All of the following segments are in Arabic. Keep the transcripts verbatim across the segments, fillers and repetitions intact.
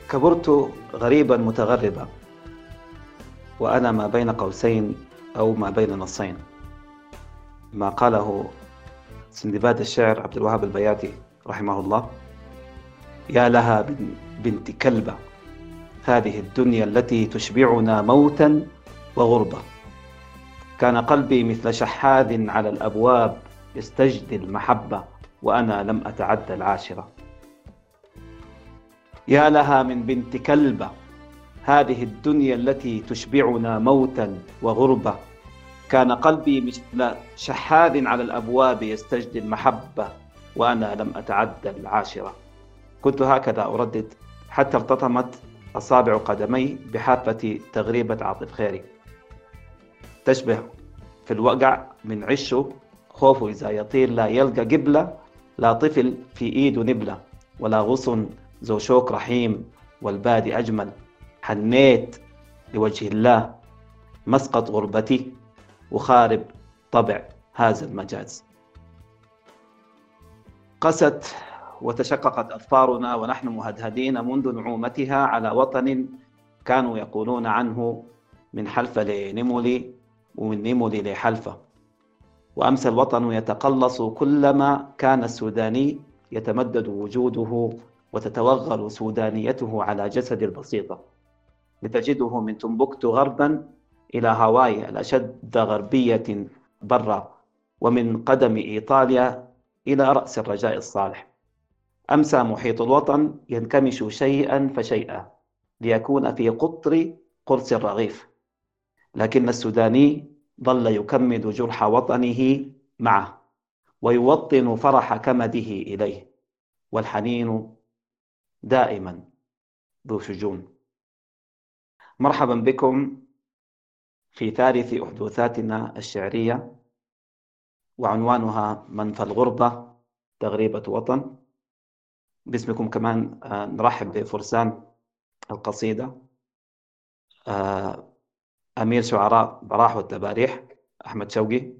كبرت غريبا متغربا، وأنا ما بين قوسين أو ما بين نصين، ما قاله سندباد الشعر عبد الوهاب البياتي رحمه الله: يا لها بنت كلبة، هذه الدنيا التي تشبعنا موتا وغربة. كان قلبي مثل شحاذ على الأبواب يستجدي المحبة، وأنا لم أتعد العاشرة. يا لها من بنت كلبة، هذه الدنيا التي تشبعنا موتا وغربة. كان قلبي مثل شحاذ على الأبواب يستجدي المحبة، وأنا لم أتعد العاشرة. كنت هكذا أردد حتى ارتطمت أصابع قدمي بحافة تغريبة عاطف خيري، تشبه في الوقع من عشه خوفه إذا يطير لا يلقى قبلة، لا طفل في إيده نبلة، ولا غصن ذو شوك رحيم والبادي أجمل. حنيت لوجه الله مسقط غربتي، وخارب طبع هذا المجاز. قست وتشققت أظفارنا ونحن مهدهدين منذ نعومتها على وطن كانوا يقولون عنه من حلفة لنمولي ومن نمولي لحلفة. وأمسى الوطن يتقلص كلما كان السوداني يتمدد وجوده وتتوغل سودانيته على جسد البسيطة، لتجده من تنبكتو غربا إلى هاواي الأشد غربية برا، ومن قدم إيطاليا إلى رأس الرجاء الصالح. أمسى محيط الوطن ينكمش شيئا فشيئا ليكون في قطر قرص الرغيف، لكن السوداني ظل يكمد جرح وطنه معه، ويوطن فرح كمده إليه، والحنين دائما ذو شجون. مرحبا بكم في ثالث أحداثاتنا الشعرية، وعنوانها من في الغربة تغريبة وطن. باسمكم كمان نرحب بفرسان القصيدة أمير شعراء براح والتباريح أحمد شوقي،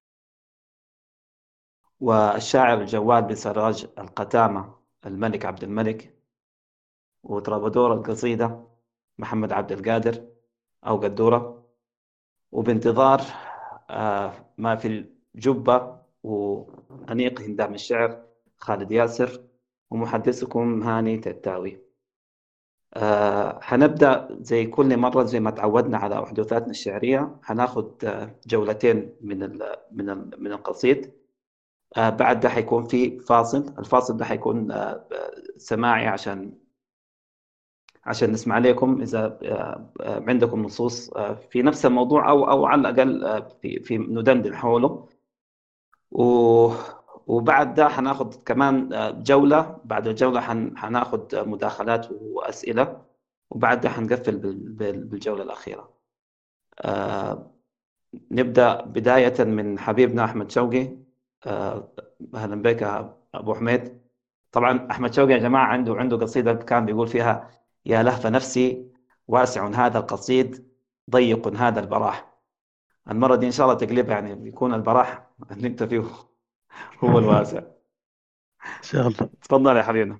والشاعر الجواد بسراج القتامة الملك عبد الملك، وترابدور القصيدة محمد عبد القادر أو قدورة. وبانتظار ما في الجبة وأنيق هندام الشعر خالد ياسر، ومحدثكم هاني تتاوي. أه حنبدأ زي كل مرة زي ما تعودنا على أحداثاتنا الشعرية، حناخد جولتين من ال من ال من القصيد. أه بعد ده حيكون في فاصل، الفاصل ده حيكون أه سماعي عشان عشان نسمع عليكم إذا أه عندكم نصوص أه في نفس الموضوع، أو أو على الأقل أه في في ندندن حوله. و وبعد ده حناخد كمان جولة، بعد الجولة حن حناخد مداخلات وأسئلة، وبعد ده حنقفل بالجولة الأخيرة. آه نبدأ بداية من حبيبنا أحمد شوقي. آه أهلا بك أبو حميد. طبعا أحمد شوقي يا جماعة عنده عنده قصيدة كان بيقول فيها: يا لهف نفسي واسع هذا القصيد، ضيق هذا البراح. المرة دي إن شاء الله تقلبها، يعني بيكون البراح اللي أنت فيه هو الواسع. إن شاء الله. تفضل يا حبيبنا.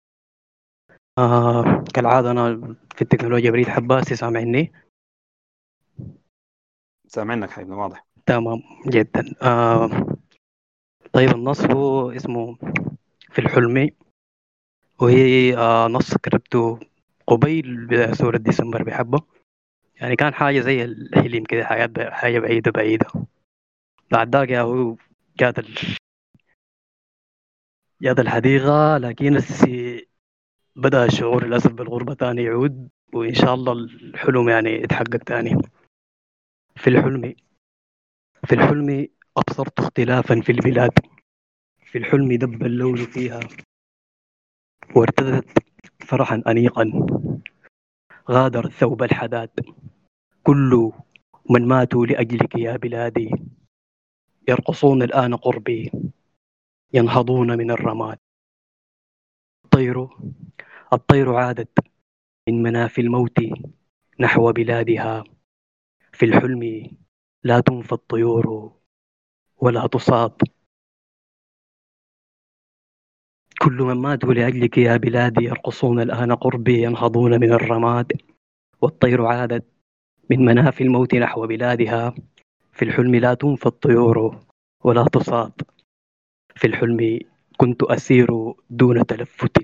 آه كالعادة أنا في التكنولوجيا بريد حباسي، سامعني؟ سامعينك حبيبنا واضح. تمام جدا. آه طيب، النص هو اسمه في الحلمي، وهي آه نص كتبته قبيل بداية سورة ديسمبر بحبة، يعني كان حاجة زي الحلم كده، حاجات حاجة بعيدة بعيدة. بعد ذاك يا هو جات ال... جات الحديقة، لكن السي بدأ الشعور للأسف بالغربة تاني يعود، وإن شاء الله الحلم يعني يتحقق تاني. في الحلم في الحلم أبصرت اختلافا في البلاد، في الحلم دب اللون فيها وارتدت فرحا أنيقا، غادر ثوب الحداد كل من ماتوا لأجلك يا بلادي، يرقصون الآن قربي ينهضون من الرماد. الطير الطير عادت من مناف الموت نحو بلادها، في الحلم لا تنفى الطيور ولا تصاد. كل من ماتوا لأجلك يا بلادي يرقصون الآن قربي، ينهضون من الرماد، والطير عادت من مناف الموت نحو بلادها. في الحلم لا تنفى الطيور ولا تصاد، في الحلم كنت أسير دون تلفت،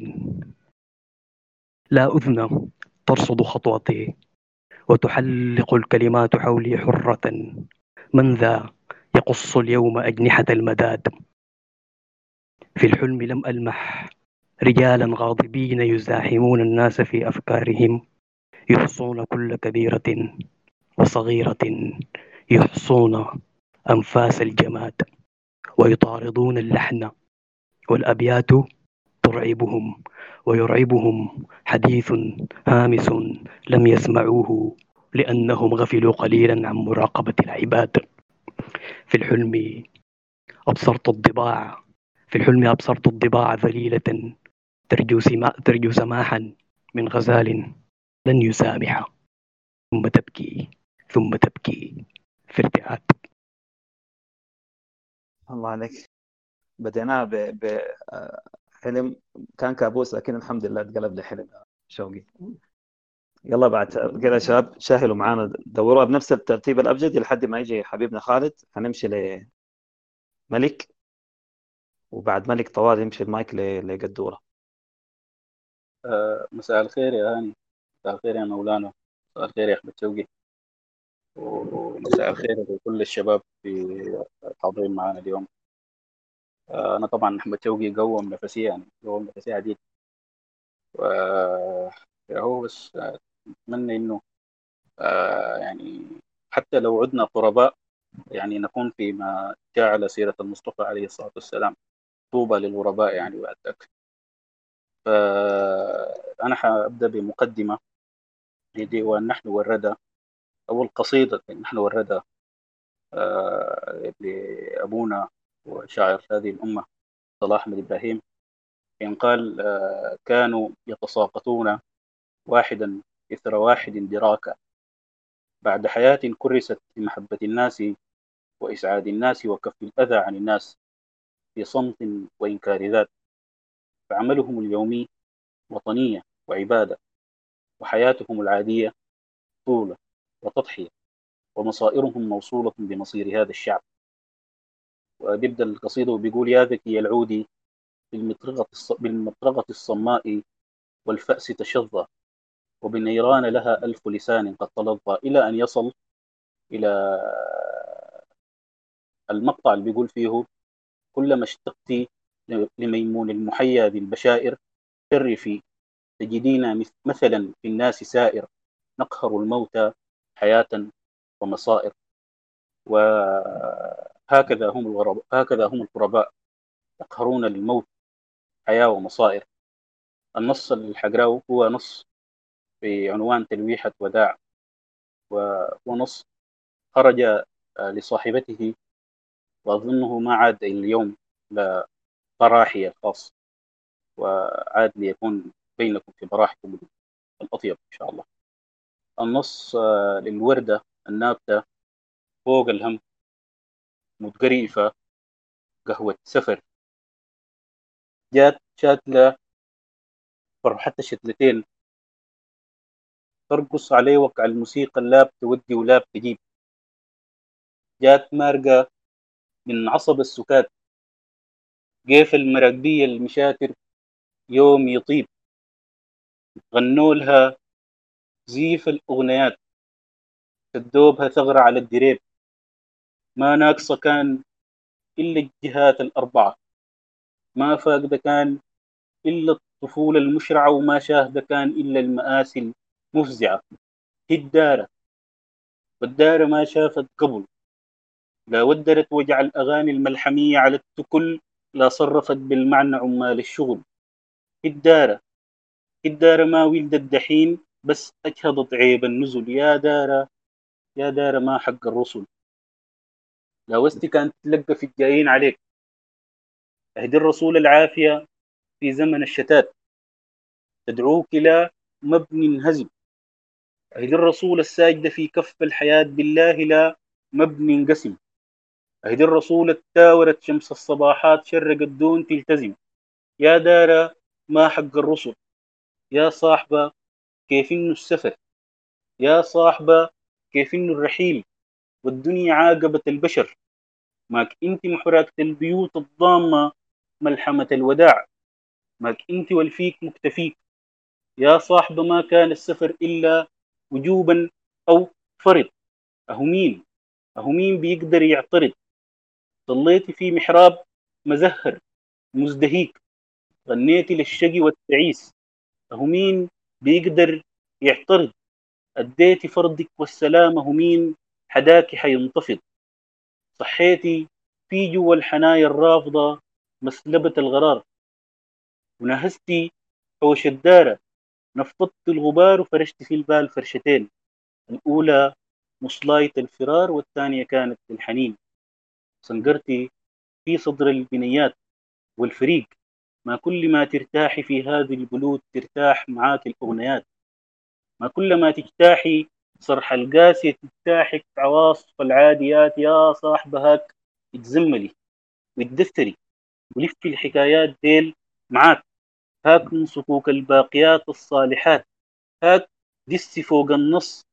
لا أذن ترصد خطوتي، وتحلق الكلمات حولي حرة. من ذا يقص اليوم أجنحة المداد؟ في الحلم لم ألمح رجالا غاضبين يزاحمون الناس في أفكارهم، يحصون كل كبيرة وصغيرة، يحصون أنفاس الجماد، ويطاردون اللحن والأبيات ترعبهم، ويرعبهم حديث هامس لم يسمعوه لأنهم غفلوا قليلا عن مراقبة العباد. في الحلم أبصرت الضباع في الحلم أبصرت الضباع ذليلة ترجو, سما ترجو سماحا من غزال لن يسامح، ثم تبكي ثم تبكي في ارتعاد. الله عليك. بديناها بحلم كان كابوس، لكن الحمد لله اتقلب لحلم شوقي. يلا بعد كده شباب شاهلوا معانا، دوروها بنفس الترتيب الأبجدي لحد ما يجي حبيبنا خالد. هنمشي لملك، وبعد ملك طوال يمشي المايك ل- لقدورة. آه، مساء الخير يا هاني، مساء الخير يا مولانا، مساء الخير يا أحمد شوقي، ومساء الخير لكل الشباب في الحاضرين معنا اليوم. آه، أنا طبعا أحمد شوقي قوم نفسي، يعني قوم نفسي عديد، وهو بس آه، أتمنى إنه آه، يعني حتى لو عدنا غرباء يعني نكون فيما جعل سيرة المصطفى عليه الصلاة والسلام، طوبى للغرباء يعني بعد ذاك. فأنا حأبدأ بمقدمة لديوان نحن والردى، أو القصيدة نحن والردى آه، لأبونا وشاعر هذه الأمة صلاح أحمد إبراهيم. إن قال آه، كانوا يتساقطون واحدا إثر واحد دراكا، بعد حياة كرست لمحبة الناس وإسعاد الناس وكف الأذى عن الناس، في صمت وإنكار ذات، فعملهم اليومي وطنية وعبادة، وحياتهم العادية طولة وتضحية، ومصائرهم موصولة بمصير هذا الشعب. وبيبدأ القصيدة وبيقول: يا ذكي العودي بالمطرقة الص- بالمطرقة الصماء والفأس تشظى، وبنيران لها ألف لسان قد تلظى، إلى أن يصل إلى المقطع اللي بيقول فيه: كلما اشتقت لميمون المحيا ذي البشائر شرفي، تجدين مث- مثلا في الناس سائر، نقهر الموتى حياة ومصائر. وهكذا هم الغرباء هكذا هم الغرباء يقهرون للموت حياة ومصائر. النص الحقراوي هو نص في عنوان تلويحة وداع، ونص خرج آه، لصاحبته، وأظنه ما عاد اليوم لفراحي الخاص، وعاد ليكون بينكم في براحكم الأطيب إن شاء الله. النص آه، للوردة النابتة فوق الهم متقريفة قهوة سفر، جات شاتلة فرحتها شتلتين، ترقص عليه وقع الموسيقى اللاب تودي ولاب تجيب، جات مارقة من عصب السكات، كيف المراقبية المشاتر يوم يطيب، غنوا لها زيف الأغنيات، تدوبها ثغرة على الدريب، ما ناقصة كان إلا الجهات الأربعة، ما فاقدة كان إلا الطفولة المشرعة، وما شاهدة كان إلا المآسي المفزعة. هي الدارة والدارة ما شافت قبل، لا ودرت وجع الأغاني الملحمية على التكل، لا صرفت بالمعنى عمال الشغل. هي الدارة هي الدارة ما ولدت دحين، بس أجهضت عيب النزل. يا دارة يا دارة ما حق الرسل، لا وستي كانت تلقى في الجايين عليك. اهدي الرسول العافية في زمن الشتات، تدعوك لا مبني انهزم. اهدي الرسول الساجدة في كف الحياة بالله لا مبني انقسم. اهدي الرسول التاورت شمس الصباحات شرقت دون تلتزم. يا دارا ما حق الرسل، يا صاحبة كيف إنه السفر، يا صاحبة كيف إنه الرحيل، والدنيا عاقبت البشر، ماك انت محرقة البيوت الضامة، ملحمة الوداع، ماك انت والفيك مكتفيك. يا صاحبة ما كان السفر إلا وجوبا أو فرض، أهو مين أهو مين بيقدر يعترض؟ صليتي في محراب مزهر مزدهيك، غنيتي للشقي والتعيس، أهو مين بيقدر يعترض؟ أديتي فرضك والسلام، أهو مين حداكي حينتفض؟ صحيتي في جوا الحنايا الرافضة مسلبة الغرار، ونهستي حوش الدارة، نفضت الغبار وفرشت في البال فرشتين، الأولى مصلاية الفرار والثانية كانت الحنين. صنقرتي في صدر البنيات والفريق، ما كل ما ترتاحي في هذه البلود ترتاح معاك الأغنيات، ما كل ما تجتاحي صرح القاسية تجتاحك عواصف العاديات. يا صاحب هاك اتزملي واتدثري ولفي الحكايات ديل معاك، هاك من صكوك الباقيات الصالحات، هاك دسي فوق النص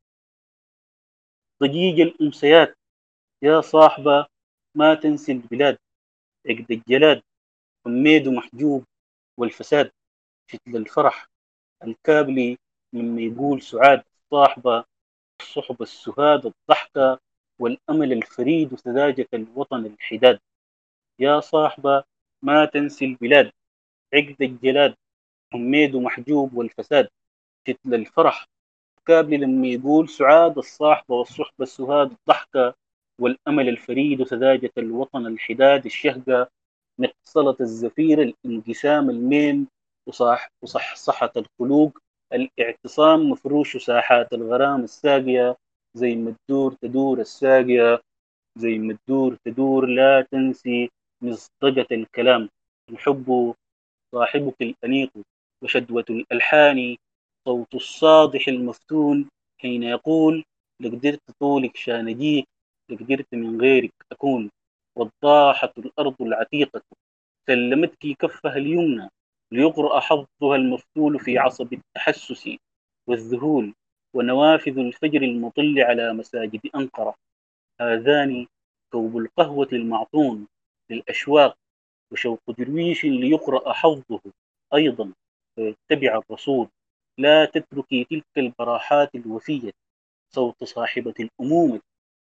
ضجيج الأمسيات. يا صاحبة ما تنسي البلاد، عقد الجلاد حميد محجوب والفساد، فتل الفرح الكابلي لما يقول سعاد صاحبة، الصحبة السهاد الضحكة والأمل الفريد وسذاجة الوطن الحداد. يا صاحبة ما تنسي البلاد، عقد الجلاد حميد محجوب والفساد، فتل الفرح كابلي لما يقول سعاد الصاحبة والصحبة السهاد الضحكة والأمل الفريد وسذاجة الوطن الحداد. الشهقة مقصلة الزفير الانقسام المين وصح وصحصحة الخلوق، الاعتصام مفروش ساحات الغرام الساقية، زي ما تدور تدور الساقية، زي ما تدور تدور لا تنسي مصدقة الكلام. الحب صاحبك الأنيق وشدوة الألحان، صوت الصادح المفتون حين يقول لقدرت طولك شانجيك، لقدرت من غيرك أكون. وضاحت الأرض العتيقة سلمتك كفها اليمنى ليقرأ حظها المفتول في عصب التحسس والذهول، ونوافذ الفجر المطل على مساجد أنقرة، هذان كوب القهوة المعطون للأشواق، وشوق درويش ليقرأ حظه أيضا فيتبع الرسول. لا تتركي تلك البراحات الوفية، صوت صاحبة الأمومة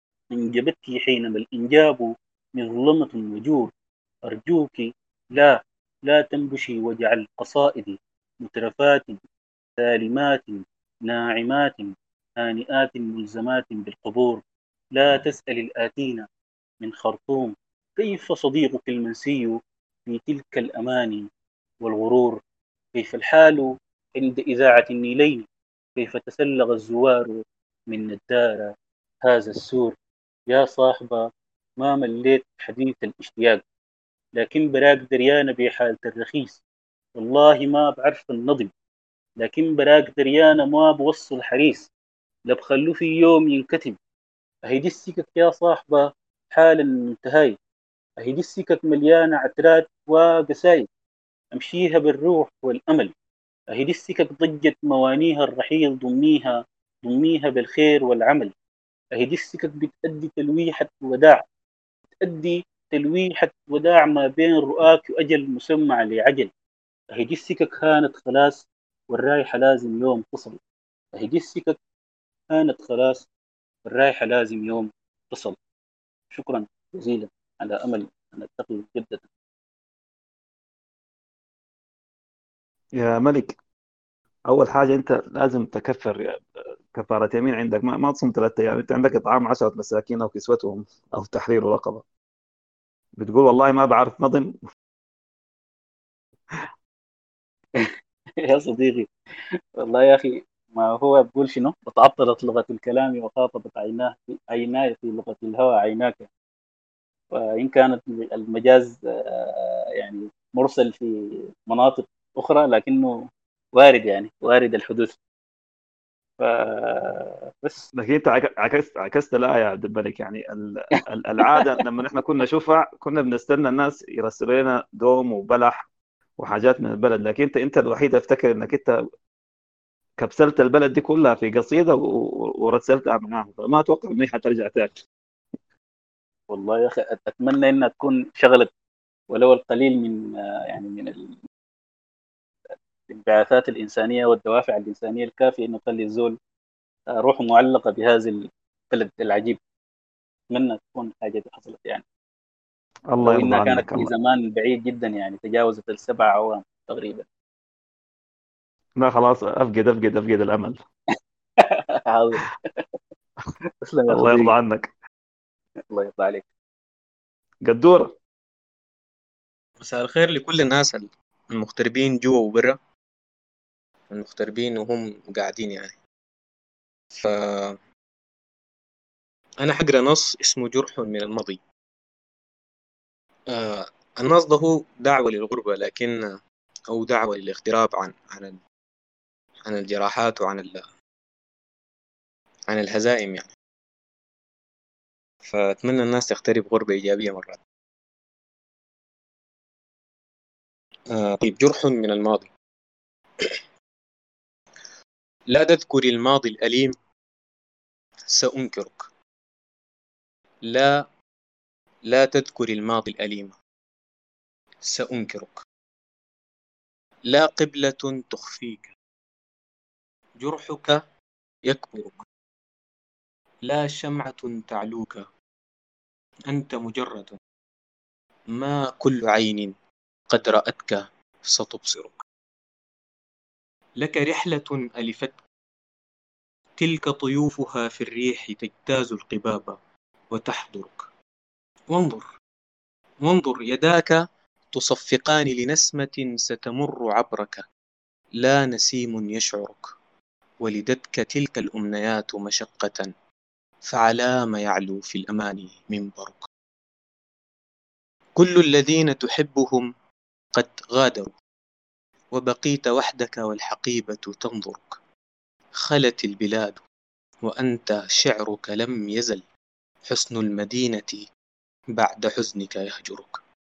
أنجبتك حينما الإنجاب مظلمة وجور. أرجوك لا لا تنبشي واجعل قصائدي مترفات سالمات ناعمات هانئات ملزمات بالقبور. لا تسأل الآتين من خرطوم كيف صديقك المنسي في تلك الأماني والغرور. كيف الحال عند إذاعة النيلين، كيف تسلغ الزوار من الدار هذا السور. يا صاحبة ما مليت حديث الاشتياق، لكن براك دريانة بحالة الرخيص، والله ما بعرف النظم، لكن براك دريانة ما بوصل حريص، لا بخلو في يوم ينكتب. أهي دي السكك يا صاحبة حالا منتهاي، أهي دي السكك مليانة عترات وقسايد، أمشيها بالروح والأمل. أهي دي السكك ضجت موانيها الرحيل، ضميها ضميها بالخير والعمل. أهي دي السكك بتأدي تلويحة وداع، تأدي تلويحة وداع ما بين رؤاك وأجل مسمى لعجل. أهي دي السكك هانت خلاص والرايحة لازم يوم تصل، أهي دي السكك هانت خلاص والرايحة لازم يوم تصل. شكرا جزيلا، على أمل أن نلتقي جدة. يا ملك، أول حاجة أنت لازم تكفر كفارة يمين. عندك ما, ما تصوم ثلاثة أيام، أنت عندك إطعام عشرة مساكين أو كسوتهم أو تحرير رقبة. بتقول والله ما بعرف نظم. يا صديقي والله يا أخي، ما هو بقول شنو، وتعطلت لغة الكلام وخاطبت عيناه عيناي في لغة الهوى عيناك. وإن كانت المجاز آه، يعني مرسل في مناطق أخرى، لكنه وارد، يعني وارد الحدوث. فبس لكن أنت عك- عكست عكست الآية يا عبد الملك. يعني ال- ال- العادة لما نحن كنا شفع كنا بنستنى الناس يرسلوا لنا دوم وبلح وحاجات من البلد، لكن انت انت الوحيد افتكر انك انت كبسلت البلد دي كلها في قصيده و- و- ورسلتها معاهم، فما اتوقع اني حترجع تاني. والله يا اخي اتمنى انها تكون شغلت ولو القليل من آه، يعني من الانبعاثات الانسانيه والدوافع الانسانيه الكافيه انه تخلي الزول آه، روحه معلقه بهذا البلد العجيب. اتمنى تكون حاجه دي حصلت يعني، الله ولو يرضى انها كانت عنك. في الله، زمان بعيد جدا يعني تجاوزت السبع اعوام تقريبا. لا خلاص، افقد افقد افقد الامل. حاضر. تسلم يا الله يرضى صديقي. عنك. الله يرضى عليك. قدوره. مساء الخير لكل الناس المغتربين جوا وبرا، المغتربين وهم قاعدين يعني. فأنا حقرأ نص اسمه جرح من الماضي. آه النص ده هو دعوة للغربة، لكن أو دعوة للاغتراب عن عن عن الجراحات وعن ال... عن الهزائم يعني. فأتمنى الناس تغترب غربة إيجابية مرات. آه طيب، جرح من الماضي. لا تذكر الماضي الأليم، سأنكرك. لا لا تذكر الماضي الأليم، سأنكرك. لا قبلة تخفيك، جرحك يكبرك. لا شمعة تعلوك، أنت مجرد. ما كل عين قد رأتك ستبصرك. لك رحلة ألفتك، تلك طيوفها في الريح تجتاز القباب وتحضرك. وانظر وانظر يداك تصفقان لنسمة ستمر عبرك. لا نسيم يشعرك، ولدتك تلك الأمنيات مشقة، فعلى ما يعلو في الأمان منبرك. كل الذين تحبهم قد غادروا، وبقيت وحدك والحقيبة تنظرك. خلت البلاد وأنت شعرك لم يزل، حسن المدينة بعد حزنك يهجرك.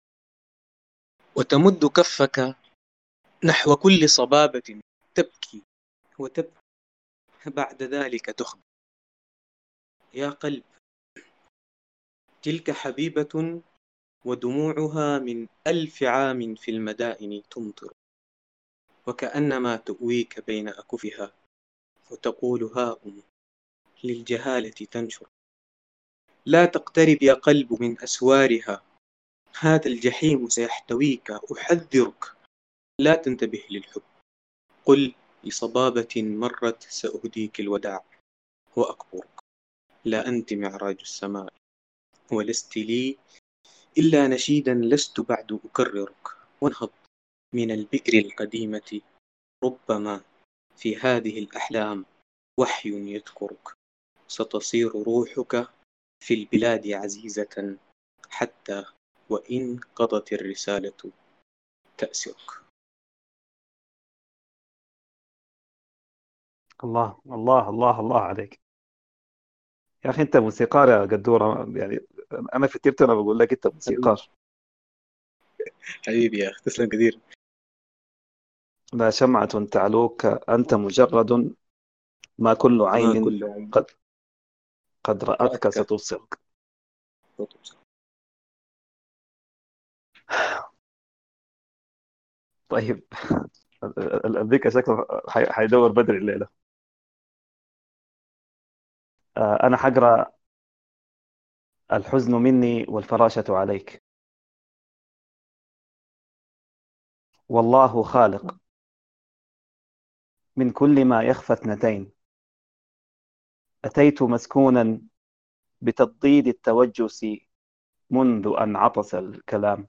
وتمد كفك نحو كل صبابة، تبكي وتبكي بعد ذلك تخبر. يا قلب، تلك حبيبة ودموعها من ألف عام في المدائن تمطر، وكأنما تؤويك بين أكفها وتقول ها أم للجهالة تنشر. لا تقترب يا قلب من أسوارها، هذا الجحيم سيحتويك. أحذرك لا تنتبه للحب، قل لصبابة مرت سأهديك الوداع وأكبرك. لا أنت معراج السماء، ولست لي إلا نشيدا لست بعد أكررك. وانهض من البئر القديمة، ربما في هذه الأحلام وحي يذكرك. ستصير روحك في البلاد عزيزة، حتى وإن قضت الرسالة تأسرك. الله الله الله الله عليك يا اخي، انت موسيقار يا قدوره يعني. انا في التيبت انا بقول لك انت حبيبي موسيقار. حبيبي يا أخي، تسلم كثير. لا شمعة تعلوك، انت مجرد. ما كل ما عين كل عين قد قد رأتك رأتك ستبصرك. ستبصر. طيب. الذيك شكله حي- حيدور بدري الليله. آه، انا حقرا الحزن مني والفراشة عليك. والله خالق من كل ما يخفى اثنتين. أتيت مسكونا بتضديد التوجس منذ أن عطس الكلام.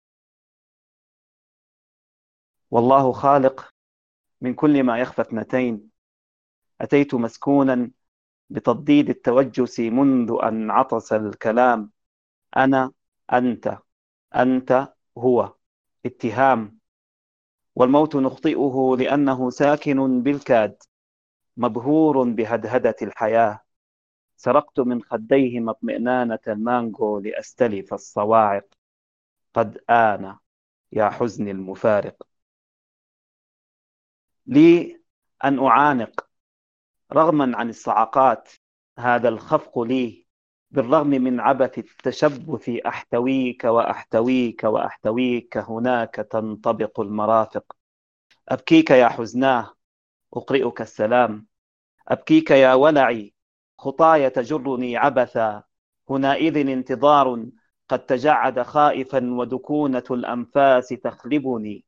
والله خالق من كل ما يخفى اثنتين. أتيت مسكونا بتضديد التوجس منذ أن عطس الكلام. أنا أنت، أنت هو اتهام. والموت نخطئه لأنه ساكن بالكاد، مبهور بهدهدة الحياة. سرقت من خديهما اطمئنانة المانجو لأستلف الصواعق. قد آن يا حزني المفارق. لي أن أعانق رغما عن الصعقات هذا الخفق لي، بالرغم من عبث التشبث أحتويك وأحتويك وأحتويك، هناك تنطبق المرافق. أبكيك يا حزناه أقرئك السلام، أبكيك يا ولعي خطاي تجرني عبثا، هنائذ انتظار قد تجعد خائفا ودكونة الأنفاس تخلبني،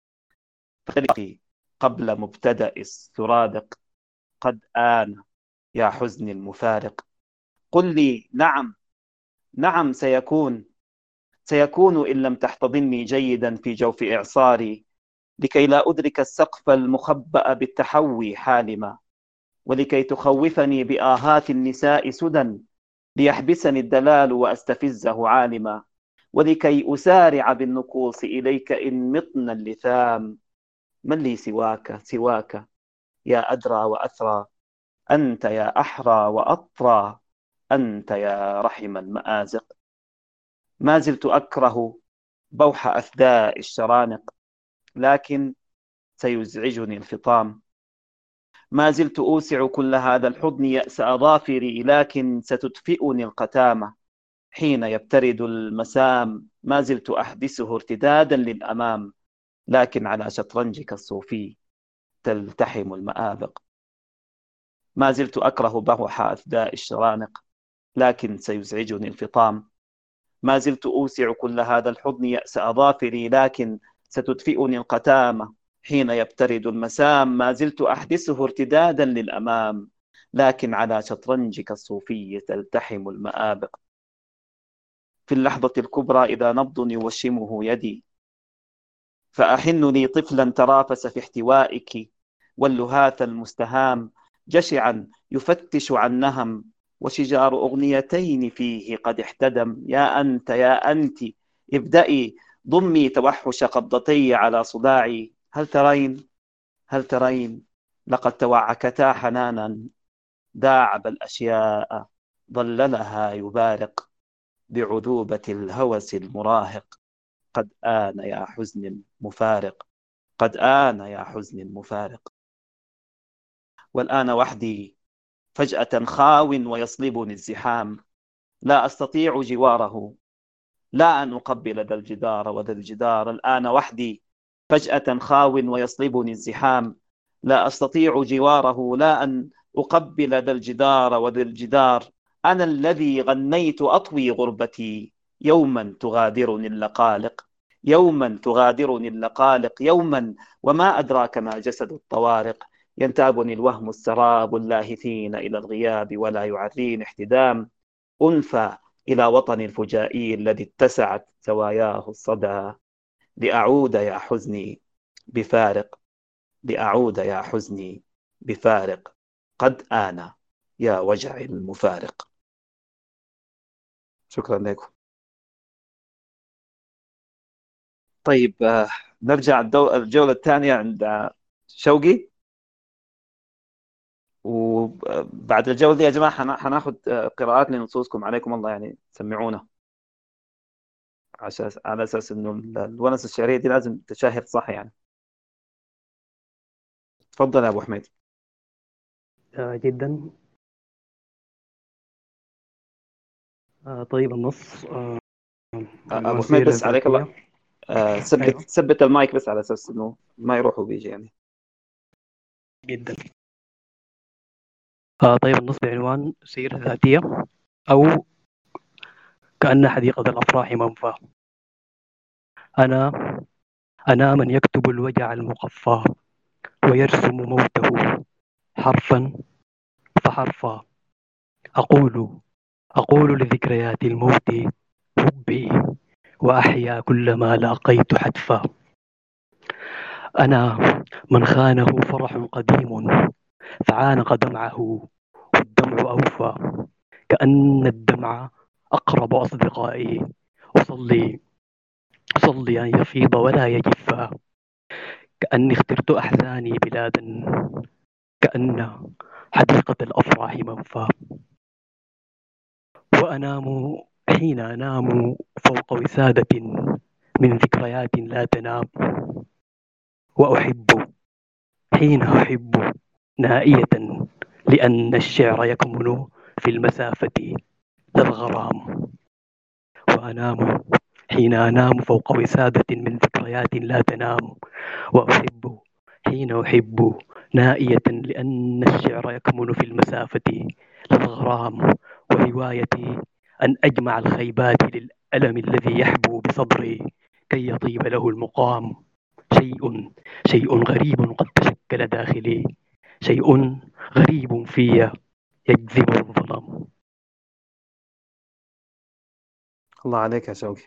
قبل مبتدأ السرادق. قد آن يا حزن المفارق. قل لي نعم نعم سيكون، سيكون إن لم تحتضني جيدا في جوف إعصاري، لكي لا أدرك السقف المخبأ بالتحوي حالما، ولكي تخوفني بآهات النساء سدى، ليحبسني الدلال وأستفزه عالما، ولكي أسارع بالنكوص إليك إن مطن اللثام. من لي سواك سواك يا أدرى وأثرى، أنت يا أحرى وأطرى، أنت يا رحم المآزق. ما زلت أكره بوح أثداء الشرانق، لكن سيزعجني الفطام. ما زلت أوسع كل هذا الحضن يأس أظافري، لكن ستدفئني القتامة حين يبترد المسام. ما زلت أحبسه ارتدادا للأمام، لكن على شطرنجك الصوفي تلتحم المآبق. ما زلت أكره بوح أثداء الشرانق، لكن سيزعجني الفطام. ما زلت أوسع كل هذا الحضن يأس أظافري، لكن ستدفئني القتامة حين يبترد المسام. ما زلت أحدثه ارتدادا للأمام، لكن على شطرنجك الصوفي تلتحم المآبق. في اللحظة الكبرى إذا نبض يوشمه يدي، فأحن لي طفلا ترافس في احتوائك، واللهاث المستهام جشعا يفتش عن نهم، وشجار أغنيتين فيه قد احتدم. يا أنت يا أنت ابدأي ضمي توحش قبضتي على صداعي. هل ترين هل ترين لقد توعكتا حنانا، داعب الأشياء ظللها يبارق بعذوبة الهوس المراهق. قد آن يا حزن مفارق، قد آن يا حزن مفارق. والآن وحدي فجأة خاو ويصلبني الزحام، لا أستطيع جواره، لا أن أقبل ذا الجدار وذا الجدار. الآن وحدي فجأة خاو ويصلبني الزحام، لا أستطيع جواره، لا أن أقبل ذا الجدار وذا الجدار. أنا الذي غنيت أطوي غربتي، يوما تغادرني اللقالق، يوما تغادرني اللقالق، يوما وما أدراك ما جسد الطوارق. ينتابني الوهم السراب اللاهثين إلى الغياب، ولا يعرين احتدام، أنفى إلى وطن الفجائي الذي اتسعت زواياه الصدى. لأعود يا حزني بفارق، لأعود يا حزني بفارق. قد آن يا وجع المفارق. شكرا لكم. طيب آه، نرجع الدو... الجولة الثانية عند آه، شوقي. وبعد الجولة دي يا جماعة حنا- حناخد آه، قراءات لنصوصكم، عليكم الله يعني سمعونا، عشان على أساس إنه ال- الونس الشعرية دي لازم تشاهد صح يعني. تفضل يا أبو حميد. آه جدا. آه طيب النص آه أبو حميد المسيرة بس عليك الله الذاتية. آه، ثبت أيوه ثبت المايك بس على أساس إنه ما يروح وبيجي يعني. جدا. آه طيب النص بعنوان سيرة ذاتية، أو كأن حديقة الأفراح منفى. أنا أنا من يكتب الوجع المقفى، ويرسم موته حرفا فحرفا. أقول أقول لذكريات الموت حبي، وأحيا كل ما لاقيت حتفا. أنا من خانه فرح قديم، فعانق دمعه والدمع أوفى. كأن الدمع أقرب أصدقائي، أصلي أصلي أن يفيض ولا يجفا. كأني اخترت أحزاني بلادا، كأن حديقة الأفراح منفى. وأنام حين أنام فوق وسادة من ذكريات لا تنام. وأحب حين أحب نائية، لأن الشعر يكمن في المسافة ذا الغرام. وأنام حين أنام فوق وسادة من ذكريات لا تنام. وأحب حين أحب نائية، لأن الشعر يكمن في المسافة ذا الغرام. وهوايتي أن أجمع الخيبات للألم الذي يحبو بصدري كي يطيب له المقام. شيء شيء غريب قد تشكل داخلي، شيء غريب في يجذبه الظلام. الله عليك يا شوقي.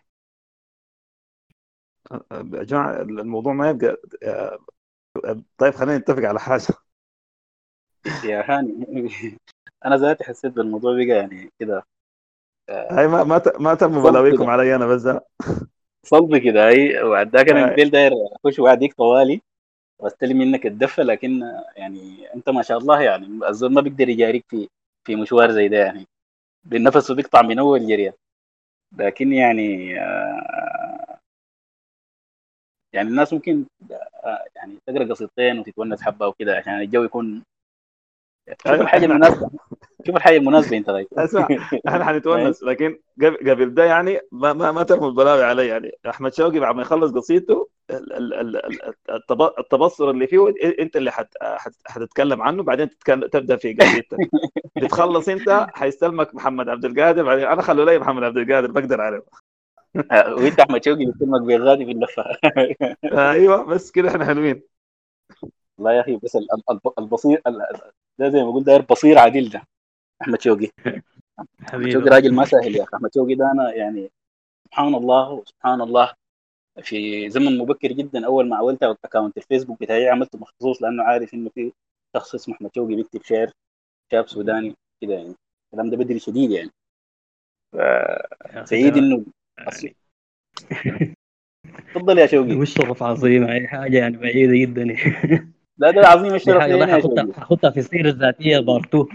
يا جماعة الموضوع ما يبقى. طيب خلينا نتفق على حاجة يا هاني انا ذاتي حسيت بالموضوع بقى يعني كده هاي ما ما ت- ما تم صلب بلاويكم كده علي انا بس ده. صلب كده. اي وبعد ذاك انا هاي. بالليل داير اخش واديك طوالي واستلم منك الدفه، لكن يعني انت ما شاء الله يعني الزول ما بيقدر يجاريك في في مشوار زي ده يعني، بالنفس بيقطع من اول جريه. لكن يعني آه، يعني الناس ممكن آه، يعني تقرا قصيدتين وتتونس حبه وكده عشان الجو يكون. شوف ايوه الحاجه احنا المناسبه، شوف الحاجه المناسبه انت غايت. اسمع، احنا حنتونس لكن قبل قبل ده يعني ما ما, ما ترموا البلاوي علي. يعني احمد شوقي بعد ما يخلص قصيدته ال- ال- ال- ال- التب- التبصر اللي فيه انت اللي حت حت- حتتكلم عنه، بعدين تتكلم تبدا في قصيدتك. بتخلص انت حيستلمك محمد عبد القادر، بعدين انا خلوا لي محمد عبد القادر بقدر عليه. وانت احمد شوقي بيكلمك بيغادي في اللفه. ايوه بس كده احنا حلوين. والله يا اخي بس ال- ال- البصير ال- ده زي ما قلت داير بصير عديل ده احمد شوقي. احمد حبيبي شوقي والله. راجل ما سهل يا اخي. احمد شوقي ده انا يعني سبحان الله وسبحان الله، في زمن مبكر جدا اول ما عملت اكونت الفيسبوك بتاعي عملته مخصوص لانه عارف انه في شخص اسمه احمد شوقي بيكتب شعر، شاب سوداني كده يعني. الكلام ده بدري شديد يعني. يا أخي سعيد ده انه أص- يعني تفضل يا شوقي. مش شرف عظيم، أي حاجة يعني بعيدة جدا. لا ده عظيم دي الشرف حاجة والله لينا يا حخطها شوقي. حخطها في السيرة الذاتية بارتو.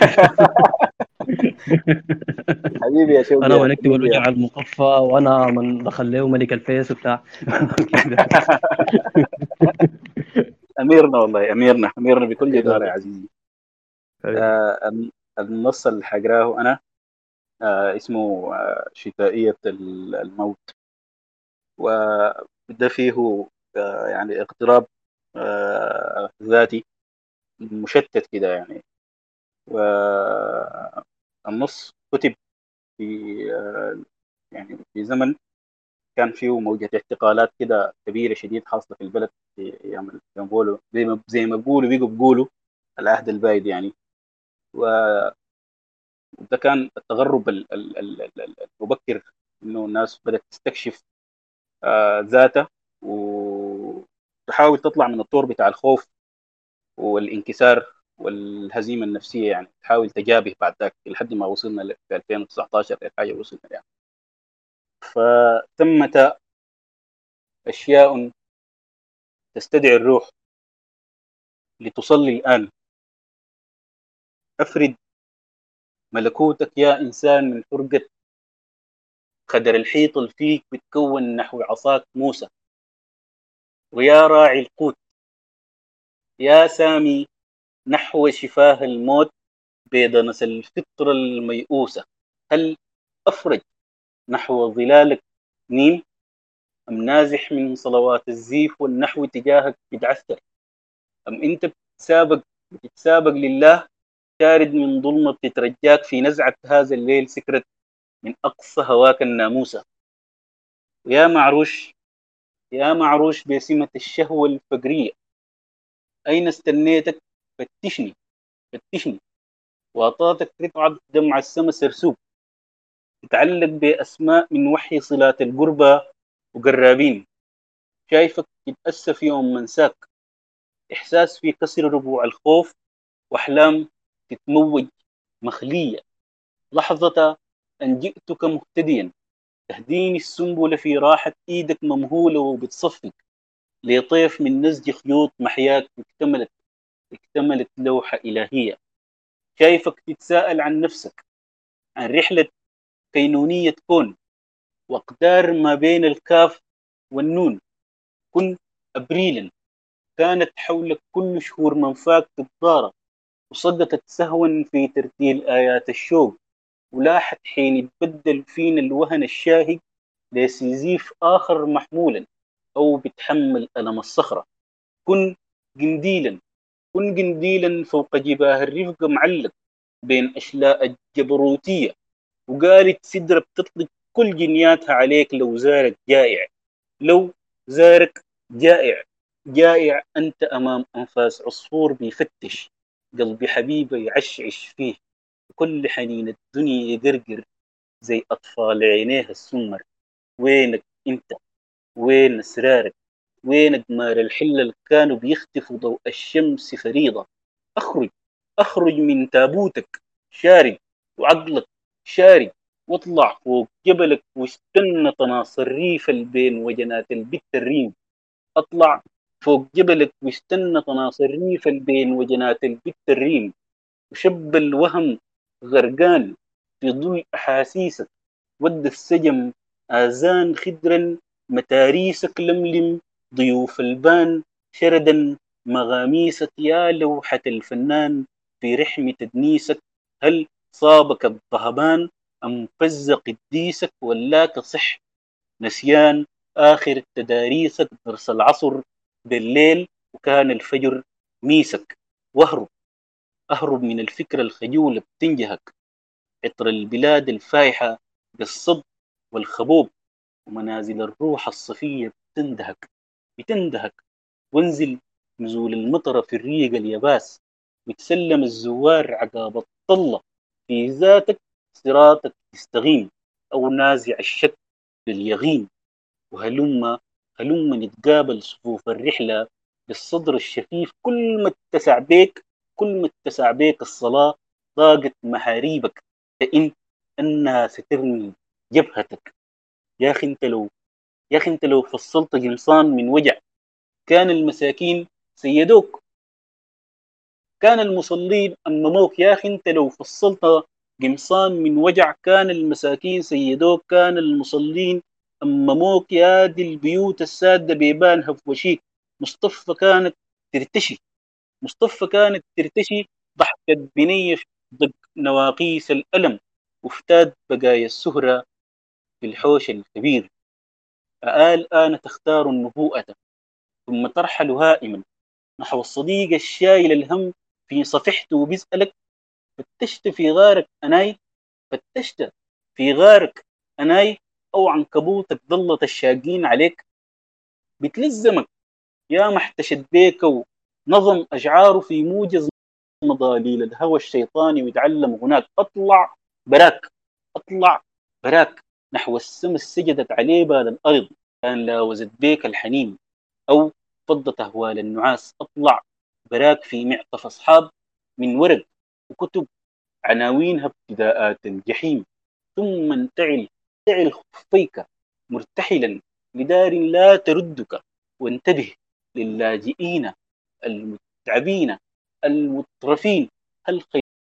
حبيبي يا شوقي أنا يا من أكتب حبيبي يا الوجع المقفى، وأنا من دخل له ملك الفيس وبتاع كده. اميرنا والله اميرنا اميرنا بكل حبيبي جدارة يا والله. عزيزي. حبيبي. آه النص اللي حقراه انا آه اسمه آه شتائية ال- الموت. وده فيه آه يعني اقتراب آه ذاتي مشتت كده يعني. والنص كتب في آه يعني في زمن كان فيه موجة اعتقالات كده كبيرة شديد حاصلة في البلد في أيام زي ما بيقولوا زي ما زي ما بيقولوا بيقوا بيقولوا العهد البايد يعني. وده كان التغرب ال- ال- ال- ال- المبكر، انه الناس بدأت تستكشف آه، ذاتها وتحاول تطلع من الطور بتاع الخوف والانكسار والهزيمة النفسية يعني، تحاول تجابه بعد ذاك لحد ما وصلنا ل- في ألفين وتسعطاشر الحاجة وصلنا يعني. فتمت أشياء تستدعي الروح لتصلي الآن. أفرد ملكوتك يا إنسان من فرقة خدر الحيط الفيك بتكون نحو عصاك موسى. ويا راعي القوت يا سامي نحو شفاه الموت بيدنس الفطر الميؤوسة. هل أفرج نحو ظلالك نيم، أم نازح من صلوات الزيف والنحو تجاهك بتعثر، أم أنت بتتسابق بتتسابق لله شارد من ظلمة بتترجاك في نزعة هذا الليل سكرت من أقصى هواك الناموسة. يا معروش يا معروش بسمة الشهوة الفقرية، أين استنيتك فتشني فتشني وأعطاتك رفعة دمع السما سرسوب تتعلق بأسماء من وحي صلات القربى وقرابين. شايفك تتأسى في يوم منساك، إحساس في كسر ربوع الخوف وأحلام تتموج مخلية. لحظة أن جئتك مهتديا تهديني السنبل في راحة إيدك ممهولة وبتصفق لطيف من نسج خيوط محياك اكتملت اكتملت لوحة إلهية. شايفك تتساءل عن نفسك، عن رحلة كينونية كون وأقدار ما بين الكاف والنون. كن أبريلا كانت حولك كل شهور منفاك تتضارب وسقطت سهوا في ترتيل آيات الشوق، ولاحت حين يتبدل فينا الوهن الشاهق لسيزيف آخر محمولا أو بتحمل ألم الصخرة. كن قنديلا كن قنديلا فوق جباه الرفق معلق بين أشلاء الجبروتية، وقالت سدرة بتطلق كل جنياتها عليك لو زارك جائع. لو زارك جائع جائع أنت أمام أنفاس عصفور بيفتش قلبي حبيبة يعشعش فيه، وكل حنين الدنيا يقرقر زي أطفال عينيها السمر. وينك أنت؟ وين أسرارك؟ وين أقمار الحلة اللي كانوا بيختفوا ضوء الشمس فريضة؟ أخرج أخرج من تابوتك شارد، وعقلك شارد، واطلع فوق جبلك واستنى تناصر الريف البين وجنات البت الريم. اطلع فوق جبلك واستنى تناصر الريف البين وجنات البت الريم، وشب الوهم غرقان في ضوء أحاسيسك. ود السجم آذان خدرا متاريسك لملم ضيوف البان شردا مغاميسك. يا لوحة الفنان في رحم تدنيسك، هل صابك الذهبان أم فز قديسك؟ ولاك صح نسيان آخر تداريسك درس العصر بالليل وكان الفجر ميسك. واهرب أهرب من الفكرة الخجولة بتنجهك، عطر البلاد الفايحة بالصب والخبوب ومنازل الروح الصفية بتندهك بتندهك. وانزل نزول المطر في الريق اليباس، وتسلم الزوار عقاب الطلة في ذاتك صراطك تستغيم أو نازع الشك لليغيم. وهلم هلم نتقابل صفوف الرحلة بالصدر الشفيف، كل ما اتسع بيك كل ما اتسع بيك الصلاة ضاقت محاريبك كأن أنها سترمي جبهتك. يا أخي أنت لو يا أخي أنت لو فصلت قمصان من وجع كان المساكين سيدوك، كان المصلين أمموك. يا أخي أنت لو فصلت قمصان من وجع كان المساكين سيدوك، كان المصلين أمموك. يا دي البيوت السادة بيبانها في وشيك، مصطفى كانت ترتشي مصطفى كانت ترتشي ضحكت بنية ضد نواقيس الألم، وافتاد بقايا السهرة في الحوش الكبير. آل آن تختار النبوءة ثم ترحل هائما نحو الصديق الشايل الهم في صفحته بيسألك فتشت في غارك أناي فتشت في غارك أناي أو عنكبوتك ضلت الشاقين عليك. بتلزمك يا محتشد بيك ونظم أشعاره في موجز مضاليل الهوى الشيطاني ويتعلم هناك. أطلع براك أطلع براك نحو السما سجدت عليه بال الأرض، كان لاوزت بيك الحنين أو فضت أهوال النعاس. أطلع براك في معطف أصحاب من ورق وكتب عناوينها ابتداءات الجحيم. ثم انتعل تعل خفيك مرتحلا لدار لا تردك، وانتبه للاجئين المتعبين المترفين. هل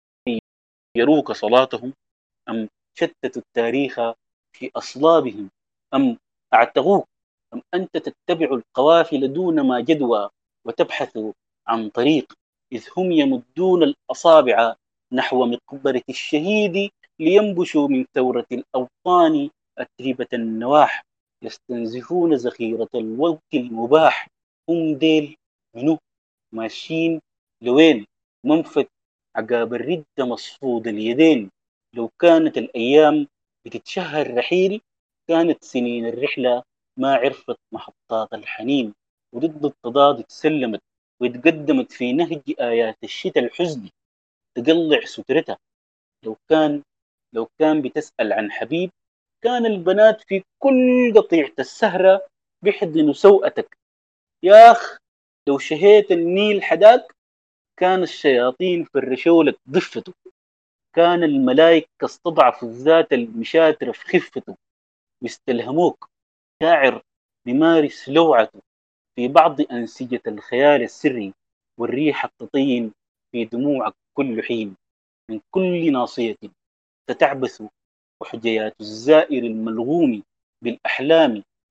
خيروك صلاتهم أم شتتوا التاريخ في أصلابهم أم أعتغوك؟ أم أنت تتبع القوافل دون ما جدوى وتبحث عن طريق، إذ هم يمدون الأصابع نحو مقبرة الشهيد لينبشوا من ثورة الأوطان أتربة النواح، يستنزفون ذخيرة الوقت المباح. هم ديل منو ماشيين لوين؟ منفت عقاب الردة مصفوض اليدين. لو كانت الأيام بتتشهر رحيل كانت سنين الرحلة ما عرفت محطات الحنين، وضد التضاد تسلمت وتقدمت في نهج آيات الشتاء الحزن تقلع سترتها. لو كان لو كان بتسأل عن حبيب كان البنات في كل قطيعة السهرة بيحضنوا سوءتك. يا أخ لو شهيت النيل حداك كان الشياطين فرشوا لك ضفته، كان الملائكة استضعفوا الذات المشاترة في خفته واستلهموك شاعر بمارس لوعته في بعض أنسجة الخيال السري، والريح التطين في دموعك كل حين. من كل ناصية تتعبث وحجيات الزائر الملغوم بالأحلام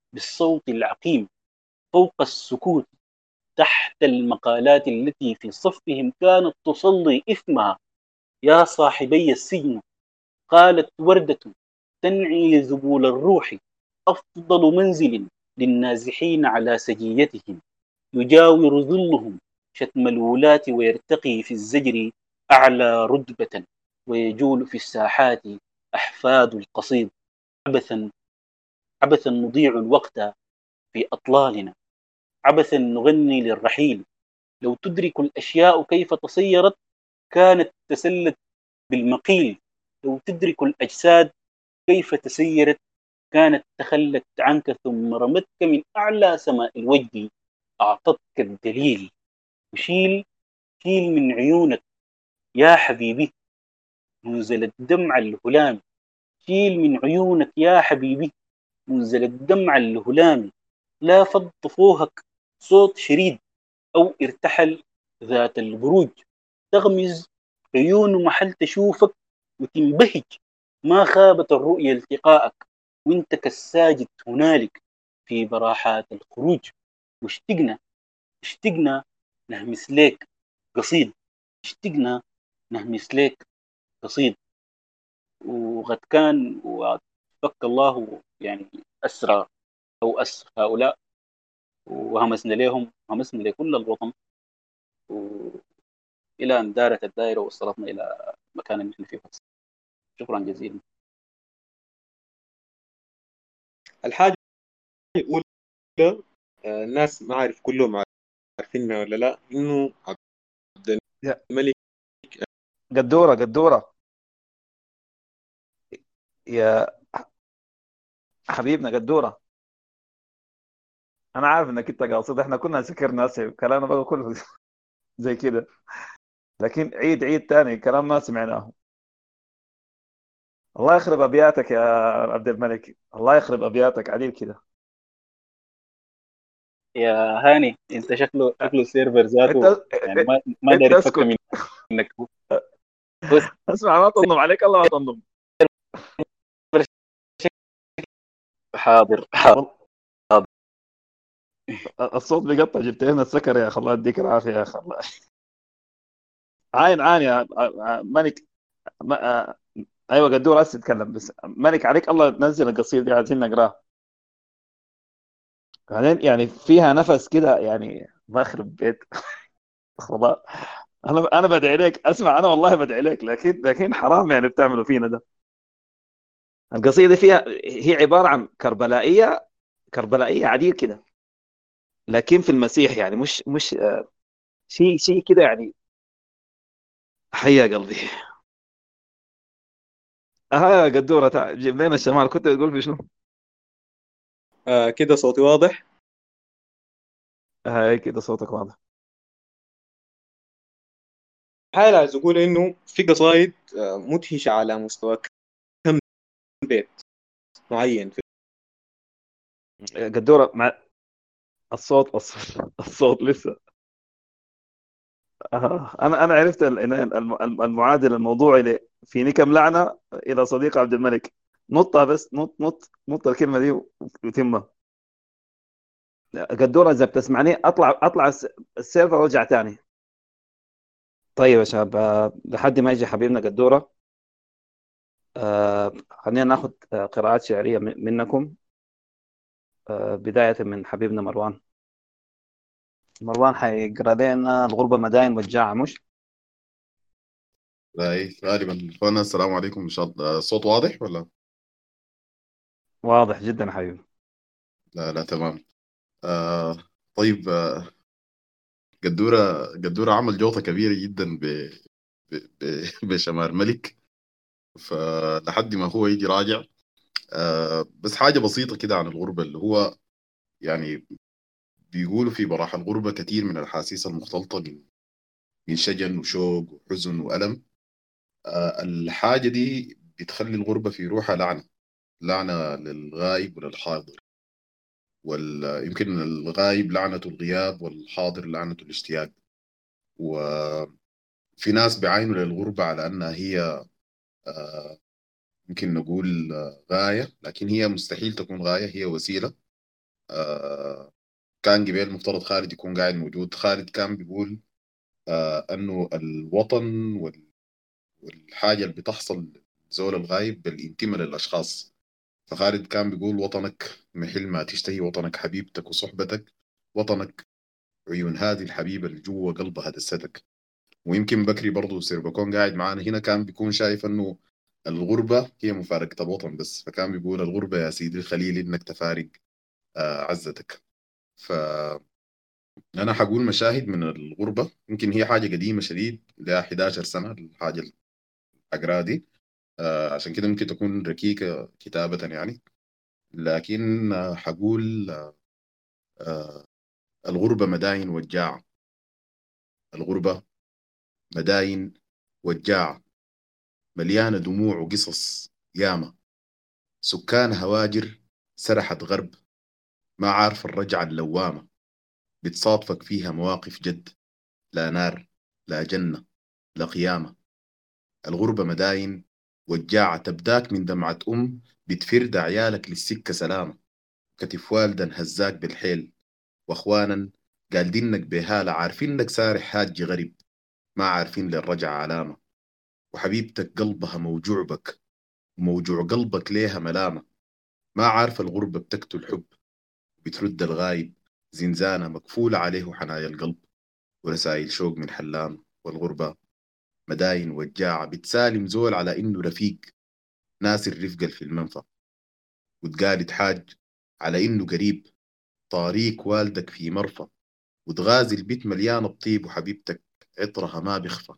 بالصوت العقيم فوق السكوت تحت المقالات التي في صفهم كانت تصلي إثمها. يا صاحبي السجن، قالت وردة تنعي لذبول الروح، أفضل منزل للنازحين على سجيتهم، يجاور ظلهم شتم الولاة ويرتقي في الزجر أعلى رتبة، ويجول في الساحات أحفاد القصيد. عبثا عبثا نضيع الوقت في أطلالنا، عبثا نغني للرحيل. لو تدرك الأشياء كيف تصيرت كانت تسلت بالمقيل، لو تدرك الأجساد كيف تسيرت كانت تخلت عنك ثم رمتك من أعلى سماء الوجد، أعطتك الدليل. وشيل شيل من عيونك يا حبيبي منزل الدمع الهلام، شيل من عيونك يا حبيبي منزل الدمع الهلام. لا فض فوهك صوت شريد أو ارتحل ذات البروج، تغمز عيون محل تشوفك وتنبهج. ما خابت الرؤيا التقاءك وانت كالساجد هنالك في براحات الخروج. واشتقنا اشتقنا نهمس ليك قصيد، اشتقنا نهمس ليك قصيد. وقد كان وفك الله يعني أسرى أو أسر هؤلاء، وهمسنا لهم، همسنا لكل الوطن، وإلى أن دارت الدائرة ووصلتنا إلى مكان نحن فيه. شكرا جزيلا. الحاجة الأولى، آه، الناس ما أعرف كلهم عارفينها ولا لا، إنه عبد يا الملك قدورة قدورة يا حبيبنا قدورة، أنا عارف إنك أنت قاصد، إحنا كنا سكرنا هسه كلامنا بقى كله زي كده، لكن عيد عيد تاني كلام ما سمعناه. الله يخرب أبياتك يا عبد الملك، الله يخرب أبياتك عديل كده. يا هاني انت شكله شكله السيرفر أنت ذاته يعني ما ما أنت داير يتفك اسكت، منك. هو اسمع ما تنضم عليك، الله ما تنضم. حاضر حاضر. وال- الصوت بيقطع، جبت لنا السكر يا أخي، الله يديك العافية يا أخي. الله عاين عاين يا ملك. ما... آه، ايوه قدور هسه تتكلم، بس ملك عليك الله تنزل القصيده دي عايزين نقراها. بعدين يعني فيها نفس كده يعني ما يخرب بيت خلاص. انا انا بدعي لك، اسمع انا والله بدعي لك، لكن لكن حرام يعني بتعملوا فينا ده. القصيده فيها هي عباره عن كربلائيه، كربلائيه عديل كده، لكن في المسيح يعني مش مش آه، شيء شيء كده يعني. حيا قلبي. ها يا قدوره تعال جيب لنا الشمال، كنت تقول في شنو؟ آه كده صوتي واضح. هاي كده صوتك واضح. حاجة عايز أقول إنه في قصايد آه مدهشة على مستوى كم بيت معين في قدوره مع الصوت الصوت, الصوت لسه. آه. انا انا عرفت ال- ال- الم- المعادل الموضوعي ل- فيني كم لعنه الى صديق عبد الملك. نطها بس، نط نط نط الكلمه دي وتمها. قدوره اذا بتسمعني اطلع اطلع الس- السيرفر وارجع تاني. طيب يا شباب، آه، لحد ما يجي حبيبنا قدوره، آه، خلينا ناخذ آه، قراءات شعريه من- منكم، آه، بدايه من حبيبنا مروان. مروان حيقرا لنا الغربه مداين وجاعه مش لا ايه غالبا. فانا السلام عليكم، ان شاء الله الصوت واضح ولا؟ واضح جدا يا حبيبي. لا لا تمام. آه طيب. آه قدوره قدوره عمل جوطه كبيره جدا ب ب ب بشمار ملك، فلحد ما هو يجي راجع. آه بس حاجه بسيطه كده عن الغربه، اللي هو يعني بيقولوا في براح الغربه كثير من الاحاسيس المختلطه من من شجن وشوق وحزن والم. آه الحاجه دي بتخلي الغربه في روحها لعنه، لعنه للغايب وللحاضر. ويمكن الغايب لعنة الغياب والحاضر لعنة الاشتياق. وفي ناس بيعاينوا للغربة على أنها هي آه، يمكن نقول آه، غاية، لكن هي مستحيل تكون غاية، هي وسيلة. آه كان قبل مفترض خالد يكون قاعد موجود. خالد كان بيقول آه انه الوطن وال- والحاجه اللي بتحصل زول الغايب بالانتماء للاشخاص. فخالد كان بيقول وطنك محل ما تشتهي، وطنك حبيبتك وصحبتك، وطنك عيون هذه الحبيبه اللي جوا قلبها دستك. ويمكن بكري برضه سيربكون قاعد معانا هنا كان بيكون شايف انه الغربه هي مفارقه الوطن بس، فكان بيقول الغربه يا سيدي الخليل انك تفارق آه عزتك. فانا حقول مشاهد من الغربه، يمكن هي حاجه قديمه شديد لها حداشر سنه الحاجه الحقرا دي. آه عشان كده ممكن تكون ركيكه كتابه يعني. لكن آه حقول آه الغربه مداين وجاعه. الغربه مداين وجاعه، مليانه دموع وقصص ياما. سكان هواجر سرحت غرب، ما عارف الرجعة اللوامة. بتصادفك فيها مواقف جد، لا نار لا جنة لا قيامة. الغربة مداين وجاعة، تبداك من دمعة أم بتفرد عيالك للسكة سلامة. كتف والدا هزاك بالحيل، وأخوانا قالدينك بهالة عارفينك سارح حاج غريب، ما عارفين للرجعة علامة. وحبيبتك قلبها موجوع بك، وموجوع قلبك ليها ملامة. ما عارفة الغربة بتقتل حب، بترد الغايب زنزانة مكفولة عليه حنايا القلب، ورسائل شوق من حلام. والغربة مداين وجاعة، بتسالم زول على إنه رفيق، ناس الرفقة في المنفى، وتقالد حاج على إنه قريب، طاريك والدك في مرفى، وتغازي البيت مليانة بطيب وحبيبتك عطرها ما بيخفى.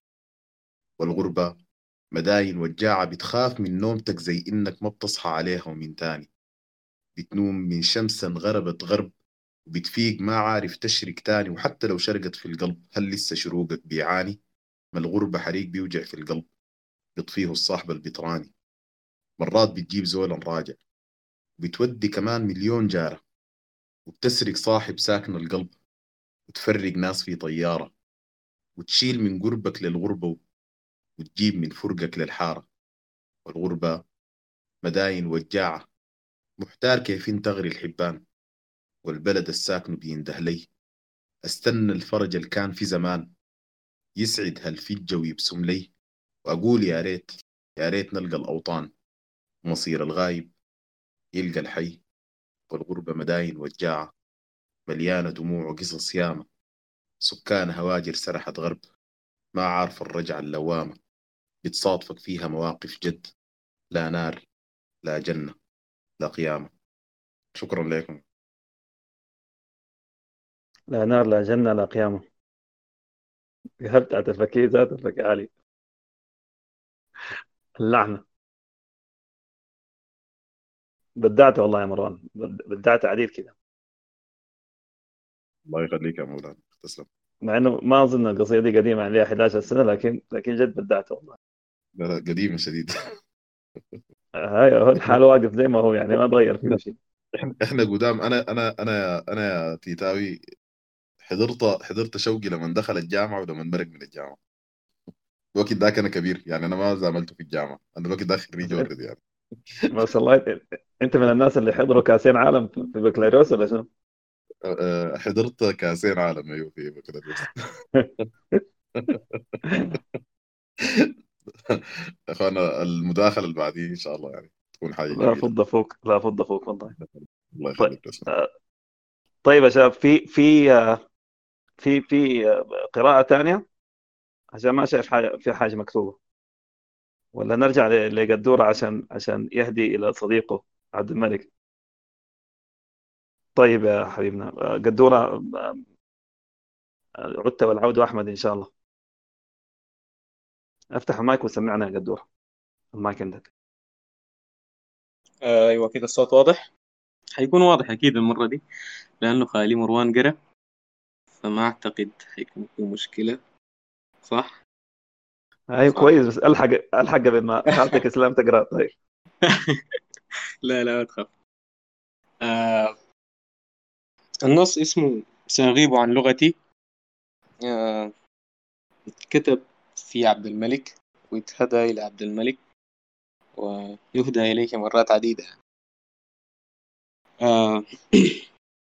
والغربة مداين وجاعة، بتخاف من نومتك زي إنك ما بتصحى عليها ومن تاني. بتنوم من شمس غربت غرب، وبتفيق ما عارف تشرق تاني. وحتى لو شرقت في القلب هل لسه شروقك بيعاني؟ ما الغربة حريق بيوجع في القلب، بيطفيه الصاحب البطراني. مرات بتجيب زولا راجع، بتودي كمان مليون جارة، وبتسرق صاحب ساكن القلب، وتفرق ناس في طيارة، وتشيل من قربك للغربة، وتجيب من فرقك للحارة. والغربة مداين وجاعة، محتار كيف تغري الحبان، والبلد الساكن بينده لي. استنى الفرج اللي كان في زمان، يسعد هالفجة ويبسم لي. وأقول يا ريت، يا ريت نلقى الأوطان، ومصير الغايب يلقى الحي. والغربة مداين وجاعة، مليانة دموع وقصص ياما. سكان هواجر سرحت غرب، ما عارف الرجعة اللوامة. بتصادفك فيها مواقف جد، لا نار لا جنة لا قيامة. شكرا لكم. لا نار لا جنة لا قيامة. هل بتاعت الفكيه ذات الفكيه علي اللعنة. بدعت والله يا مروان، بد- بدعت عديد كده، الله يخليك يا مولانا، تسلم. مع انه ما اظن القصيدة دي قديمة يعني لها حداشر سنة، لكن لكن جد بدعت والله. لا لا، قديمة شديد. هاي هو احنا الحال واقف زي ما هو يعني، ما تغير فيه احنا شيء. احنا إحنا قدام. انا انا انا انا يا تيتاوي حضرت حضرت شوقي لما دخل الجامعة ولما مرق من الجامعة. الوقت ده كان كبير يعني، انا ما زاملته في الجامعة، انا الوقت ده خريج بس انت اوريدي يعني. ما شاء الله، انت من الناس اللي حضروا كاسين عالم في في بكالوريوس ولا شنو؟ أه، أه، حضرت كاسين عالم ايوه في بكالوريوس. اخوانا المداخله اللي بعديه ان شاء الله يعني تكون حاجه لا جميله. فض فوق، لا فض فوق والله. الله طيب، يخليك تسلم. آه، طيب يا شباب، في في آه، في في آه، قراءة ثانية، عشان ما شايف حاجة في حاجة مكتوبة، ولا نرجع ل- لقدورة عشان عشان يهدي إلى صديقه عبد الملك. طيب يا حبيبنا، آه، قدورة، آه، عدت والعود أحمد إن شاء الله. افتح المايك وسمعنا يا قدورة، المايك عندك. آه، ايوه كده الصوت واضح. حيكون واضح اكيد المره دي، لانه خالي مروان قرا، فما اعتقد حيكون في مشكله. صح. أيوة صح. كويس، بس ألحق ألحق قبل ما خالتك إسلام تقرأ. طيب. لا لا ما تخاف. آه النص اسمه سأغيب عن لغتي. آه كتب في عبد الملك، ويتهدى إلى عبد الملك، ويهدى إليك مرات عديدة. آه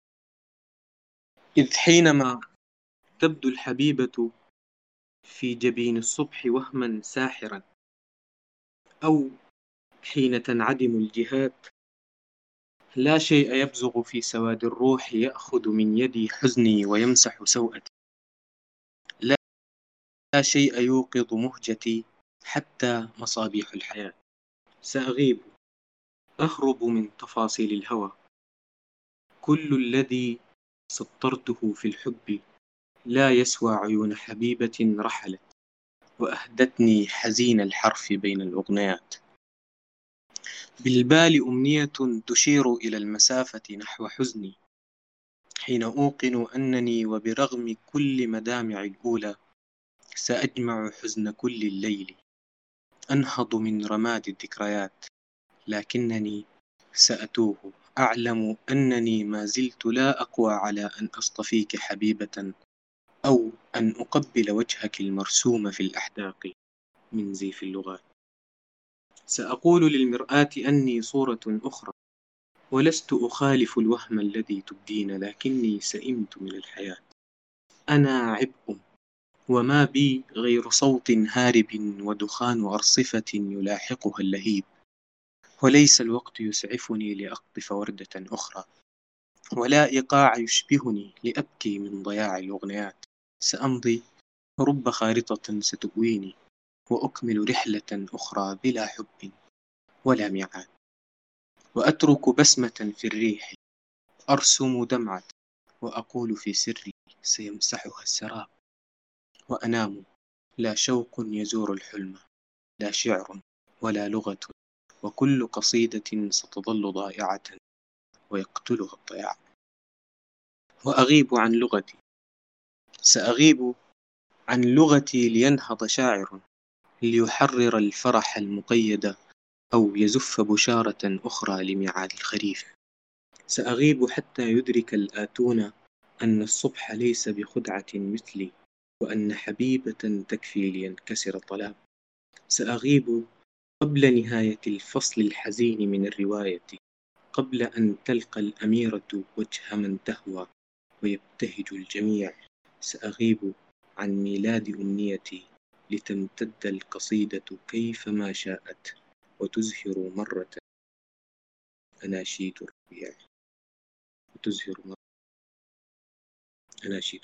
إذ حينما تبدو الحبيبة في جبين الصبح وهما ساحرا، أو حين تنعدم الجهات، لا شيء يبزغ في سواد الروح يأخذ من يدي حزني ويمسح سوءتي، لا شيء يوقظ مهجتي حتى مصابيح الحياة. سأغيب، أهرب من تفاصيل الهوى، كل الذي سطرته في الحب لا يسوى عيون حبيبة رحلت وأهدتني حزين الحرف بين الأغنيات. بالبال أمنية تشير إلى المسافة نحو حزني، حين أوقن أنني وبرغم كل مدامع الأولى سأجمع حزن كل الليل، أنهض من رماد الذكريات، لكنني سأتوه. أعلم أنني ما زلت لا أقوى على أن أصطفيك حبيبة، أو أن أقبل وجهك المرسوم في الأحداق من زيف اللغات. سأقول للمرآة أني صورة أخرى، ولست أخالف الوهم الذي تبدين، لكني سئمت من الحياة. أنا عبء وما بي غير صوت هارب ودخان أرصفة يلاحقها اللهيب، وليس الوقت يسعفني لأقطف وردة أخرى، ولا إيقاع يشبهني لأبكي من ضياع الأغنيات. سأمضي رب خارطة ستؤويني، وأكمل رحلة أخرى بلا حب ولا ميعاد، وأترك بسمة في الريح أرسم دمعة، وأقول في سري سيمسحها السراب. وأنام، لا شوق يزور الحلم، لا شعر ولا لغة، وكل قصيدة ستظل ضائعة ويقتلها الضياع. وأغيب عن لغتي، سأغيب عن لغتي لينهض شاعر ليحرر الفرح المقيد، أو يزف بشارة أخرى لميعاد الخريف. سأغيب حتى يدرك الآتون أن الصبح ليس بخدعة مثلي، وأن حبيبة تكفي لينكسر الظلام. سأغيب قبل نهاية الفصل الحزين من الرواية، قبل أن تلقى الأميرة وجه من تهوى ويبتهج الجميع. سأغيب عن ميلاد أمنيتي لتمتد القصيدة كيفما شاءت، وتزهر مرة أناشيد الربيع، وتزهر مرة أناشيد.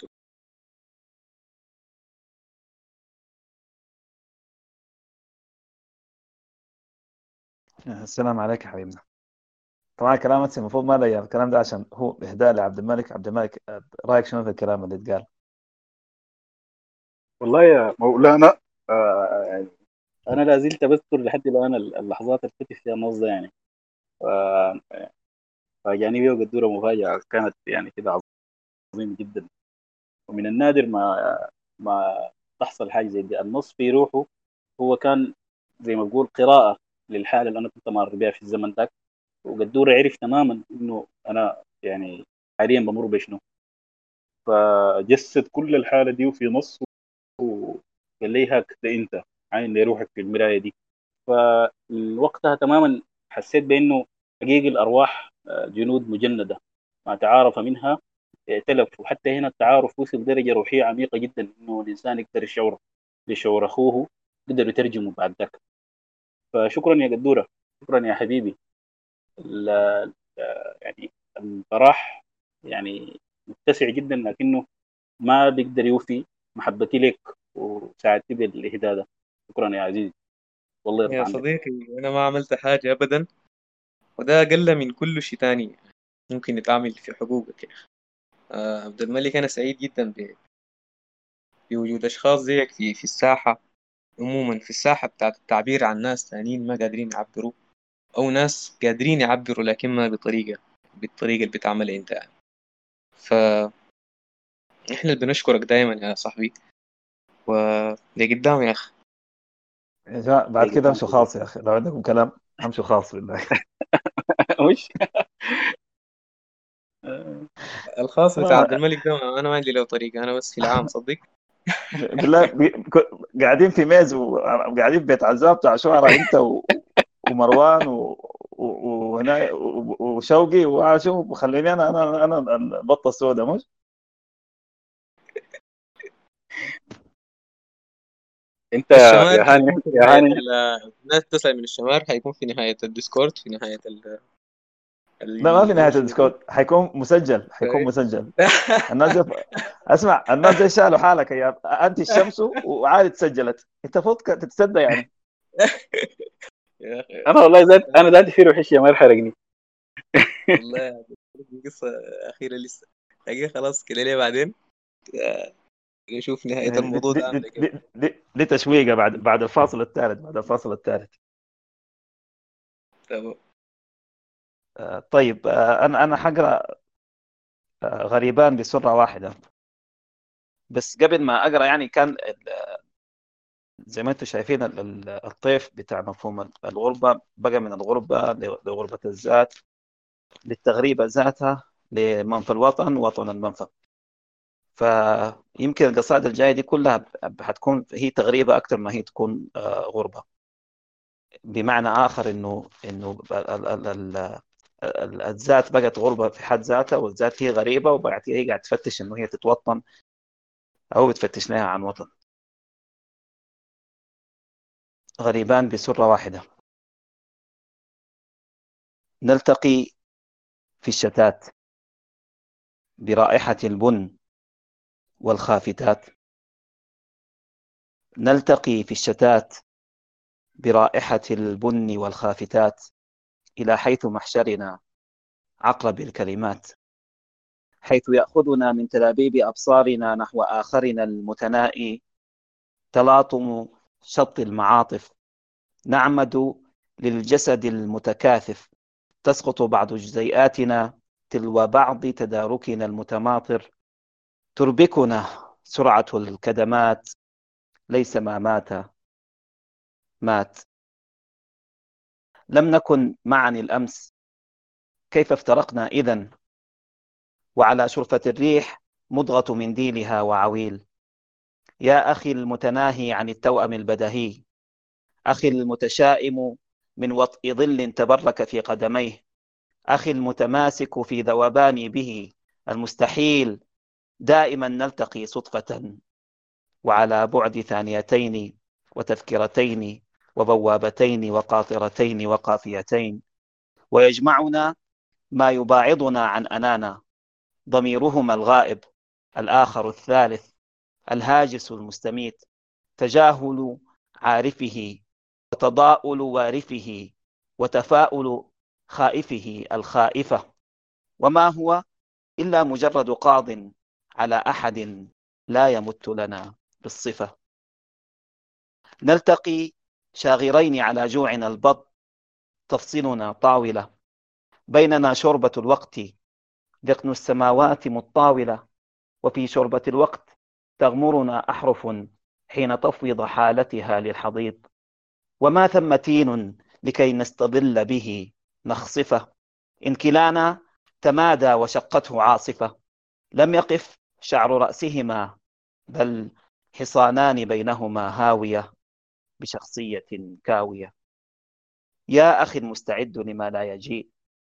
السلام عليك يا حبيبنا. طبعا كلام أنت المفروض ما لي الكلام ده عشان هو إهداء لعبد الملك. عبد الملك، رأيك شنو في الكلام اللي اتقال؟ والله يا مولانا، آه يعني انا لا زلت بذكر لحد الان اللحظات اللي كنت فيها النص ده يعني. آه فجاني بيه قدوره مفاجاه كانت يعني كده عظيمه جدا، ومن النادر ما ما تحصل حاجه زي دي. النص في روحه هو كان زي ما بقول قراءه للحاله اللي انا كنت مر بها في الزمن ذاك، وقدوره عرف تماما انه انا يعني حاليا بمر بشنو، فجسد كل الحاله دي وفي نص، وقال لي هاك ده انت عين لي روحك في المرايه دي. فوقتها تماما حسيت بانه حقيقي الارواح آه، جنود مجنده، ما تعارف منها ائتلف. وحتى هنا التعارف وصل درجه روحيه عميقه جدا، انه الانسان يقدر يشعر بشعور اخوه، يقدر يترجمه بعد ذاك. فشكرا يا قدوره، شكرا يا حبيبي. ال- ال- يعني الفرح يعني متسع جدا، لكنه ما بيقدر يوفي محبتي لك وساعدتي بالاهداء ده. شكرا يا عزيزي، والله يرضى يا عنك. صديقي، أنا ما عملت حاجة أبدا، وده أقل من كل شيء تاني ممكن يتعمل في حقوقك يا أخي. آه عبد الملك، أنا سعيد جدا ب- بوجود أشخاص زيك في في الساحة عموما، في الساحة بتاعت التعبير عن ناس تانيين ما قادرين يعبروا، أو ناس قادرين يعبروا لكن ما بطريقة بالطريقة اللي بتعملها أنت يعني. فإحنا اللي بنشكرك دايما يا صاحبي، ولقدام يا أخي. يا جماعة بعد كده لقدام امشوا خاص يا أخي، لو عندكم كلام امشوا خاص بالله. مش الخاص بتاع آه، عبد الملك ده أنا ما عندي له طريقة، أنا بس في العام صدق. بالله بي- ك- قاعدين في ميز وقاعدين في بيت عزاب بتاع شعراء انت و... ومروان و... و... وهنا و- وشوقي وعاشو، وخليني انا انا انا البطه السوداء مش انت الشمال يا هاني حيكون في يا نهاية هاني ال- الناس تسأل من الشمال حيكون في نهاية الديسكورد، في نهاية ال لا، ما في ال- نهايه شنو اسمه؟ الديسكورد، حيكون مسجل، حيكون مسجل. الناس دي اسمع، الناس دي شالوا حالك يا انت الشمس وعادي تسجلت، انت المفروض تتصدى يعني. يا أخي انا والله ذات انا ذاتي في روح الشمال حرقني. والله قصة أخيرة لسه، حقيقة خلاص كده ليه بعدين آه، نشوف نهاية دي, الموضوع دي, ده دي, عاملة كيف. دي, دي, دي تشويقه بعد بعد الفاصل الثالث، بعد الفاصل الثالث. تمام. آه، طيب، آه، انا انا حقرا آه، غريبان بسره واحده. بس قبل ما اقرا يعني كان ال- زي ما انتم شايفين ال- ال- الطيف بتاع مفهوم الغربه بقى من الغربه لغربه الذات، للتغريبه ذاتها، لمنفى الوطن وطن المنفى. فيمكن القصائد الجايه دي كلها ب- حتكون هي تغريبه اكثر ما هي تكون آه، غربه. بمعنى اخر انه انه ال- ال- ال- ال- ال- الذات بقت غربه في حد ذاتها، والذات هي غريبه، وبعد كده هي قاعده تفتش انه هي تتوطن او بتفتش لها عن وطن. غريبان بسره واحده، نلتقي في الشتات برائحه البن والخافتات. نلتقي في الشتات برائحه البن والخافتات، الى حيث محشرنا عقرب الكلمات، حيث يأخذنا من تلابيب أبصارنا نحو آخرنا المتنائي تلاطم شط المعاطف. نعمد للجسد المتكاثف، تسقط بعض جزيئاتنا تلو بعض تداركنا المتماطر. تربكنا سرعة الكدمات، ليس ما مات مات. لم نكن معا الأمس، كيف افترقنا إذن؟ وعلى شرفة الريح مضغة منديلها وعويل. يا أخي المتناهي عن التوأم البدهي، أخي المتشائم من وطء ظل تبرك في قدميه، أخي المتماسك في ذوبان به المستحيل، دائما نلتقي صدفة وعلى بعد ثانيتين وتذكرتين وبوابتين وقاطرتين وقافيتين، ويجمعنا ما يباعدنا عن أنانا، ضميرهما الغائب، الآخر الثالث، الهاجس المستميت، تجاهل عارفه وتضاؤل وارفه وتفاؤل خائفه الخائفة، وما هو إلا مجرد قاض على أحد لا يمت لنا بالصفة. نلتقي شاغرين على جوعنا البط، تفصلنا طاولة، بيننا شربة الوقت، ذقن السماوات مطاولة، وفي شربة الوقت تغمرنا أحرف حين تفوض حالتها للحضيض. وما ثم تين لكي نستظل به نخصفه، إن كلانا تمادى وشقته عاصفة. لم يقف شعر رأسهما، بل حصانان بينهما هاوية بشخصية كاوية. يا أخي المستعد لما لا يجيء،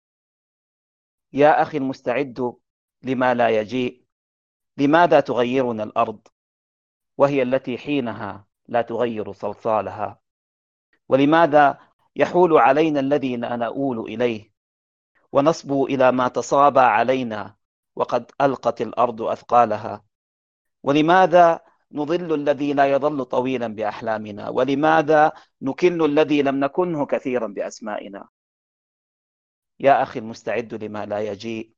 يا أخي المستعد لما لا يجيء، لماذا تغيرنا الأرض وهي التي حينها لا تغير صلصالها؟ ولماذا يحول علينا الذي لا نؤول إليه، ونصبو إلى ما تصابى علينا وقد ألقت الأرض أثقالها؟ ولماذا نضل الذي لا يظل طويلا بأحلامنا؟ ولماذا نكن الذي لم نكنه كثيرا بأسمائنا؟ يا أخي المستعد لما لا يجيء،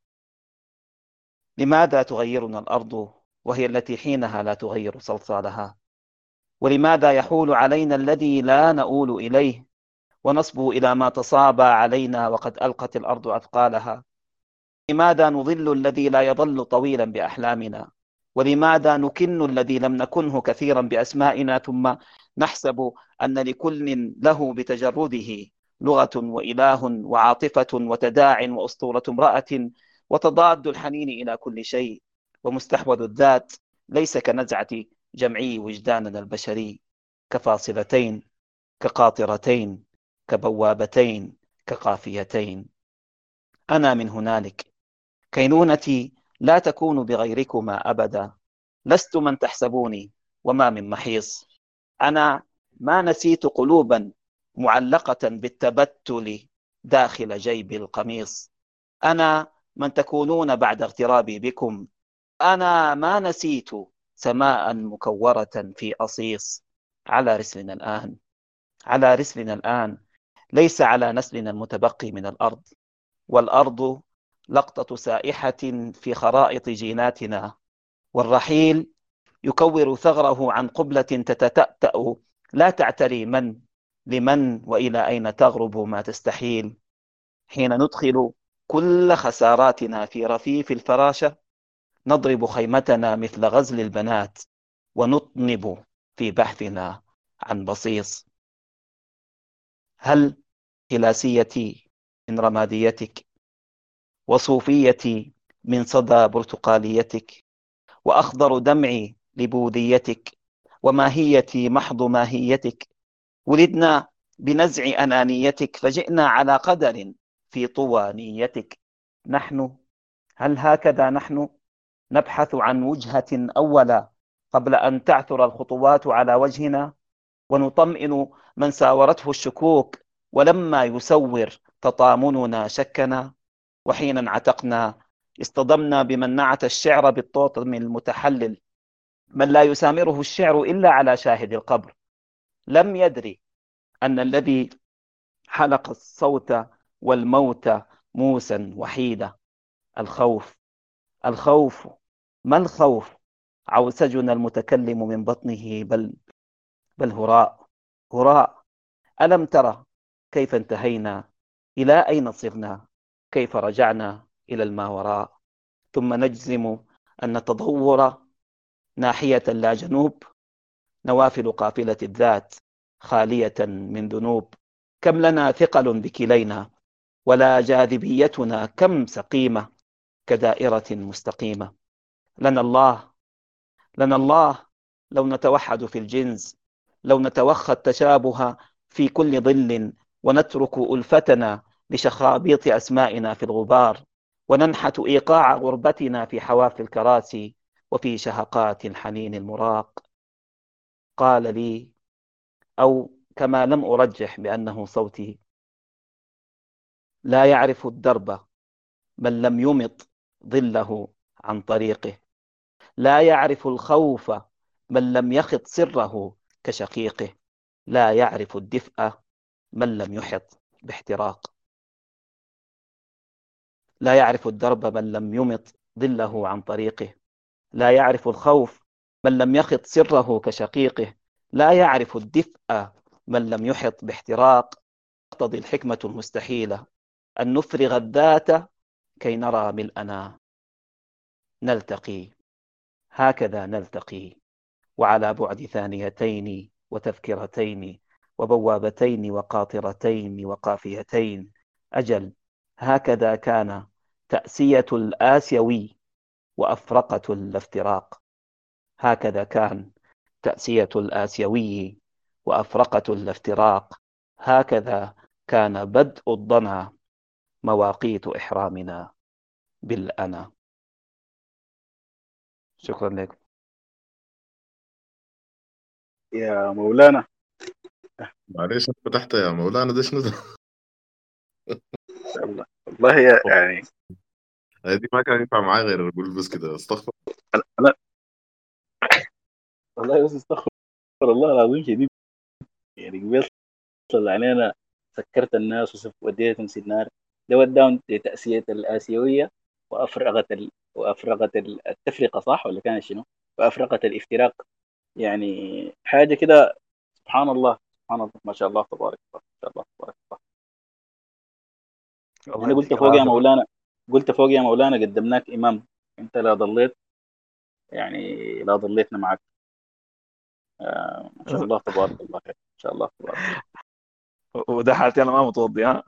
لماذا تغيرنا الأرض وهي التي حينها لا تغير صلصالها؟ ولماذا يحول علينا الذي لا نؤول إليه، ونصبو إلى ما تصابى علينا وقد ألقت الأرض أثقالها؟ لماذا نضل الذي لا يظل طويلا بأحلامنا؟ ولماذا نكن الذي لم نكنه كثيرا بأسمائنا، ثم نحسب أن لكل له بتجرده لغة وإله وعاطفة وتداع وأسطورة امرأة وتضاد الحنين إلى كل شيء، ومستحوذ الذات ليس كنزعة جمعي وجداننا البشري، كفاصلتين، كقاطرتين، كبوابتين، كقافيتين. أنا من هنالك، كينونتي لا تكون بغيركما أبدا، لست من تحسبوني وما من محيص، أنا ما نسيت قلوبا معلقة بالتبتل داخل جيب القميص. أنا من تكونون بعد اغترابي بكم. أنا ما نسيت سماء مكورة في أصيص. على رسلنا الآن، على رسلنا الآن، ليس على نسلنا المتبقي من الأرض. والأرض لقطة سائحة في خرائط جيناتنا، والرحيل يكور ثغره عن قبلة تتتأتأ لا تعتري من لمن وإلى أين تغرب ما تستحيل. حين ندخل كل خساراتنا في رفيف الفراشة، نضرب خيمتنا مثل غزل البنات، ونطنب في بحثنا عن بصيص. هل كلاسيتي من رماديتك، وصوفيتي من صدى برتقاليتك، وأخضر دمعي لبوديتك، وماهيتي محض ماهيتك؟ ولدنا بنزع أنانيتك، فجئنا على قدر في طوى نيتك. نحن، هل هكذا نحن نبحث عن وجهة أولا قبل أن تعثر الخطوات على وجهنا، ونطمئن من ساورته الشكوك ولما يسور تطامننا شكنا؟ وحين انعتقنا اصطدمنا بمن نعت الشعر بالطوطم المتحلل، من لا يسامره الشعر إلا على شاهد القبر. لم يدري أن الذي حلق الصوت والموت موسى وحيدا. الخوف، الخوف، ما الخوف؟ عوسجنا المتكلم من بطنه، بل بل هراء، هراء. ألم ترى كيف انتهينا؟ إلى أين صرنا؟ كيف رجعنا إلى الماوراء؟ ثم نجزم أن التطور ناحية لا جنوب، نوافل قافلة الذات خالية من ذنوب. كم لنا ثقل بكلينا، ولا جاذبيتنا كم سقيمة كدائرة مستقيمة. لنا الله، لنا الله، لو نتوحد في الجنس، لو نتوخى التشابه في كل ظل، ونترك ألفتنا لشخابيط أسمائنا في الغبار، وننحت إيقاع غربتنا في حواف الكراسي وفي شهقات الحنين المراق. قال لي، أو كما لم أرجح بأنه صوتي: لا يعرف الدرب من لم يمط ظله عن طريقه، لا يعرف الخوف من لم يخط سره كشقيقه، لا يعرف الدفء من لم يحط باحتراق. لا يعرف الدرب من لم يمط ظله عن طريقه، لا يعرف الخوف من لم يخط سره كشقيقه، لا يعرف الدفء من لم يحط باحتراق. تقتضي الحكمة المستحيلة أن نفرغ الذات كي نرى ملأنا. نلتقي، هكذا نلتقي، وعلى بعد ثانيتين وتذكرتين وبوابتين وقاطرتين وقافيتين. أجل، هكذا كان تأسية الآسيوي وأفرقة الافتراق. هكذا كان تأسية الآسيوي وأفرقة الافتراق. هكذا كان بدء الضنا، مواقيت إحرامنا بالأنا. شكرا لكم. يا مولانا. معلش انت فتحت يا مولانا، ده شنو ده؟ الله والله يا- يعني دي ما كان ينفع معايا غير اقول بس كده استغفر. انا والله بس استغفر الله العظيم شديد. يعني قبل طلع علينا سكرت الناس وسف- وديتهم سنار. ده وداهم لتأسية الآسيوية وأفرغت ال... وأفرغت ال- التفرقة، صح ولا كان شنو؟ وأفرغت الافتراق. يعني حاجة كده. سبحان الله، سبحان الله، ما شاء الله، تبارك الله، ما شاء الله، تبارك الله. الله أنا قلت يديك فوق يا العافية. مولانا، قلت فوق يا مولانا قدمناك إمام. أنت لا ضليت، يعني لا ضليتنا معك. آه ما شاء الله تبارك الله، خير ما شاء الله تبارك الله. وده حالتي أنا ما متوضي. ها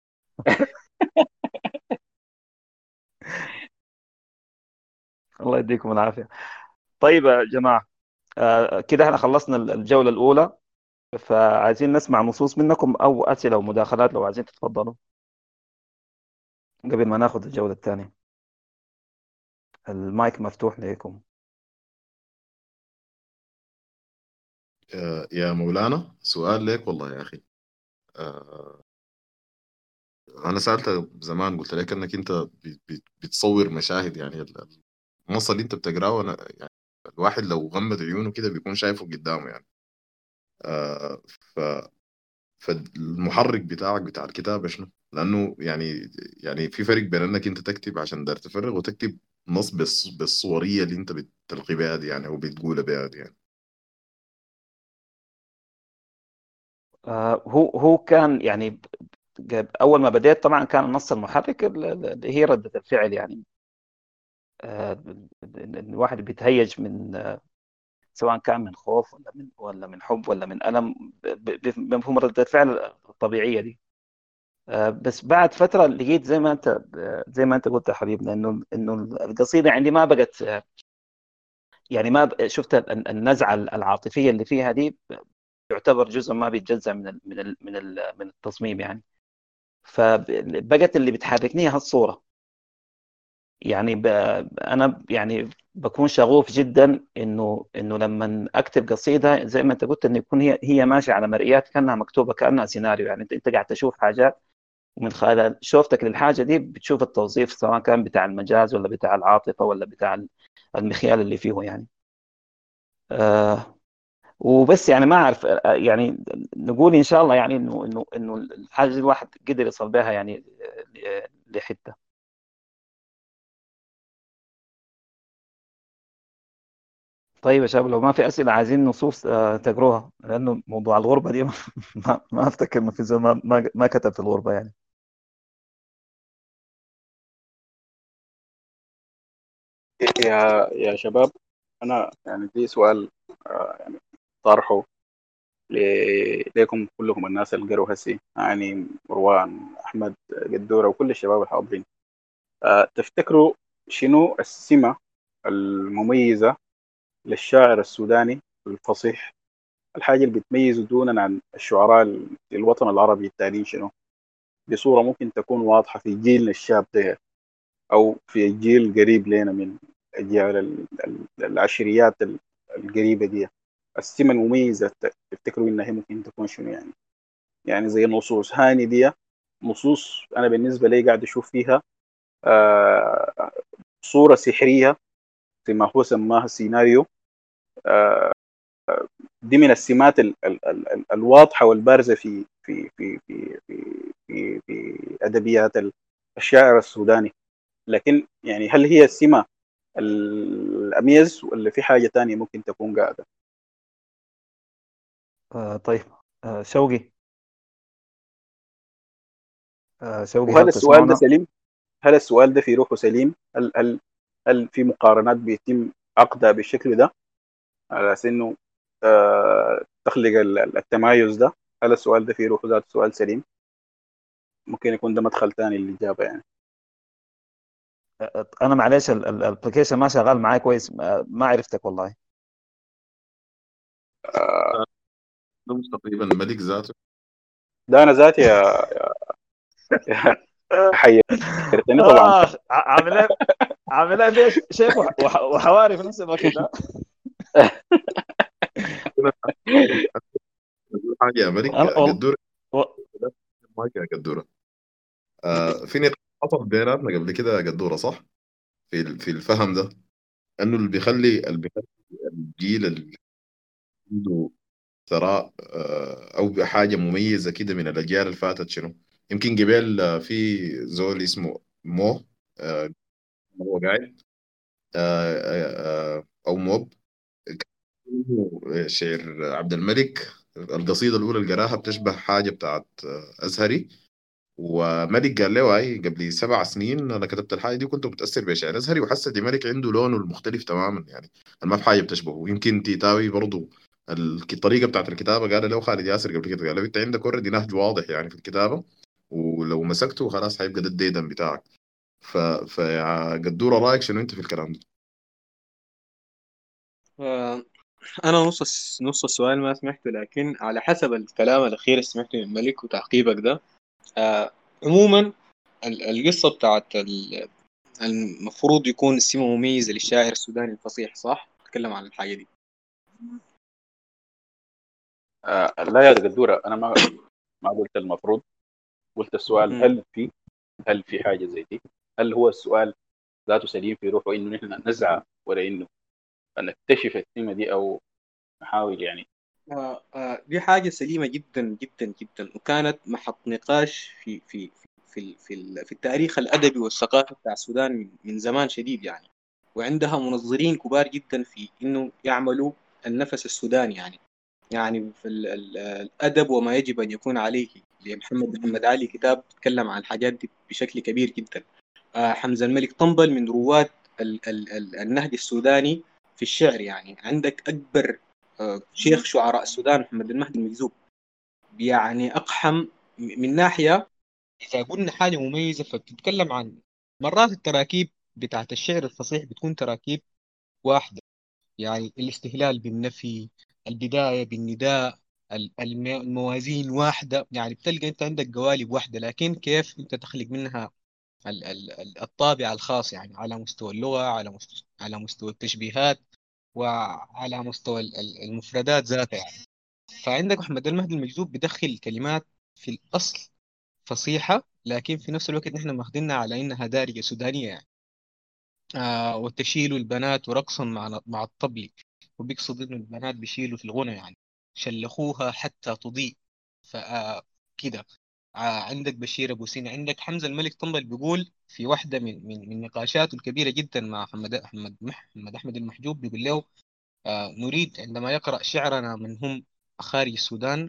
الله يديكم العافية. طيب يا جماعة، آه كده احنا خلصنا الجولة الأولى، فعايزين نسمع نصوص منكم أو أسئلة ومداخلات لو عايزين تتفضلوا قبل ما ناخذ الجولة الثانية. المايك مفتوح لكم. آه، يا مولانا سؤال لك والله يا أخي. آه، أنا سألتك زمان قلت لك إنك أنت بت- بت- بتصور مشاهد، يعني ال- النص اللي أنت بتقراه، أنا يعني الواحد لو غمض عيونه كده بيكون شايفه قدامه يعني. آه، ف فالمحرك بتاعك بتاع الكتابة شنو؟ لأنه يعني يعني في فرق بين إنك أنت تكتب عشان دار تفرغ، وتكتب نص بالص- بالصورية اللي أنت بتلقي بها دي يعني، أو بتقولها بها دي يعني. آه، هو هو كان يعني ب- ب- أول ما بديت طبعا كان النص المحرك ال- ال- اللي هي ردة الفعل يعني. آه، ال- ال- الواحد بيتهيج من آه، سواء كان من خوف ولا من ولا من حب ولا من ألم، ب- ب- بمفهوم ردة الفعل الطبيعية دي. آه، بس بعد فترة لقيت زي ما أنت آه، زي ما أنت قلت يا حبيبنا إنه إنه القصيدة عندي ما بقت آه، يعني ما ب- شفت ال- النزعة العاطفية اللي فيها دي يعتبر جزء ما بيتجزأ من ال من ال من ال من التصميم يعني. فبقت اللي بتحركني هالصورة يعني. ب... انا يعني بكون شغوف جدا انه انه لما اكتب قصيده زي ما انت قلت انه يكون هي هي ماشيه على مرئيات كانها مكتوبه كانها سيناريو يعني. انت انت قاعد تشوف حاجات، ومن خلال شوفتك للحاجه دي بتشوف التوظيف سواء كان بتاع المجاز ولا بتاع العاطفه ولا بتاع المخيال اللي فيه يعني. آه وبس يعني ما اعرف آه، يعني نقول ان شاء الله يعني انه انه انه الحاجه دي الواحد قدر يصل بها يعني آه، لحته. طيب يا شباب، لو ما في أسئلة عايزين نصوص آه، تقروها، لأنه موضوع الغربة دي ما, ما أفتكر إنه في زمان ما, ما كتب في الغربة يعني. يا يا شباب، أنا يعني في سؤال آه، يعني طرحه ل- ليكم كلكم الناس اللي قروا هسي، يعني مروان، أحمد، قدورة، وكل الشباب الحاضرين. آه، تفتكروا شنو السمة المميزة للشاعر السوداني الفصيح، الحاجة اللي بتميزه دونا عن الشعراء ال- في الوطن العربي التانيين؟ شنو بصورة ممكن تكون واضحة في جيلنا الشاب ده، أو في الجيل القريب لنا من أجيال ال- ال- العشريات ال- القريبة دي؟ السمة المميزة ت- تفتكروا إنها هي ممكن تكون شنو يعني؟ يعني زي نصوص هاني دي، نصوص أنا بالنسبة لي قاعد أشوف فيها آه، صورة سحرية فيما هو سماها السيناريو. آه، دي من السمات ال ال ال ال الواضحة والبارزة في في في في في في, في أدبيات ال- الشاعر السوداني. لكن يعني هل هي السمة الأميز، ولا في حاجة تانية ممكن تكون قاعدة؟ آه، طيب. آه، شوقي. آه، شوقي وهل هل السؤال ده تسمعنا؟ سليم؟ هل السؤال ده في روحه سليم؟ هل هل هل في مقارنات بيتم عقدها بالشكل ده على أساس إنه آه تخلق ال- ال- التمايز ده؟ هل السؤال ده في روحه ذات سؤال سليم؟ ممكن يكون ده مدخل تاني للإجابة يعني. آه، أنا معلش الابلكيشن ما شغال معاي كويس، آه، ما عرفتك والله. آه ده تقريبا الملك ذاته. ده أنا ذاتي يا يا حيرتني طبعا. آه ع- عامل ايه عامل ايه فيها ش- شيخ وح- وح- وحواري في نفس الوقت ده. أقول حاجة يا ملك أنا وال- قدورة. و- مايك يا قدورة. آه، في نقاش حصل بيناتنا قبل كده يا قدورة، صح؟ في ال- في الفهم ده، انه اللي بيخلي اللي بيخلي الجيل اللي عنده ثراء آه، او حاجه مميزه كده من الاجيال اللي فاتت شنو؟ يمكن قبل آه، في زول اسمه مو، آه، هو قاعد آه، آه، آه، او موب، كان شعر عبد الملك القصيده الاولى اللي قراها بتشبه حاجه بتاعت آه، ازهري. وملك قال له هاي قبل سبع سنين انا كتبت الحاجه دي وكنت متاثر بشعر ازهري، وحسيت ملك عنده لونه المختلف تماما يعني، ما في حاجه بتشبهه. يمكن تيتاوي برضو الطريقه بتاعت الكتابه قال له خالد ياسر قبل كده، قال له انت عندك اوريدي نهج واضح يعني في الكتابه، ولو مسكته خلاص هيبقى ده الديدن بتاعك. ف ف يا قدوره رايك شنو انت في الكلام ده؟ آه، أنا نص الس- نص السؤال ما سمعته، لكن على حسب الكلام الأخير اللي سمعته من ملك وتعقيبك ده. آه، عموما ال- القصة بتاعت ال- المفروض يكون السمة مميزة للشاعر السوداني الفصيح، صح؟ تكلم عن الحاجة دي. آه لا يا قدورة، أنا ما ما قلت المفروض، قلت السؤال مم. هل في هل في حاجة زي دي؟ هل هو السؤال ذاته سليم في روحه إنه نحن نسعى ولا إنه نكتشف السمة دي أو نحاول يعني؟ آه آه دي حاجة سليمة جدا جدا جدا، وكانت محط نقاش في في في في ال- في, ال- في التاريخ الأدبي والثقافي بتاع السودان من من زمان شديد يعني. وعندها منظرين كبار جدا في إنه يعملوا النفس السوداني يعني. يعني في ال- ال- الأدب وما يجب أن يكون عليه، لمحمد محمد علي كتاب تكلم عن الحاجات دي بشكل كبير جدا. آه حمزة الملك طنبل من رواد ال ال ال النهج السوداني في الشعر. يعني عندك أكبر آه، شيخ شعراء السودان محمد المهدي المجذوب، يعني أقحم م- من ناحية. إذا قلنا حاجة مميزة فبتتكلم عن مرات التراكيب بتاعت الشعر الفصيح بتكون تراكيب واحدة. يعني الاستهلال بالنفي، البداية بالنداء، ال- الم- الموازين واحدة. يعني بتلقى أنت عندك قوالب واحدة، لكن كيف أنت تخلق منها ال- ال- ال- الطابع الخاص، يعني على مستوى اللغة، على مستوى على مستوى التشبيهات، وعلى مستوى ال- ال- المفردات ذاتها يعني. فعندك محمد المهدي المجذوب بدخل كلمات في الأصل فصيحة، لكن في نفس الوقت نحن ماخدينها على إنها دارجة سودانية يعني. آه وتشيل البنات ورقصا مع مع الطبل، وبيقصد إنه البنات بيشيلوا في الغنى يعني. شلخوها حتى تضيء. فكده. آه عندك بشير أبو سين، عندك حمزة الملك طنبل بيقول في واحدة من من من نقاشاته الكبيرة جدا مع محمد أحمد محمد أحمد المحجوب، بيقول له آه نريد عندما يقرأ شعرنا من هم خارج السودان.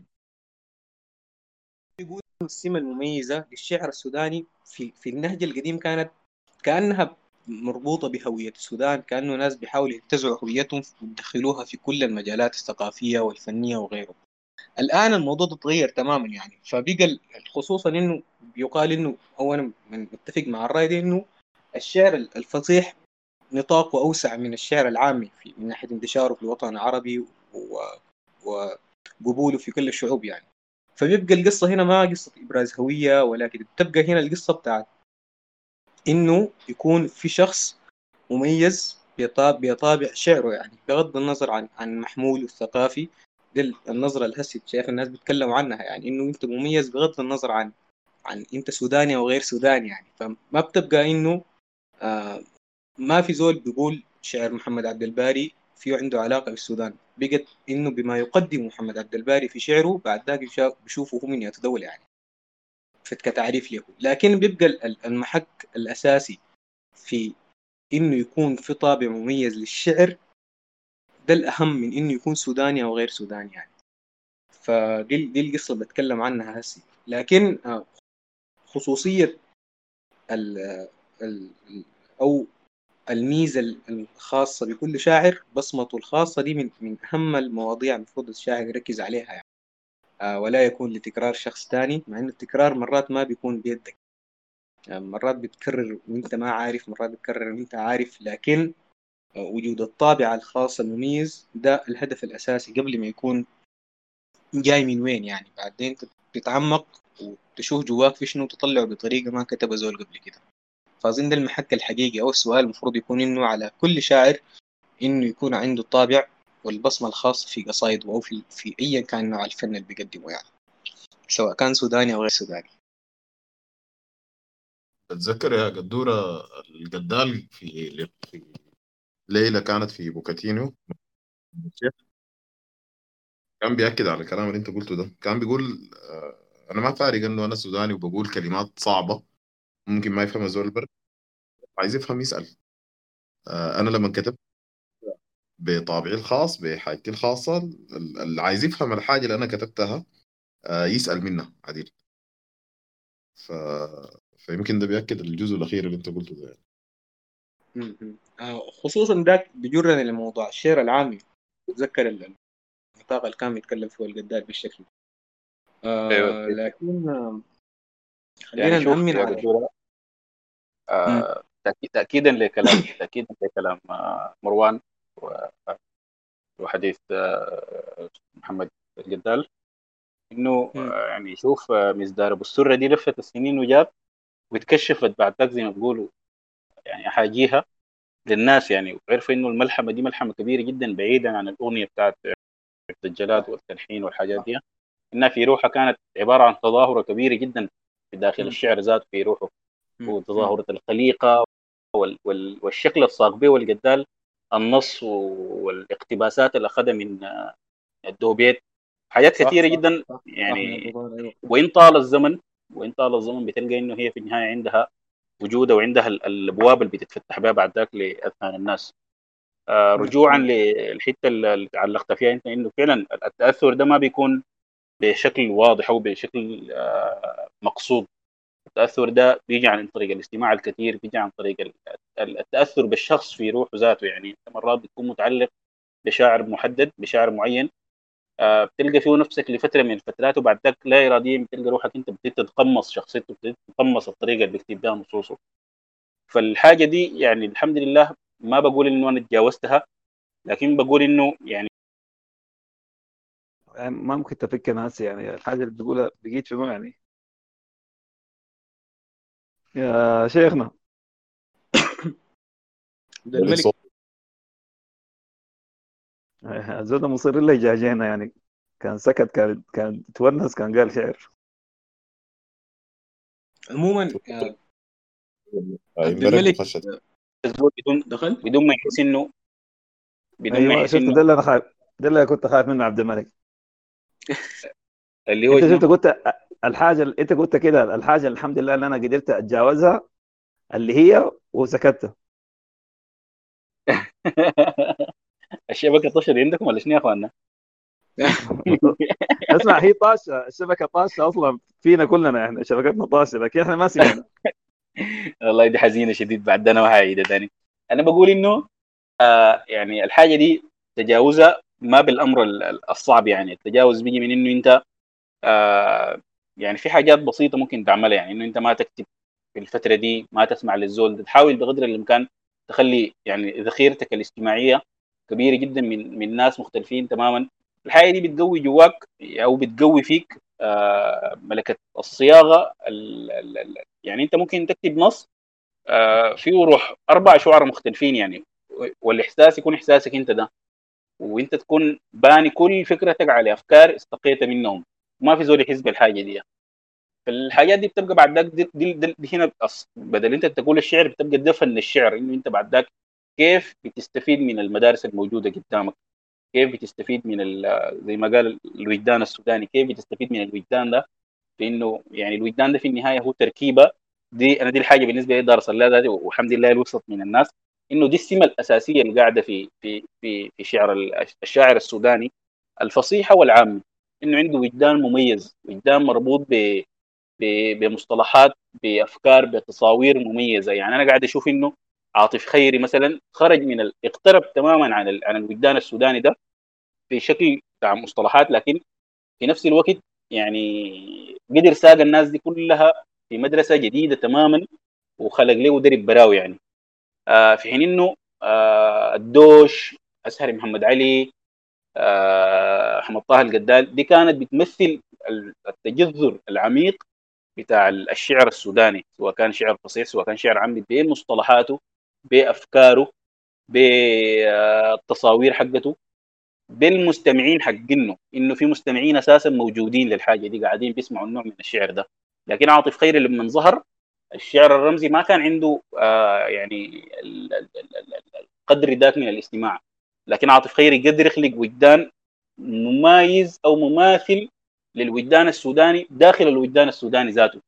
السمة المميزة للشعر السوداني في في النهج القديم كانت كأنها مربوطة بهوية السودان، كأنه ناس بيحاولوا ينتزعوا هويتهم ويدخلوها في كل المجالات الثقافية والفنية وغيره. الآن الموضوع ده اتغير تماما يعني. فبقى ال- خصوصا إنه يقال إنه، أو أنا من متفق مع الرأي ده، إنه الشعر الفصيح نطاقه أوسع من الشعر العامي في من ناحية انتشاره في الوطن العربي و... وقبوله في كل الشعوب يعني. فبيبقى القصة هنا ما قصة إبراز هوية، ولكن بتبقى هنا القصة بتاعت إنه يكون في شخص مميز بيطابع, بيطابع شعره يعني، بغض النظر عن عن محمول الثقافي. دي النظرة اللي هسه شايف الناس بيتكلموا عنها، يعني إنه أنت مميز بغض النظر عن عن أنت سوداني أو غير سوداني يعني. فما بتبقى إنه آه ما في زول بيقول شعر محمد عبد الباري فيه عنده علاقة بالسودان. بقت إنه بما يقدم محمد عبد الباري في شعره بعد ذاك يشا- بيشوفه هو من يتدول يعني في كتعريف له. لكن بيبقى ال- ال- المحك الأساسي في إنه يكون في طابع مميز للشعر، ده الأهم من إنه يكون سوداني أو غير سوداني يعني. فدي دي القصة اللي بتكلم عنها هسي. لكن آه، خصوصية ال ال ال- أو الميزة الخاصة بكل شاعر، بصمته الخاصة دي من من أهم المواضيع المفروض الشاعر يركز عليها يعني. آه، ولا يكون لتكرار شخص تاني، مع إنه التكرار مرات ما بيكون بيدك. يعني مرات بتكرر وانت ما عارف، مرات بتكرر وانت عارف، لكن وجود الطابع الخاص المميز ده الهدف الأساسي قبل ما يكون جاي من وين يعني. بعدين تتعمق وتشوف جواك في شنو، تطلعه بطريقة ما كتبها زول قبل كده. فأظن ده المحك الحقيقي أو السؤال المفروض يكون إنه على كل شاعر إنه يكون عنده الطابع والبصمة الخاصة في قصائده أو في في أيا كان نوع الفن اللي بيقدمه يعني، سواء كان سوداني أو غير سوداني. بتذكر يا قدورة القدال في في ليلة كانت في بوكاتينو، كان بيأكد على الكلام اللي انت قلته ده. كان بيقول آه، انا ما فارق انه انا سوداني وبقول كلمات صعبة ممكن ما يفهمها زول البر، عايز يفهم يسأل. آه، انا لما كتبت بطابعي الخاص بحاجتي الخاصة، ال- اللي عايز يفهم الحاجة اللي انا كتبتها آه، يسأل منها عديل. ف... فيمكن ده بيأكد الجزء الأخير اللي انت قلته ده يعني. م- م. آه، خصوصا ده بيجرني لموضوع الشعر العامي. بتذكر ال- النطاق اللي كان بيتكلم فيه القداد بالشكل ده. ايوه آه لكن آه يعني خلينا شوف نأمن يا على. قدورة، م- آه تأكيد- تأكيدا لكلام تأكيدا لكلام آه مروان و- وحديث آه محمد الجدال، انه م- آه يعني شوف آه مصدار ابو السره دي لفت السنين وجاب واتكشفت بعد ذاك زي ما بيقولوا، يعني احاجيها للناس يعني، وعرفوا انه الملحمه دي ملحمه كبيره جدا بعيدا عن الاغنيه بتاعت الدجالات والتلحين والحاجات دي، انها في روحها كانت عباره عن تظاهره كبيره جدا في داخل مم. الشعر ذاته في روحه، مم. وتظاهره الخليقه وال وال والشكل الصاغ به والجدال النص والاقتباسات اللي اخذها من آه، الدوبيت، حاجات صح كثيره صح جدا صح صح من يعني. الضباب، ايوه. وان طال الزمن وان طال الزمن بتلقى انه هي في النهايه عندها وجودها وعندها ال- الابواب اللي بتتفتح بها بعد ذاك لاذهان الناس. آه، مم. رجوعا مم. للحته اللي علقت فيها انت، انه فعلا التاثر ده ما بيكون بشكل واضح او بشكل آه، مقصود. التاثر ده بيجي عن طريق الاستماع الكثير، بيجي عن طريق ال- ال- التاثر بالشخص في روحه ذاته. يعني أنت مرات بتكون متعلق بشاعر محدد، بشاعر معين، آه، بتلقى فيه نفسك لفتره من الفترات، وبعد ذاك لا اراديا بتلقى روحك انت بتبتدي تتقمص شخصيته، بتبتدي تتقمص الطريقه اللي بيكتب بها نصوصه. فالحاجه دي يعني الحمد لله ما بقول انه انا تجاوزتها، لكن بقول انه يعني يعني ما ممكن تفك ناس، يعني الحاجة اللي بتقولها بقيت في يعني. يا شيخنا، عبد وريك الملك. صوت. الزول ده مصر اللي يجاجينا يعني. كان سكت، كان كان تونس، كان قال شعر. عموما آه، آه، عبد يمدرك الملك مخشد. الزول بدون دخل. بدون ما يحس انه بدون ما ايوه، يحس شفت انه ده اللي انا خايف، ده اللي كنت خايف منه عبد الملك. اللي هو انت شنو. شفت قلت الحاجه اللي انت قلت كده، الحاجه الحمد لله اللي انا قدرت اتجاوزها اللي هي وسكت. الشبكه طشت عندكم ولا شنو يا اخواننا؟ اسمع، هي طاشه، الشبكه طاشه اصلا فينا كلنا، احنا شبكتنا طاشه لكن احنا ما سمعنا. والله دي حزينه شديد بعد ده، انا وهايده تاني. انا بقول انه آه يعني الحاجه دي تجاوزها ما بالامر ال- ال- الصعب. يعني التجاوز بيجي من انه انت آه يعني في حاجات بسيطه ممكن تعملها، يعني انه انت ما تكتب في الفتره دي، ما تسمع للزول ده، تحاول بقدر الامكان تخلي يعني ذخيرتك الاجتماعيه كبيره جدا من من ناس مختلفين تماما. الحاجه دي بتقوي جواك او بتقوي فيك آه ملكه الصياغه ال ال ال يعني انت ممكن تكتب نص آه فيه روح اربع شعراء مختلفين يعني، والاحساس يكون احساسك انت ده، وانت تكون باني كل فكرتك على افكار استقيت منهم، ما في زول يحس بالحاجه دي. فالحاجات دي بتبقى بعد ذاك دي, دي, دي, دي هنا أص- بدل انت تقول الشعر بتبقى ده فن الشعر، انه انت بعد ذاك كيف بتستفيد من المدارس الموجوده قدامك، كيف بتستفيد من ال- زي ما قال الوجدان السوداني، كيف بتستفيد من الوجدان ده. لانه يعني الوجدان ده في النهايه هو تركيبه. دي انا دي الحاجه بالنسبه لي دار اصلي ذاتي، والحمد لله اللي وصلت من الناس انه دي السمه الاساسيه اللي قاعده في في في في شعر ال- الشاعر السوداني الفصيحه والعامي، انه عنده وجدان مميز، وجدان مربوط ب ب- بمصطلحات، بافكار، بتصاوير مميزه. يعني انا قاعد اشوف انه عاطف خيري مثلا خرج من ال... اقترب تماما عن ال... عن الوجدان السوداني ده في شكل بتاع مصطلحات، لكن في نفس الوقت يعني قدر ساق الناس دي كلها في مدرسه جديده تماما، وخلق له درب براوي يعني. آه في حين انه آه الدوش، اسهري محمد علي، آه احمد طه القدال، دي كانت بتمثل التجذر العميق بتاع الشعر السوداني، سواء كان شعر فصيح سواء كان شعر عامي، بمصطلحاته، بافكاره، بالتصاوير حقته، بالمستمعين حقينه، انه في مستمعين اساسا موجودين للحاجه دي قاعدين بيسمعوا النوع من الشعر ده. لكن عاطف خيري لما ظهر الشعر الرمزي ما كان عنده آه يعني ال- ال- ال- ال- القدر ذاك من الاستماع، لكن عاطف خيري قدر يخلق وجدان مميز او مماثل للوجدان السوداني داخل الوجدان السوداني ذاته.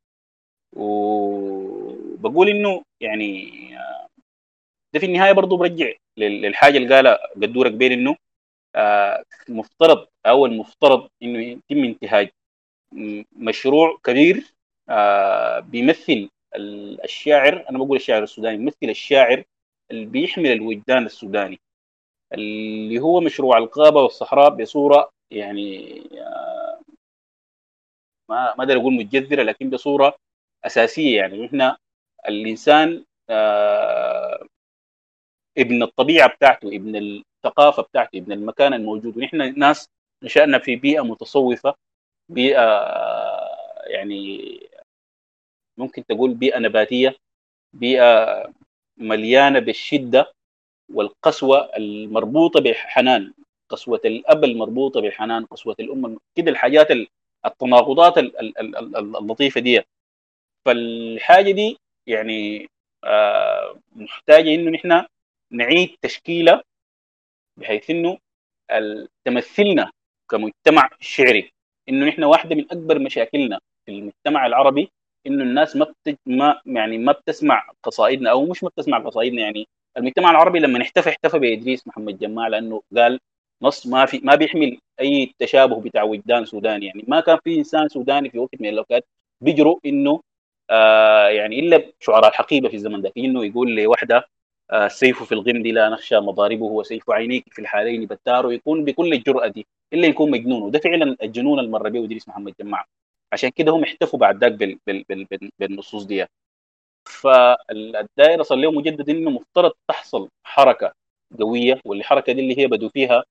وبقول انه يعني ده في النهايه برضه برجع لل- للحاجه اللي قالها قدوره قبيل، انه آه، مفترض او المفترض انه يتم انتهاج م- مشروع كبير آه، بيمثل ال- الشاعر. انا بقول الشاعر السوداني بيمثل الشاعر اللي بيحمل الوجدان السوداني، اللي هو مشروع الغابه والصحراء بصوره يعني آه، ما ما اقدر اقول متجذره، لكن بصوره اساسيه. يعني احنا الانسان آه، ابن الطبيعه بتاعته، ابن الثقافه بتاعته، ابن المكان الموجود. ونحن ناس نشأنا في بيئه متصوفه، بيئه آه، يعني ممكن تقول بيئه نباتيه، بيئه مليانه بالشده والقسوه المربوطه بحنان. قسوة الأب المربوطة بالحنان، قسوة الأم، كده الحاجات التناقضات اللطيفة دي. فالحاجة دي يعني آه محتاجة إنه نحن نعيد تشكيلة بحيث إنه تمثلنا كمجتمع شعري. إنه نحن واحدة من أكبر مشاكلنا في المجتمع العربي إنه الناس ما بت... ما يعني ما بتسمع قصائدنا، أو مش ما بتسمع قصائدنا. يعني المجتمع العربي لما احتفى احتفى بإدريس محمد جماع لأنه قال نص ما في ما بيحمل أي تشابه بتاع وجدان سوداني. يعني ما كان في إنسان سوداني في وقت من الأوقات بيجرؤ إنه آه يعني إلا شعراء الحقيبة في الزمن ده إنه يقول لوحدة آه سيف في الغمد لا نخشى مضاربه وسيف عينيك في الحالين بتار، يكون بكل الجرأة دي إلا يكون مجنون. وده فعلا الجنون اللي مر به إدريس محمد جماع. عشان كده هم احتفوا بعد ذاك بال بال بال بال بالنصوص دي. فالدائرة صار له مجدد إنه مفترض تحصل حركة قوية، والحركة دي اللي هي بدوا فيها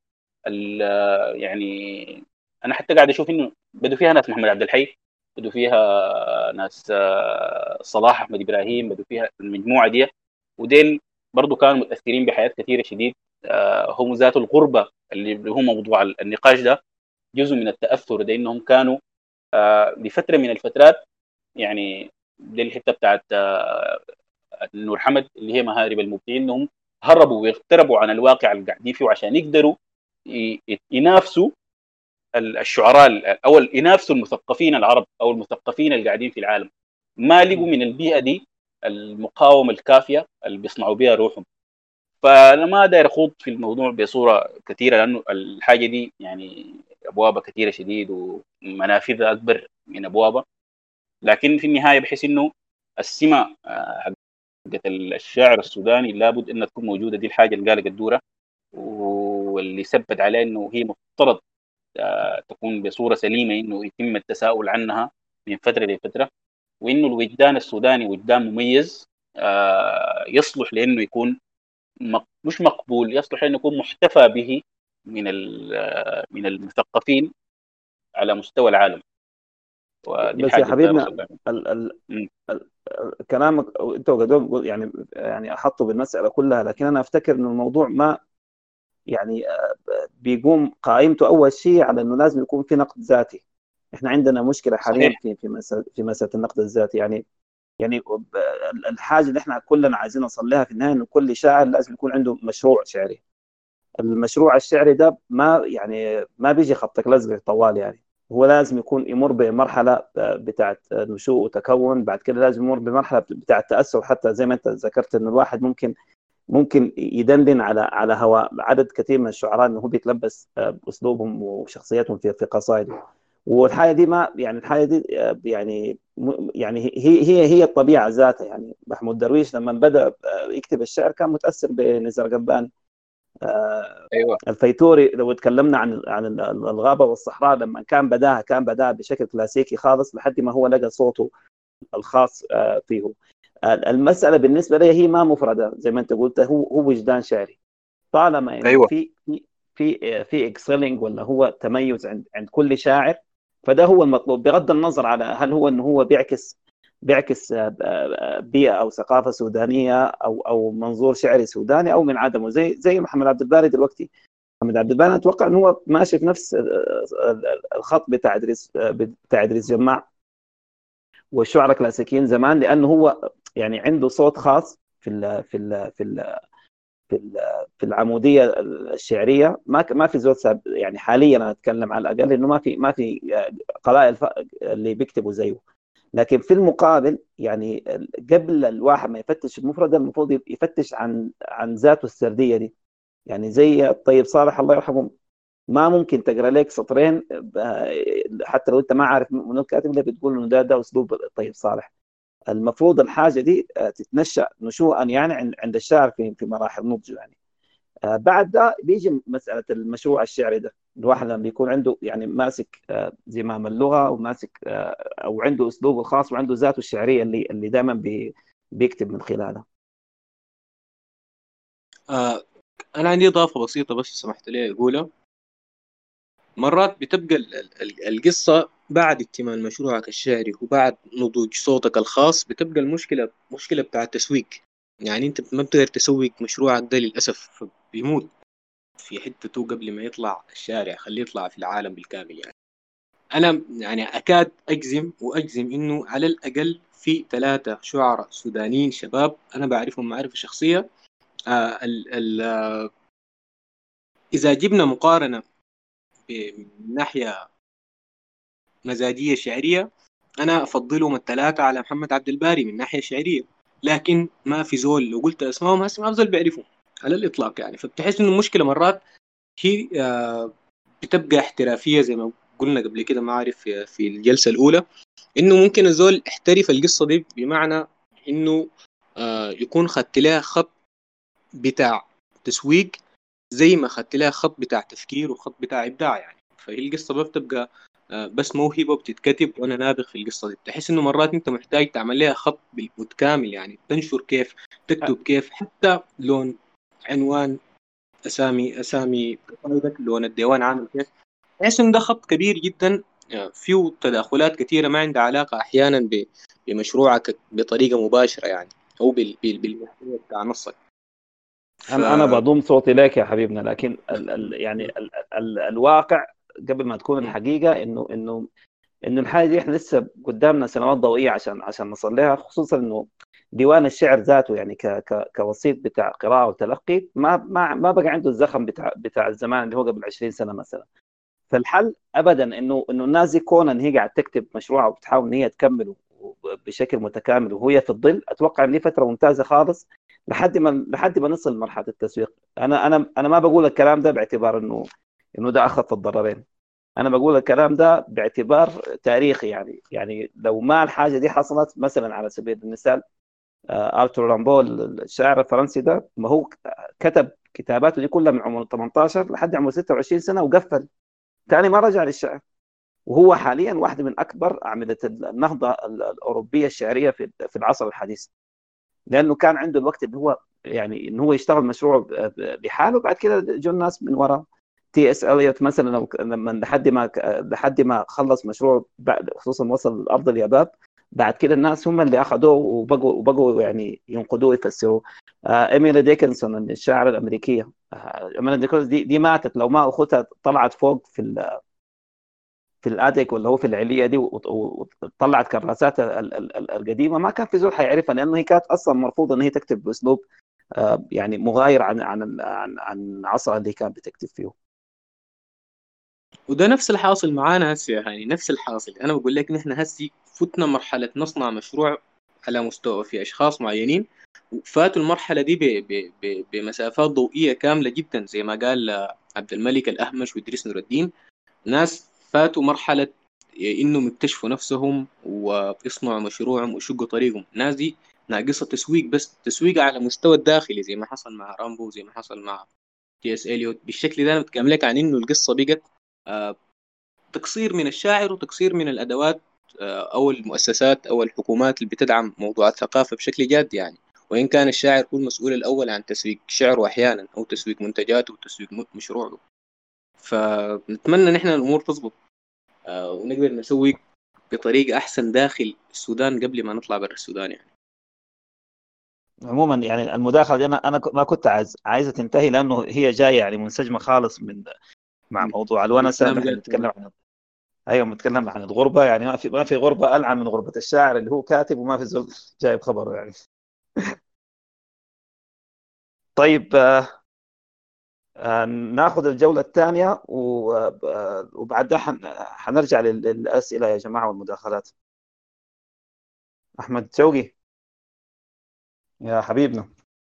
يعني أنا حتى قاعد أشوف إنه بدوا فيها ناس محمد عبد الحي، بدوا فيها ناس صلاح أحمد إبراهيم، بدوا فيها المجموعة دي. وديل برضو كانوا متأثرين بحياة كثيرة شديد. هم ذات الغربة اللي هو موضوع النقاش ده جزء من التأثر ده، إنهم كانوا لفترة من الفترات يعني دي الحتة بتاعت نور حمد اللي هي مهارب المبدعين، إنهم هربوا ويقتربوا عن الواقع اللي قاعدين فيه عشان يقدروا ينافسوا الشعراء او ينافسوا المثقفين العرب او المثقفين اللي قاعدين في العالم. ما لقوا من البيئه دي المقاومه الكافيه اللي بيصنعوا بها روحهم. فانا ما داير اخوض في الموضوع بصوره كثيره لانه الحاجه دي يعني ابوابها كثيره شديد ومنافذها اكبر من ابوابها. لكن في النهايه بحس انه السمه حقت الشاعر السوداني لابد انها تكون موجوده. دي الحاجه اللي قالها قدوره واللي ثبت عليه انه هي مفترض تكون بصورة سليمة، إنه يتم التساؤل عنها من فترة لفترة، وإنه الوجدان السوداني وجدان مميز يصلح لأنه يكون مش مقبول، يصلح لأنه يكون محتفى به من من المثقفين على مستوى العالم. ودي بس يا الحاجة اللي حبيبنا ال ال ال كلامك انت وقدوم يعني يعني احطوا بالمسألة كلها، لكن أنا أفتكر إنه الموضوع ما يعني بيقوم قائمته اول شيء على انه لازم يكون في نقد ذاتي. احنا عندنا مشكله حاليا صحيح. في في مساله في مساله النقد الذاتي. يعني يعني الحاجه اللي احنا كلنا عايزين نوصل لها في النهايه انه كل شاعر لازم يكون عنده مشروع شعري. المشروع الشعري ده ما يعني ما بيجي خبطك لزق طوال، يعني هو لازم يكون يمر بمرحله بتاعت نشوء وتكون، بعد كده لازم يمر بمرحله بتاعت تاسس. حتى زي ما انت ذكرت انه الواحد ممكن ممكن يدندن على على هواء عدد كثير من الشعراء انه هو بيتلبس باسلوبهم وشخصياتهم في في قصائده. والحاجه دي ما يعني الحاجه دي يعني يعني هي هي هي الطبيعه ذاتها. يعني محمود درويش لما بدا يكتب الشعر كان متاثر بنزار قباني. ايوه الفيتوري لو تكلمنا عن عن الغابه والصحراء لما كان بداها كان بداها بشكل كلاسيكي خالص لحد ما هو لقى صوته الخاص فيه. المساله بالنسبه لي هي ما مفرده زي ما انت قلت، هو هو وجدان شعري. طالما انه أيوة. في في في في اكسلينج ولا هو تميز عند عند كل شاعر، فده هو المطلوب بغض النظر على هل هو انه هو بيعكس بيعكس بيئه او ثقافه سودانيه او او منظور شعري سوداني او من عدمه. زي زي محمد عبد الباري دلوقتي. محمد عبد الباري اتوقع انه هو ماشي في نفس الخط بتاع ادريس بتاع ادريس جماع والشعراء الكلاسيكيين زمان، لانه هو يعني عنده صوت خاص في ال في ال في ال في ال في العموديه الشعريه. ما ما في زول يعني حاليا انا اتكلم على الاقل انه ما في ما في قلائل اللي بيكتبوا زيه. لكن في المقابل يعني قبل الواحد ما يفتش المفرد المفروض يفتش عن عن ذاته السرديه دي. يعني زي الطيب صالح الله يرحمه، ما ممكن تقرا لك سطرين حتى لو انت ما عارف من الكاتب اللي بتقول انه ده ده اسلوب الطيب صالح. المفروض الحاجه دي تتنشا نشوءا يعني عند الشاعر في في مراحل نضجه. يعني بعد ده بيجي مساله المشروع الشعري ده. الواحد لما بيكون عنده يعني ماسك زمام اللغه وماسك او عنده اسلوبه الخاص وعنده ذاته الشعريه اللي اللي دائما بي بيكتب من خلالها. آه انا عندي اضافه بسيطه بس سمحت لي اقولها. مرات بتبقى القصة بعد اكتمال مشروعك الشعري وبعد نضوج صوتك الخاص بتبقى المشكلة مشكلة بتاع التسويق. يعني انت ما بتقدر تسوق مشروعك ده للأسف بيموت. في حتته قبل ما يطلع الشارع، خليه يطلع في العالم بالكامل يعني. أنا يعني أكاد أجزم وأجزم إنه على الأقل في ثلاثة شعراء سودانيين شباب أنا بعرفهم معرفة شخصية. آه ال ال آه إذا جبنا مقارنة من ناحية مزاجية شعرية، أنا أفضلهم الثلاثة على محمد عبد الباري من ناحية شعرية، لكن ما في زول لو قلت أسمائهم هسه ما في زول بيعرفهم على الإطلاق يعني. فبتحس إنه المشكلة مرات هي آه بتبقى احترافية زي ما قلنا قبل كده، ما أعرف في في الجلسة الأولى، إنه ممكن الزول احترف القصة دي بمعنى إنه آه يكون خدت لها خط بتاع تسويق زي ما خدت لها خط بتاع تفكير وخط بتاع إبداع يعني. فهي القصة ما بتبقى آه، بس موهبة بتتكتب وأنا نابغ في القصة دي. تحس إنه مرات أنت محتاج تعمل لها خط متكامل يعني، تنشر كيف، تكتب كيف، حتى لون عنوان أسامي أسامي قصايدك، لون الديوان عامل كيف. تحس إنه ده خط كبير جدا آه، فيه تداخلات كثيرة ما عندها علاقة أحيانا ب- بمشروعك بطريقة مباشرة يعني، أو بال- بال- بالمحتوى بتاع نصك. ف انا انا بضم صوتي لك يا حبيبنا، لكن ال ال يعني ال ال الواقع قبل ما تكون الحقيقه انه انه انه الحاجه دي احنا لسه قدامنا سنوات ضوئيه عشان عشان نصل لها، خصوصا انه ديوان الشعر ذاته يعني ك ك كوسيط بتاع قراءه وتلقي ما ما ما بقى عنده الزخم بتاع بتاع الزمان اللي هو قبل عشرين سنه مثلا. فالحل ابدا انه انه الناس دي كون ان هي قاعد تكتب مشروعها وبتحاول ان هي تكمله بشكل متكامل وهي في الظل، اتوقع ان دي فتره ممتازه خالص لحد ما لحد ما نصل لمرحله التسويق. انا انا انا ما بقول الكلام ده باعتبار انه انه ده اخف الضررين، انا بقول الكلام ده باعتبار تاريخي يعني. يعني لو ما الحاجه دي حصلت مثلا على سبيل المثال آه، ارتور رامبو الشاعر الفرنسي ده، ما هو كتب كتاباته دي كلها من عمر ثمانية عشر لحد عمر ستة وعشرين سنه وقفل، ثاني ما رجع للشعر. وهو حاليا واحده من اكبر اعمده النهضه الاوروبيه الشعريه في في العصر الحديث، لانه كان عنده الوقت اللي هو يعني ان هو يشتغل مشروع بحاله. بعد كده جو الناس من وراه، تي اس اليوت مثلا لما لحد ما لحد ما خلص مشروع بعد، خصوصا وصل لارض اليابان، بعد كده الناس هم اللي اخذوه وبقوا وبقوا يعني ينقدوه ويفسروه. آه ايميلي ديكنسون الشاعره الامريكيه، آه ايميلي ديكنسون دي, دي ماتت، لو ما اخوتها طلعت فوق في في الاتيك ولا هو في العليه دي وطلعت كراساتها القديمه، ما كان في زول حيعرفها، لانه هي كانت اصلا مرفوضه ان هي تكتب باسلوب يعني مغاير عن عن عن عن عصرها اللي كانت بتكتب فيه. وده نفس الحاصل معانا هسه يعني، نفس الحاصل. انا بقول لك نحن هسه فتنا مرحله نصنع مشروع على مستوى في اشخاص معينين، فاتوا المرحله دي ب ب ب بمسافات ضوئيه كامله جدا، زي ما قال عبد الملك الاهمش وادريس نور الدين. ناس فاتوا مرحله انهم يكتشفوا نفسهم ويصنعوا مشروعهم ويشقوا طريقهم. ناس دي ناقصه تسويق، بس تسويق على مستوى الداخلي زي ما حصل مع رامبو، زي ما حصل مع تي اس اليوت. بالشكل ده انا بتكلم لك عن انه القصه بقت آه، تقصير من الشاعر وتقصير من الادوات آه، او المؤسسات او الحكومات اللي بتدعم موضوع الثقافه بشكل جاد يعني. وان كان الشاعر هو المسؤول الاول عن تسويق شعره احيانا، او تسويق منتجاته وتسويق مشروعه. فنتمنى نحن الامور تظبط آه، ونقدر نسوق بطريقه احسن داخل السودان قبل ما نطلع برا السودان يعني. عموما يعني المداخله دي انا انا ما كنت عايز عايزه تنتهي، لانه هي جايه يعني منسجمه خالص من مع موضوع الونسه اللي الكلام احنا ذاته بنتكلم عنه. ايوه بنتكلم عن الغربه، يعني ما في ما في غربه العن من غربه الشاعر اللي هو كاتب وما في زول جايب خبره يعني. طيب آه آه ناخذ الجوله الثانيه وبعدها حن حنرجع للاسئله يا جماعه والمداخلات. احمد شوقي يا حبيبنا.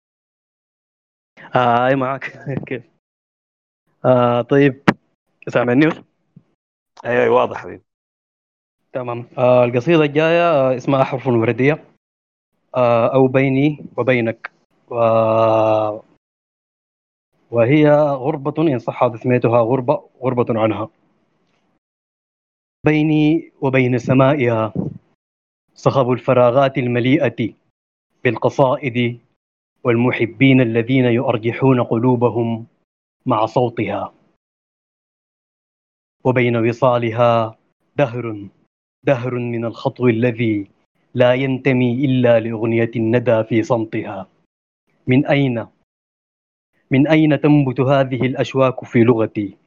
آه أي معك. كيف؟ آه طيب، سامعني؟ ايوه أيوة واضح حبيبي. تمام. آه القصيدة الجاية آه اسمها أحرف وردية، آه أو بيني وبينك، و... وهي غربة إن صح تسميتها غربة غربة عنها. بيني وبين سمائها صخب الفراغات المليئة بالقصائد والمحبين الذين يؤرجحون قلوبهم مع صوتها. وبين وصالها دهر دهر من الخطو الذي لا ينتمي إلا لأغنية الندى في صمتها. من أين من أين تنبت هذه الأشواك في لغتي؟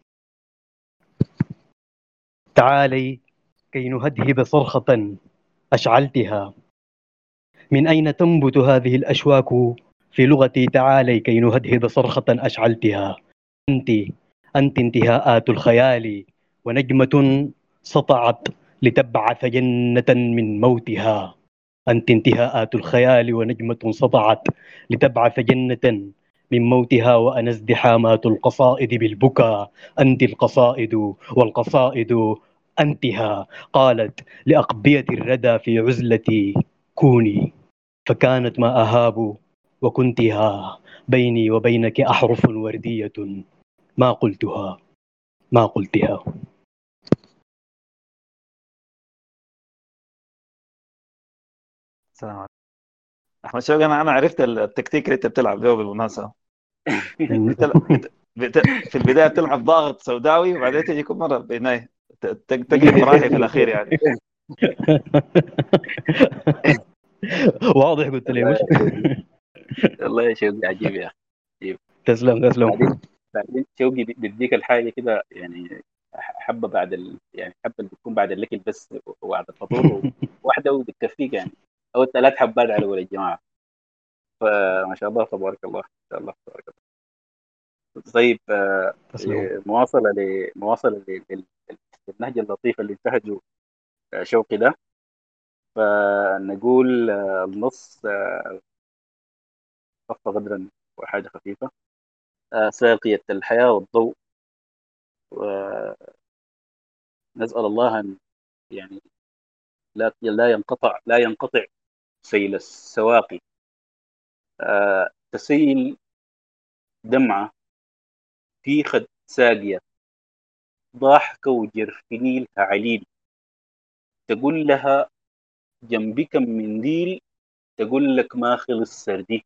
تعالي كي نهدهد صرخة أشعلتها. من أين تنبت هذه الأشواك في لغتي؟ تعالي كي نهدهد صرخة أشعلتها. أنت أنت انتهاءات الخيال ونجمة سطعت لتبعث جنة من موتها. أنت انتهاءات الخيال ونجمة سطعت لتبعث جنة من موتها، وأنا ازدحامات القصائد بالبكاء. أنت القصائد والقصائد أنتها. قالت لأقبية الردى في عزلتي كوني، فكانت ما أهاب وكنتها. بيني وبينك أحرف وردية ما قلتها ما قلتها. السلام عليكم. احمد شوقي، انا انا عرفت التكتيك اللي انت بتلعب به بالمناسبه. بتلعب بت... بت... في البدايه بتلعب ضاغط سوداوي، وبعدين تجي كل مره بالنهايه ت- ت- تقلب فراحي في الاخير يعني. واضح قلت لي والله مش. يا شوقي، والله يا شوقي عجيب يا اخي، عجيب. تسلم تسلم. بعدين بعدين شوقي بي- بيديك الحاجه كده يعني، حبه بعد ال... يعني حبه اللي بتكون بعد الاكل بس وبعد الفطور، واحده وبتكفيك يعني، او ثلاث حبات على اول الجماعه. فما شاء الله تبارك الله، ما شاء الله تبارك الله. طيب آه، تسلم. إيه، مواصله ل... مواصله ل- لل- للنهج اللطيف اللي انتهجه آه، شوقي ده. فنقول آه، النص آه، خف قدرا وحاجه خفيفه. آه، ساقية الحياة والضوء، ونسأل الله أن يعني لا لا ينقطع لا ينقطع سيل السواقي. آه، تسيل دمعة في خد ساقية، ضاحكة وجرفنيلها عليل. تقول لها جنبك منديل، تقول لك ما خلص سردي.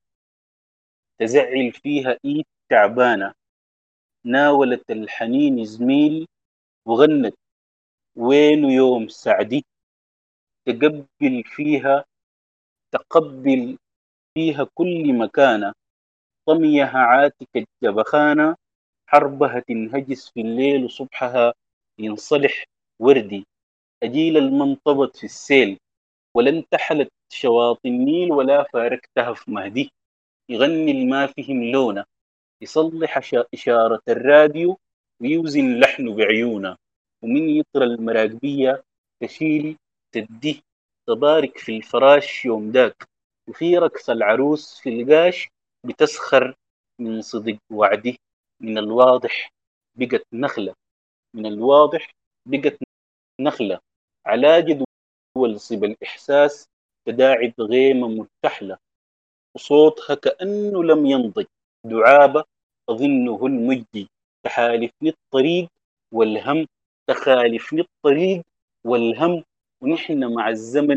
تزعل فيها إيد تعبانة، ناولت الحنين زميل وغنت وينه يوم سعدي. تقبل فيها تقبل فيها كل مكانة، طميها عاتك الجبخانة. حربها تنهجس في الليل وصبحها ينصلح وردي. أجيل المنطبط في السيل، ولا انتحلت شواطئ النيل ولا فارقتها في مهدي. يغني الما فيهم لونه، يصلح أشا- إشارة الراديو ويوزن لحنه بعيونه. ومن يطرى المراقبية تشيل تديه، تبارك في الفراش يوم داك. وفي رقص العروس في القاش بتسخر من صدق وعده. من الواضح بقت نخلة، من الواضح بقت نخلة على جدول صب الإحساس. تداعب غيمة مرتحلة، وصوتها كأنه لم ينضج. دعابة أظنه المجدي، تحالفني الطريق والهم، تخالفني الطريق والهم. ونحن مع الزمن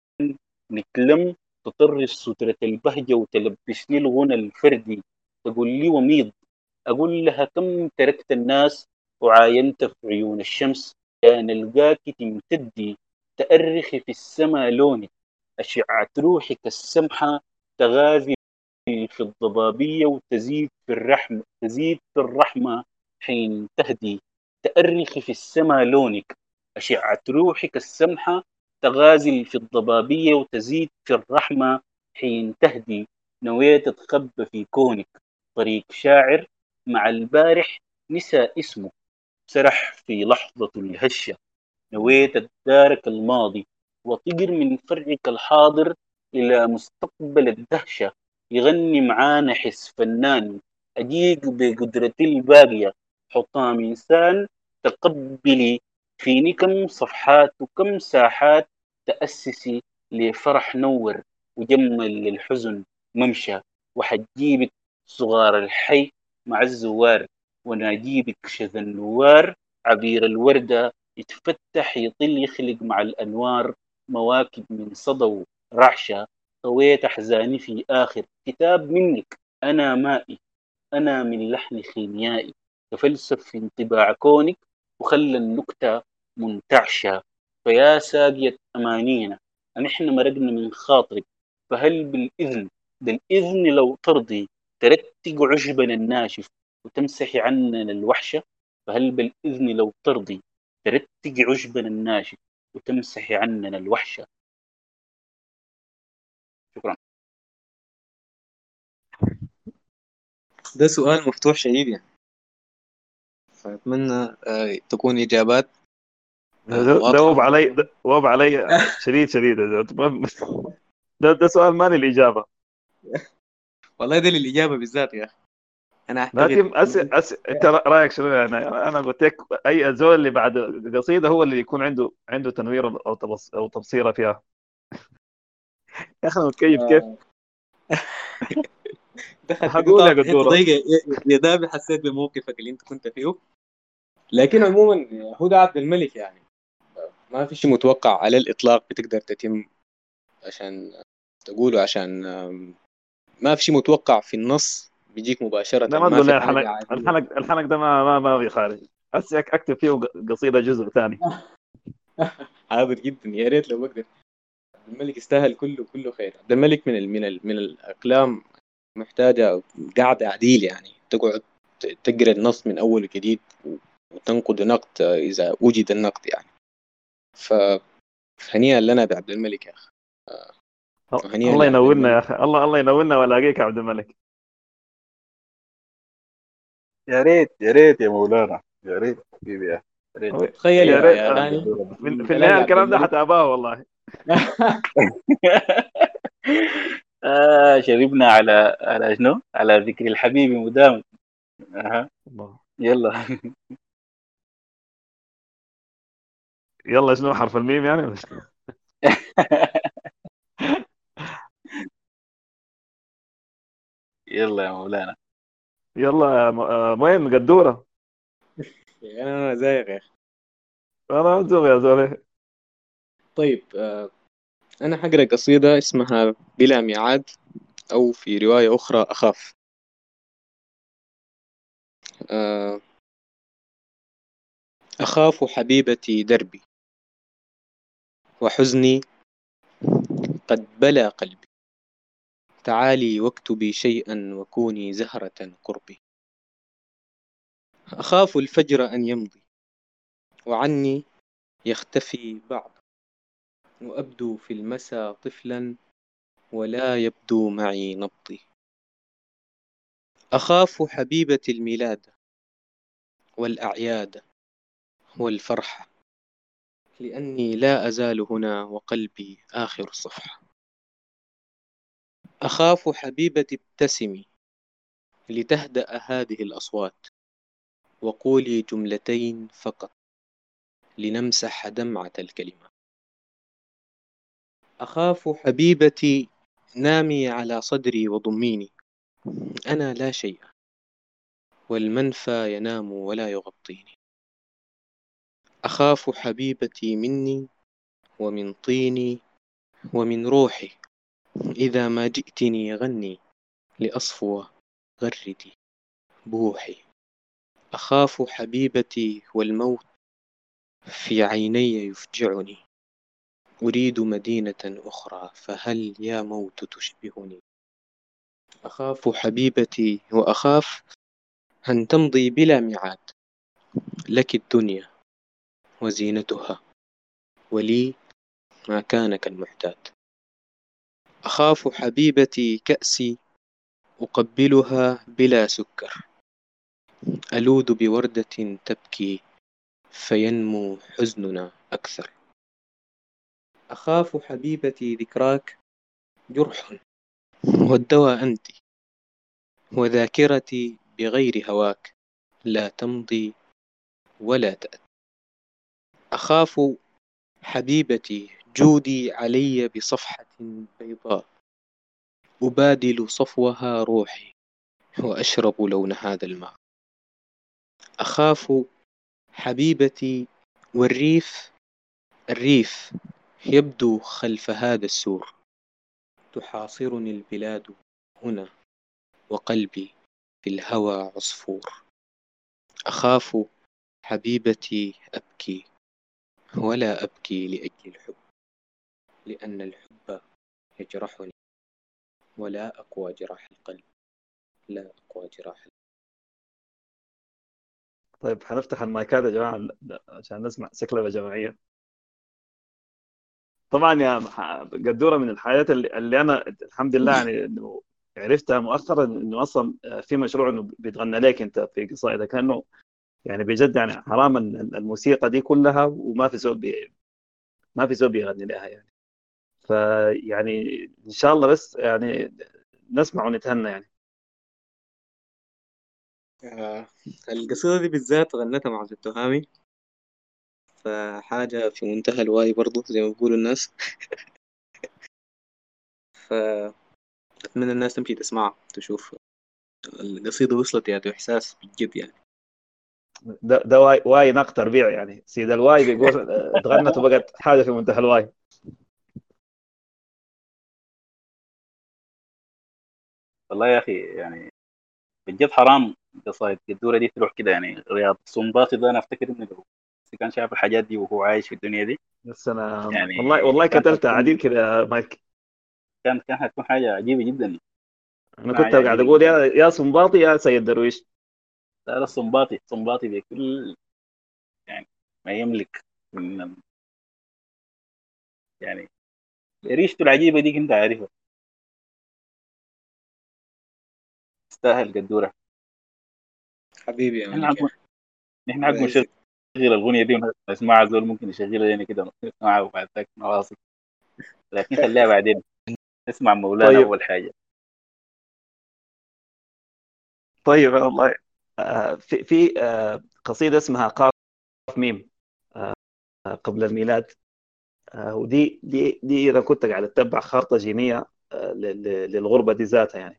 نتلم، تطرش سترة البهجة وتلبسني الغنى الفردي. تقول لي وميض، أقول لها كم تركت الناس وعاينت في عيون الشمس. يا نلقاك تمتدي، تأرخي في السما لونك. أشعة روحك السمحة تغازي في الضبابية، وتزيد في الرحمة تزيد في الرحمة حين تهدي. تأرخي في السما لونك، أشعة روحك السمحة تغازل في الضبابية، وتزيد في الرحمة حين تهدي. نويت أتخبى في كونك، طريق شاعر مع البارح نسى اسمه، سرح في لحظة الهشة. نويت أتدارك الماضي وطير من فرعك الحاضر إلى مستقبل الدهشة. يغني معانا حس فنان، أجيك بقدرتي الباقية. حطام إنسان تقبلي فيني كم صفحات وكم ساحات. تأسسي لفرح نور وجمل للحزن ممشى. وحجيبك صغار الحي مع الزوار، ونجيبك شذا النوار عبير الوردة. يتفتح يطل يخلق مع الأنوار مواكب من صدى ورعشة. طويت أحزاني في آخر كتاب منك. أنا مائي، أنا من لحن خيميائي. تفلسف في انطباع كونك وخلى النكتة منتعشة. فيا ساقية أمانينا، نحن مرقنا من خاطرك، فهل بالإذن بالإذن لو ترضي ترتق عشبنا الناشف وتمسحي عننا الوحشة، فهل بالإذن لو ترضي ترتقي عشبنا الناشف وتمسحي عننا الوحشة؟ شكرا. ده سؤال مفتوح شديد يعني، فأتمنى آه، تكون إجابات آه، ده ده وب واضحة. علي، ده وب علي شديد شديد. ده ده سؤال ما لي الإجابة. والله ده للإجابة بالذات يا أخي. أنا أعتقد لكن أس... أس... انت رايك شنو يعني؟ انا أنا قلت لك اي زول اللي بعد قصيده هو اللي يكون عنده عنده تنوير او تبص... او تبصيره فيها. يا اخي انا متكيف كيف. آه، دخل في هقول يا نقاط حتة قدوره. ضيقة يا يا دابي، حسيت بموقفك اللي أنت كنت فيه. لكن عموما هدى عبد الملك يعني ما في شيء متوقع على الإطلاق بتقدر تتم عشان تقوله، عشان آم، ما في شيء متوقع في النص بيجيك لا مباشرة، ما ما تقول في لي حاجة الحنك، عادية. الحنك الحنك ده ما ما ما في خارج. هسه اكتب فيه قصيده جزء ثاني. حاضر جدا، يا ريت لو بقدر. عبد الملك يستاهل كله كله خير. عبد الملك من ال من ال من الأقلام محتاجة قعدة عديل يعني، تقعد ت- تقرا النص من أول وجديد و- وتنقد نقد إذا وجد النقد يعني. فهنيئا لنا بعبد الملك يا أخي، وهنيئا الله لعبد ينورنا يا الملك. اخي، الله الله ينورنا والاقيك يا عبد الملك. يا ريت يا ريت يا مولانا، يا ريت حبيبي، يا ريت. تخيل يا يا ريت. يا غاني الدكتور ده. في, من في كلام النهايه عبد الكلام ده الملك. حتاباه والله. آه شربنا على على شنو؟ على ذكر الحبيب مدام. أها. الله. يلا. يلا شنو حرف الميم يعني؟ يلا يا مولانا. يلا يا م... آه، وين قدوره؟ يعني أنا زيك يا أخي. انا ازوغ يا زولي. طيب آه، أنا حقرأ قصيدة اسمها بلا ميعاد، أو في رواية أخرى أخاف. آه، أخاف حبيبتي دربي، وحزني قد بلى قلبي. تعالي واكتبي شيئا وكوني زهرة قربي. أخاف الفجر أن يمضي وعني يختفي بعض، وأبدو في المساء طفلا ولا يبدو معي نبضي. أخاف حبيبتي الميلاد والأعياد والفرحة، لأني لا أزال هنا وقلبي آخر الصفحة. أخاف حبيبتي ابتسمي لتهدأ هذه الأصوات، وقولي جملتين فقط لنمسح دمعة الكلمة. أخاف حبيبتي نامي على صدري وضميني، أنا لا شيء والمنفى ينام ولا يغطيني. أخاف حبيبتي مني ومن طيني ومن روحي، إذا ما جئتني غني لأصفو غردي بوحي. أخاف حبيبتي والموت في عيني يفجعني، أريد مدينة أخرى فهل يا موت تشبهني. أخاف حبيبتي وأخاف أن تمضي بلا ميعاد، لك الدنيا وزينتها ولي ما كان كالمعتاد. أخاف حبيبتي كأسي أقبلها بلا سكر، ألوذ بوردة تبكي فينمو حزننا أكثر. أخاف حبيبتي ذكراك جرح والدواء أنت، وذاكرتي بغير هواك لا تمضي ولا تأتي. أخاف حبيبتي جودي علي بصفحة بيضاء، أبادل صفوها روحي وأشرب لون هذا الماء. أخاف حبيبتي والريف، الريف يبدو خلف هذا السور، تحاصرني البلاد هنا وقلبي في الهوى عصفور. أخاف حبيبتي أبكي ولا أبكي لأجل الحب، لأن الحب يجرحني ولا أقوى جراح القلب لا قوة جراحة. طيب هنفتح المايكات يا جماعة ل- ل- عشان نسمع سكلبة جماعية. طبعا يا مح- قدورة، من الحياة اللي, اللي أنا الحمد لله يعني إنه عرفتها مؤخرا، إنه أصلا في مشروع إنه بيتغنى لك أنت في قصائدك، كأنه يعني بجد يعني حرام ال- الموسيقى دي كلها وما في زول بي ما في زول بيغني لها يعني. فيعني إن شاء الله بس يعني نسمع ونتهنى يعني. آه، القصيدة دي بالذات غنتها مع عبد التهامي، فحاجة في منتهى الواي برضو زي ما بيقولوا الناس. فأتمنى الناس تمشي تسمعها تشوف القصيدة وصلت يعني إحساس بجد يعني. ده ده واي, واي نقطة ربيع يعني، سيد الواي بيقول آه، اتغنت وبقت حاجة في منتهى الواي. والله يا اخي يعني بجد حرام قصايد الدورة دي تروح كده. يعني رياض سنباطي ده انا افتكر انه لو كان شايف الحاجات دي وهو عايش في الدنيا دي بس أنا يعني والله والله كانت كتلت هتكون عديد كده يا مايك. كانت كانت هتكون حاجة عجيبة جدا. أنا حاجة كنت قاعد عجيبة أقول جدا. يا يا صنباطي يا سيد درويش. لا لا سنباطي سنباطي بكل يعني ما يملك من يعني ريشته العجيبة دي كنت عارفها. تستاهل قدورة. حبيبي يا نحن ملك يا حق أخي. نحن الله حق نشغل يعزك. الأغنية دي ونسمعها، زول ممكن يشغلها لنا كده نسمعها وبعد ذاك نواصل، لكن خليها بعدين نسمع مولانا طيب أول حاجة. طيب والله آه، في في آه، قصيدة اسمها قاف ميم آه، قبل الميلاد. آه، ودي دي دي انا كنت قاعد اتبع خارطة جينية آه، ل- ل- للغربة دي ذاتها يعني.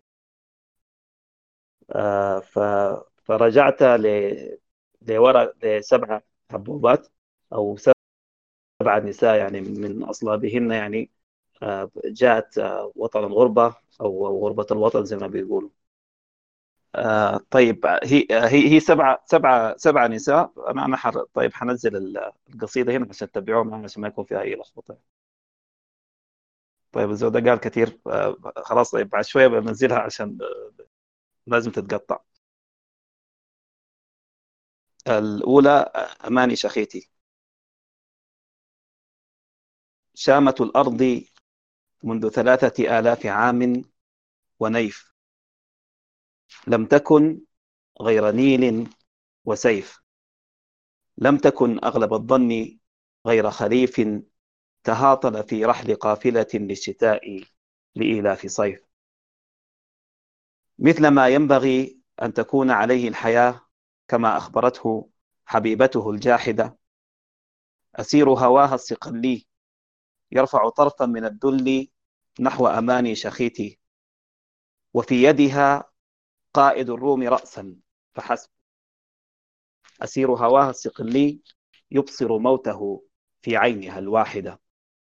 آه، ف فرجعت ل لورا لسبع حبوبات او سبع نساء يعني من اصلابهن يعني. آه، جاءت آه، وطن الغربة او غربة الوطن زي ما بيقولوا. آه طيب هي هي هي سبعة سبعة سبعة نساء. أنا أنا حر طيب حنزل ال- القصيدة هنا عشان تتبعوها معنا عشان ما يكون فيها أي لخبطة. طيب الزول ده قال كثير آه خلاص. طيب بعد شوية بنزلها عشان آه لازم تتقطع. الأولى آه، أماني شخيتي. شامة الأرض منذ ثلاثة آلاف عام ونيف، لم تكن غير نيل وسيف، لم تكن أغلب الظن غير خريف تهاطل في رحل قافلة للشتاء لإيلاف صيف، مثل ما ينبغي أن تكون عليه الحياة كما أخبرته حبيبته الجاحدة. أسير هواها الصقلي يرفع طرفا من الذل نحو أماني شخيتي، وفي يدها قائد الروم رأسا فحسب. أسير هواها الصقلي يبصر موته في عينها الواحدة،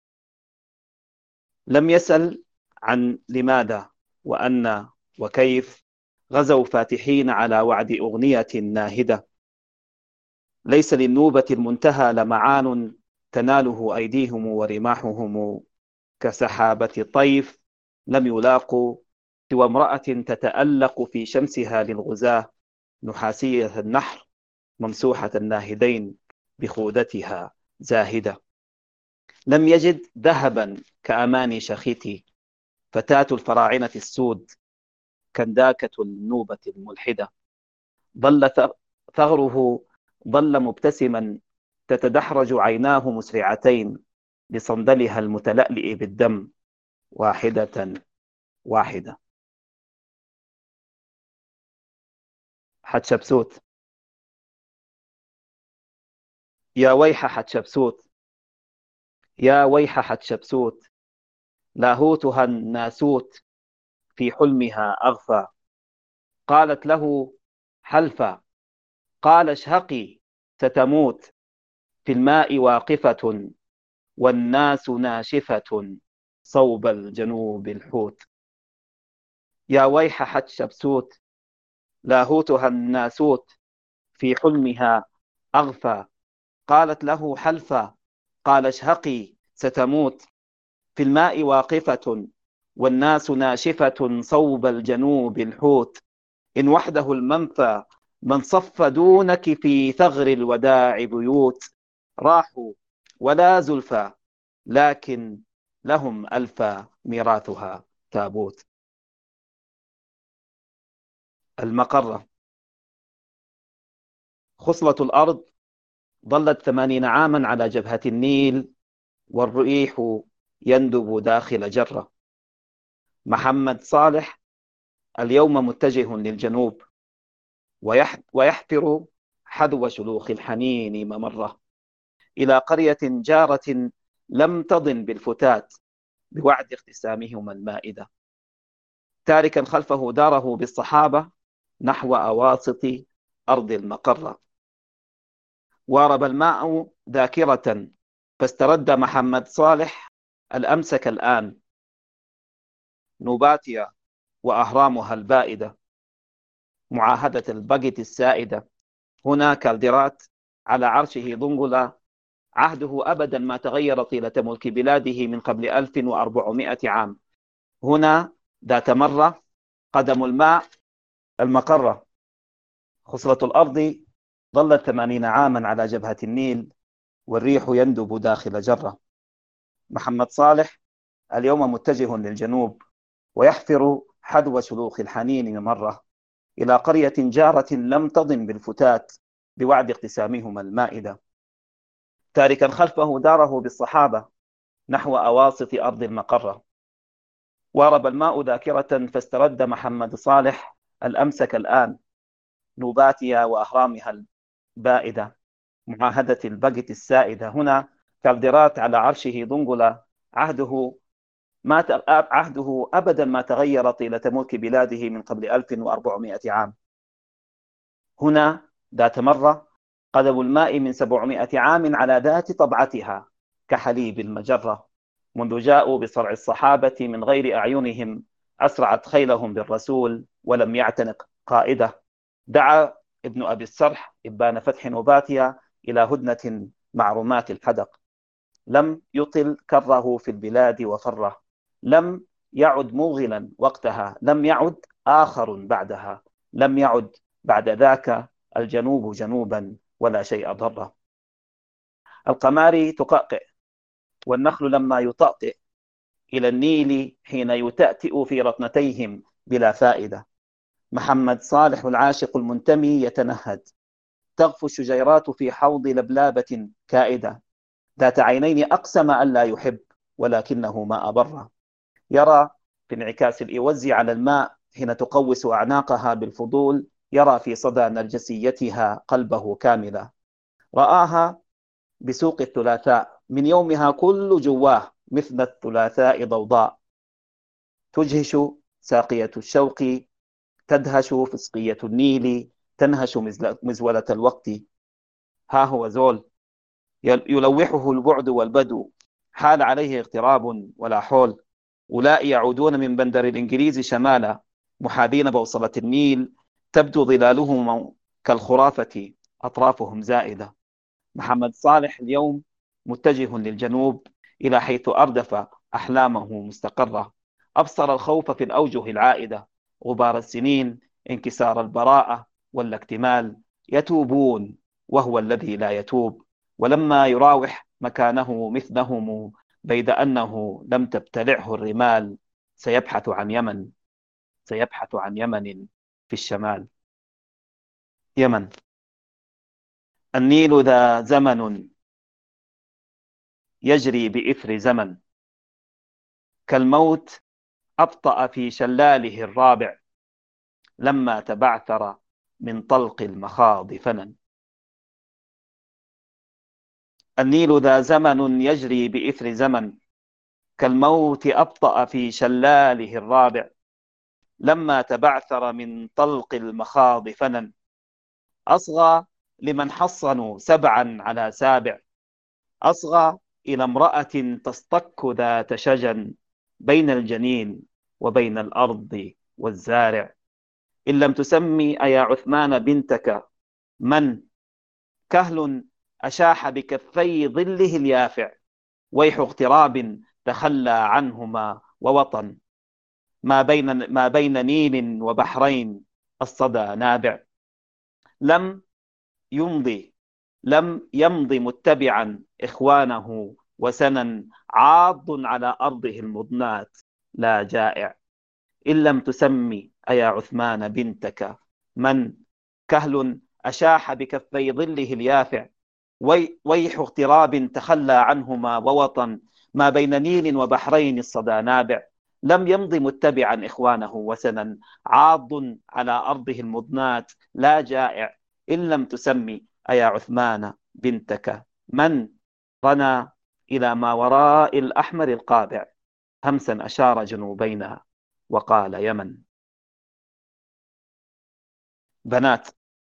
لم يسأل عن لماذا وأن وكيف غزوا فاتحين على وعد أغنية ناهدة. ليس للنوبة المنتهى لمعان تناله أيديهم ورماحهم كسحابة طيف، لم يلاقوا سوى امرأة تتألق في شمسها للغزاة نحاسية النحر ممسوحة الناهدين بخودتها زاهدة. لم يجد ذهبا كأماني شخيتي فتاة الفراعنة السود كنداكة النوبة الملحدة. ظل ثغره ظل مبتسما تتدحرج عيناه مسرعتين لصندلها المتلألئ بالدم واحدة واحدة. حتشبسوت. يا ويح حتشبسوت، يا ويح حتشبسوت، لاهوتها الناسوت في حلمها أغفى. قالت له حلفا، قال اشهقي ستموت، في الماء واقفة والناس ناشفة صوب الجنوب الحوت. يا ويح حتشبسوت، لاهوتها الناسوت في حلمها أغفى. قالت له حلفا، قال اشهقي ستموت، في الماء واقفة والناس ناشفة صوب الجنوب الحوت. إن وحده المنفى من صف دونك في ثغر الوداع بيوت، راحوا ولا زلفى لكن لهم ألفى ميراثها تابوت. المقرة. خصلة الأرض ظلت ثمانين عاما على جبهة النيل والريح يندب داخل جرة. محمد صالح اليوم متجه للجنوب ويحفر حذو شلوخ الحنين ممرة إلى قرية جارة لم تضن بالفتات بوعد اقتسامهما المائدة، تاركا خلفه داره بالصحابة نحو أواسط أرض المقرة. وارب الماء ذاكرة فاسترد محمد صالح الأمسك الآن، نوباتيا وأهرامها البائدة، معاهدة البقت السائدة. هنا كالدرات على عرشه ضنغلا، عهده أبدا ما تغير طيلة ملك بلاده من قبل ألف وأربعمائة عام. هنا ذات مرة قدم الماء المقرة. خصلة الأرض ظلت ثمانين عاما على جبهة النيل والريح يندب داخل جرة. محمد صالح اليوم متجه للجنوب ويحفر حذو شلوخ الحنين مرة إلى قرية جارة لم تضن بالفتات بوعد اقتسامهما المائدة، تاركا خلفه داره بالصحابة نحو أواسط أرض المقرة. وارب الماء ذاكرة فاسترد محمد صالح الأمسك الآن، نوباتيا وأهرامها البائدة، معاهدة البقت السائدة. هنا كالدرات على عرشه ضنغلا، عهده ما ت... عهده أبدا ما تغير طيلة ملك بلاده من قبل ألف وأربعمائة عام. هنا ذات مرة قدم الماء من سبعمائة عام على ذات طبعتها كحليب المجرة، منذ جاءوا بصرع الصحابة من غير أعينهم أسرعت خيلهم بالرسول ولم يعتنق قائده. دعا ابن أبي السرح إبان فتح نوباتيا إلى هدنة مع رماة الحدق، لم يطل كره في البلاد وفره، لم يعد موغلا وقتها، لم يعد آخر بعدها، لم يعد بعد ذاك الجنوب جنوبا ولا شيء ضره. القماري تقأقئ والنخل لما يطأطئ إلى النيل حين يتأتئ في رطنتيهم بلا فائدة. محمد صالح العاشق المنتمي يتنهد، تغفو الشجيرات في حوض لبلابة كائدة، ذات عينين أقسم أن لا يحب ولكنه ما أبره. يرى في انعكاس الإوز على الماء حين تقوس أعناقها بالفضول، يرى في صدى نرجسيتها قلبه كاملا. رآها بسوق الثلاثاء، من يومها كل جواه مثل الثلاثاء ضوضاء، تجهش ساقية الشوق، تدهش فسقية النيل، تنهش مزولة الوقت. ها هو زول يلوحه البعد والبدو، حال عليه اغتراب ولا حول. أولئك يعودون من بندر الإنجليز شمالا، محاذين بوصلة النيل، تبدو ظلالهم كالخرافة، أطرافهم زائدة. محمد صالح اليوم متجه للجنوب إلى حيث أردف أحلامه مستقرة، أبصر الخوف في الأوجه العائدة، غبار السنين، انكسار البراءة والاكتمال. يتوبون وهو الذي لا يتوب، ولما يراوح مكانه مثلهم بيد أنه لم تبتلعه الرمال، سيبحث عن يمن، سيبحث عن يمن في الشمال. يمن. النيل ذا زمن يجري بإثر زمن، كالموت أبطأ في شلاله الرابع، لما تبعثر من طلق المخاض فنن. النيل ذا زمن يجري بإثر زمن، كالموت أبطأ في شلاله الرابع، لما تبعثر من طلق المخاض فنن. أصغى لمن حصنوا سبعا على سابع، أصغى إلى امرأة تصطك ذات شجن بين الجنين وبين الأرض والزارع. إن لم تسمي أيا عثمان بنتك من، كهل أشاح بكفي ظله اليافع، ويح اغتراب تخلى عنهما ووطن. ما بين ما بين نيل وبحرين الصدى نابع. لم يمضي لم يمضي متبعا إخوانه وسنا، عاض على أرضه المضنات لا جائع. إن لم تسمي أيا عثمان بنتك من، كهل أشاح بكفي ظله اليافع. وي ويح اغتراب تخلى عنهما ووطن، ما بين نيل وبحرين الصدى نابع. لم يمض متبعا إخوانه وسنا، عاض على أرضه المضنات لا جائع. إن لم تسمي أيا عثمان بنتك من، رنى إلى ما وراء الأحمر القابع، همسا أشار جنوبينا وقال يمن. بنات.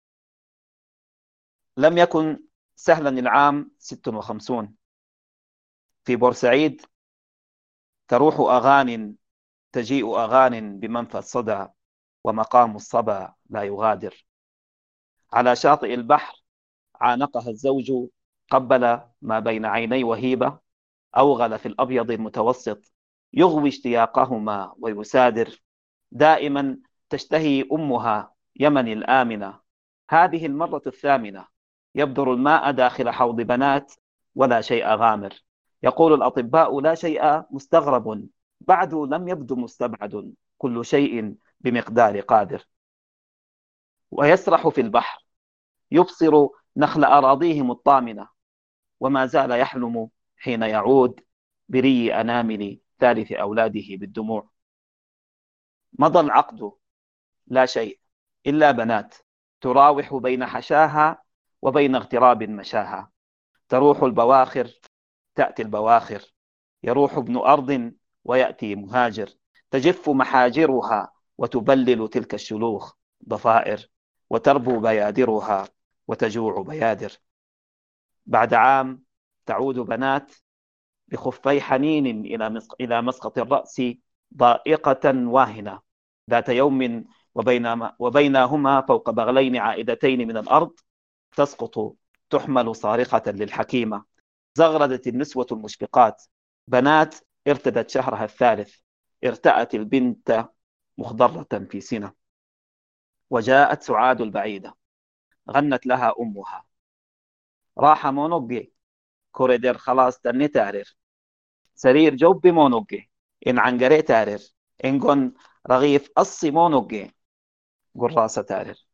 لم يكن سهلا العام ست وخمسون في بورسعيد، تروح أغان تجيء أغان بمنفى الصدى، ومقام الصبا لا يغادر. على شاطئ البحر عانقها الزوج، قبل ما بين عيني وهيبة، أوغل في الأبيض المتوسط، يغوي اشتياقهما ويسادر. دائما تشتهي أمها يمن الآمنة، هذه المرة الثامنة يبدر الماء داخل حوض بنات ولا شيء غامر. يقول الأطباء لا شيء مستغرب، بعد لم يبدو مستبعد، كل شيء بمقدار قادر. ويسرح في البحر يبصر نخل أراضيهم الطامنة، وما زال يحلم حين يعود بري أنامل ثالث أولاده بالدموع. مضى العقد، لا شيء إلا بنات تراوح بين حشاها وبين اغتراب مشاها. تروح البواخر تأتي البواخر، يروح ابن أرض ويأتي مهاجر. تجف محاجرها وتبلل تلك الشلوخ ضفائر، وتربو بيادرها وتجوع بيادر. بعد عام تعود بنات بخفي حنين إلى مسقط الرأس، ضائقة واهنة. ذات يوم وبينما وبينهما فوق بغلين عائدتين من الأرض، تسقط تحمل صارخة للحكيمة. زغردت النسوة المشفقات، بنات ارتدت شهرها الثالث. ارتأت البنت مخضرة في سنة، وجاءت سعاد البعيدة، غنت لها أمها: راح مونوجي كوريدير خلاص تني تارير، سرير جوبي مونوجي إن عنقري تارير، إن قن رغيف أصي مونوجي قراسة تارير.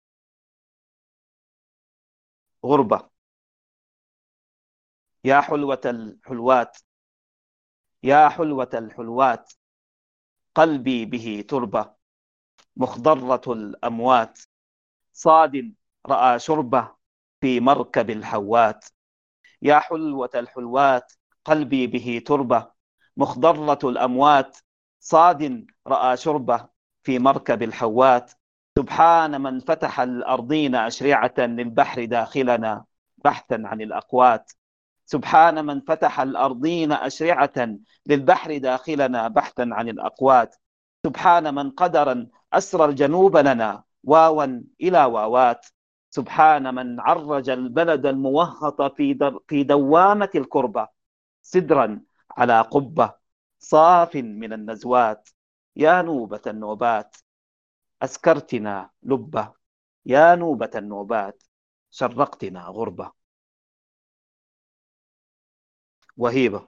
غربة. يا حلوة الحلوات، يا حلوة الحلوات، قلبي به تربة، مخضرة الأموات، صاد رأى شربة في مركب الحوات. يا حلوة الحلوات، قلبي به تربة، مخضرة الأموات، صاد رأى شربة في مركب الحوات. سبحان من فتح الأرضين أشرعة للبحر داخلنا بحثا عن الأقوات. سبحان من فتح الأرضين أشرعة للبحر داخلنا بحثا عن الأقوات. سبحان من قدرا أسرى الجنوب لنا واوا إلى واوات. سبحان من عرج البلد الموهط في, در في دوامة الكربة، سدرا على قبة صاف من النزوات. يا نوبة النوبات أسكرتنا لبة، يا نوبة النوبات شرقتنا غربة. وهيبة.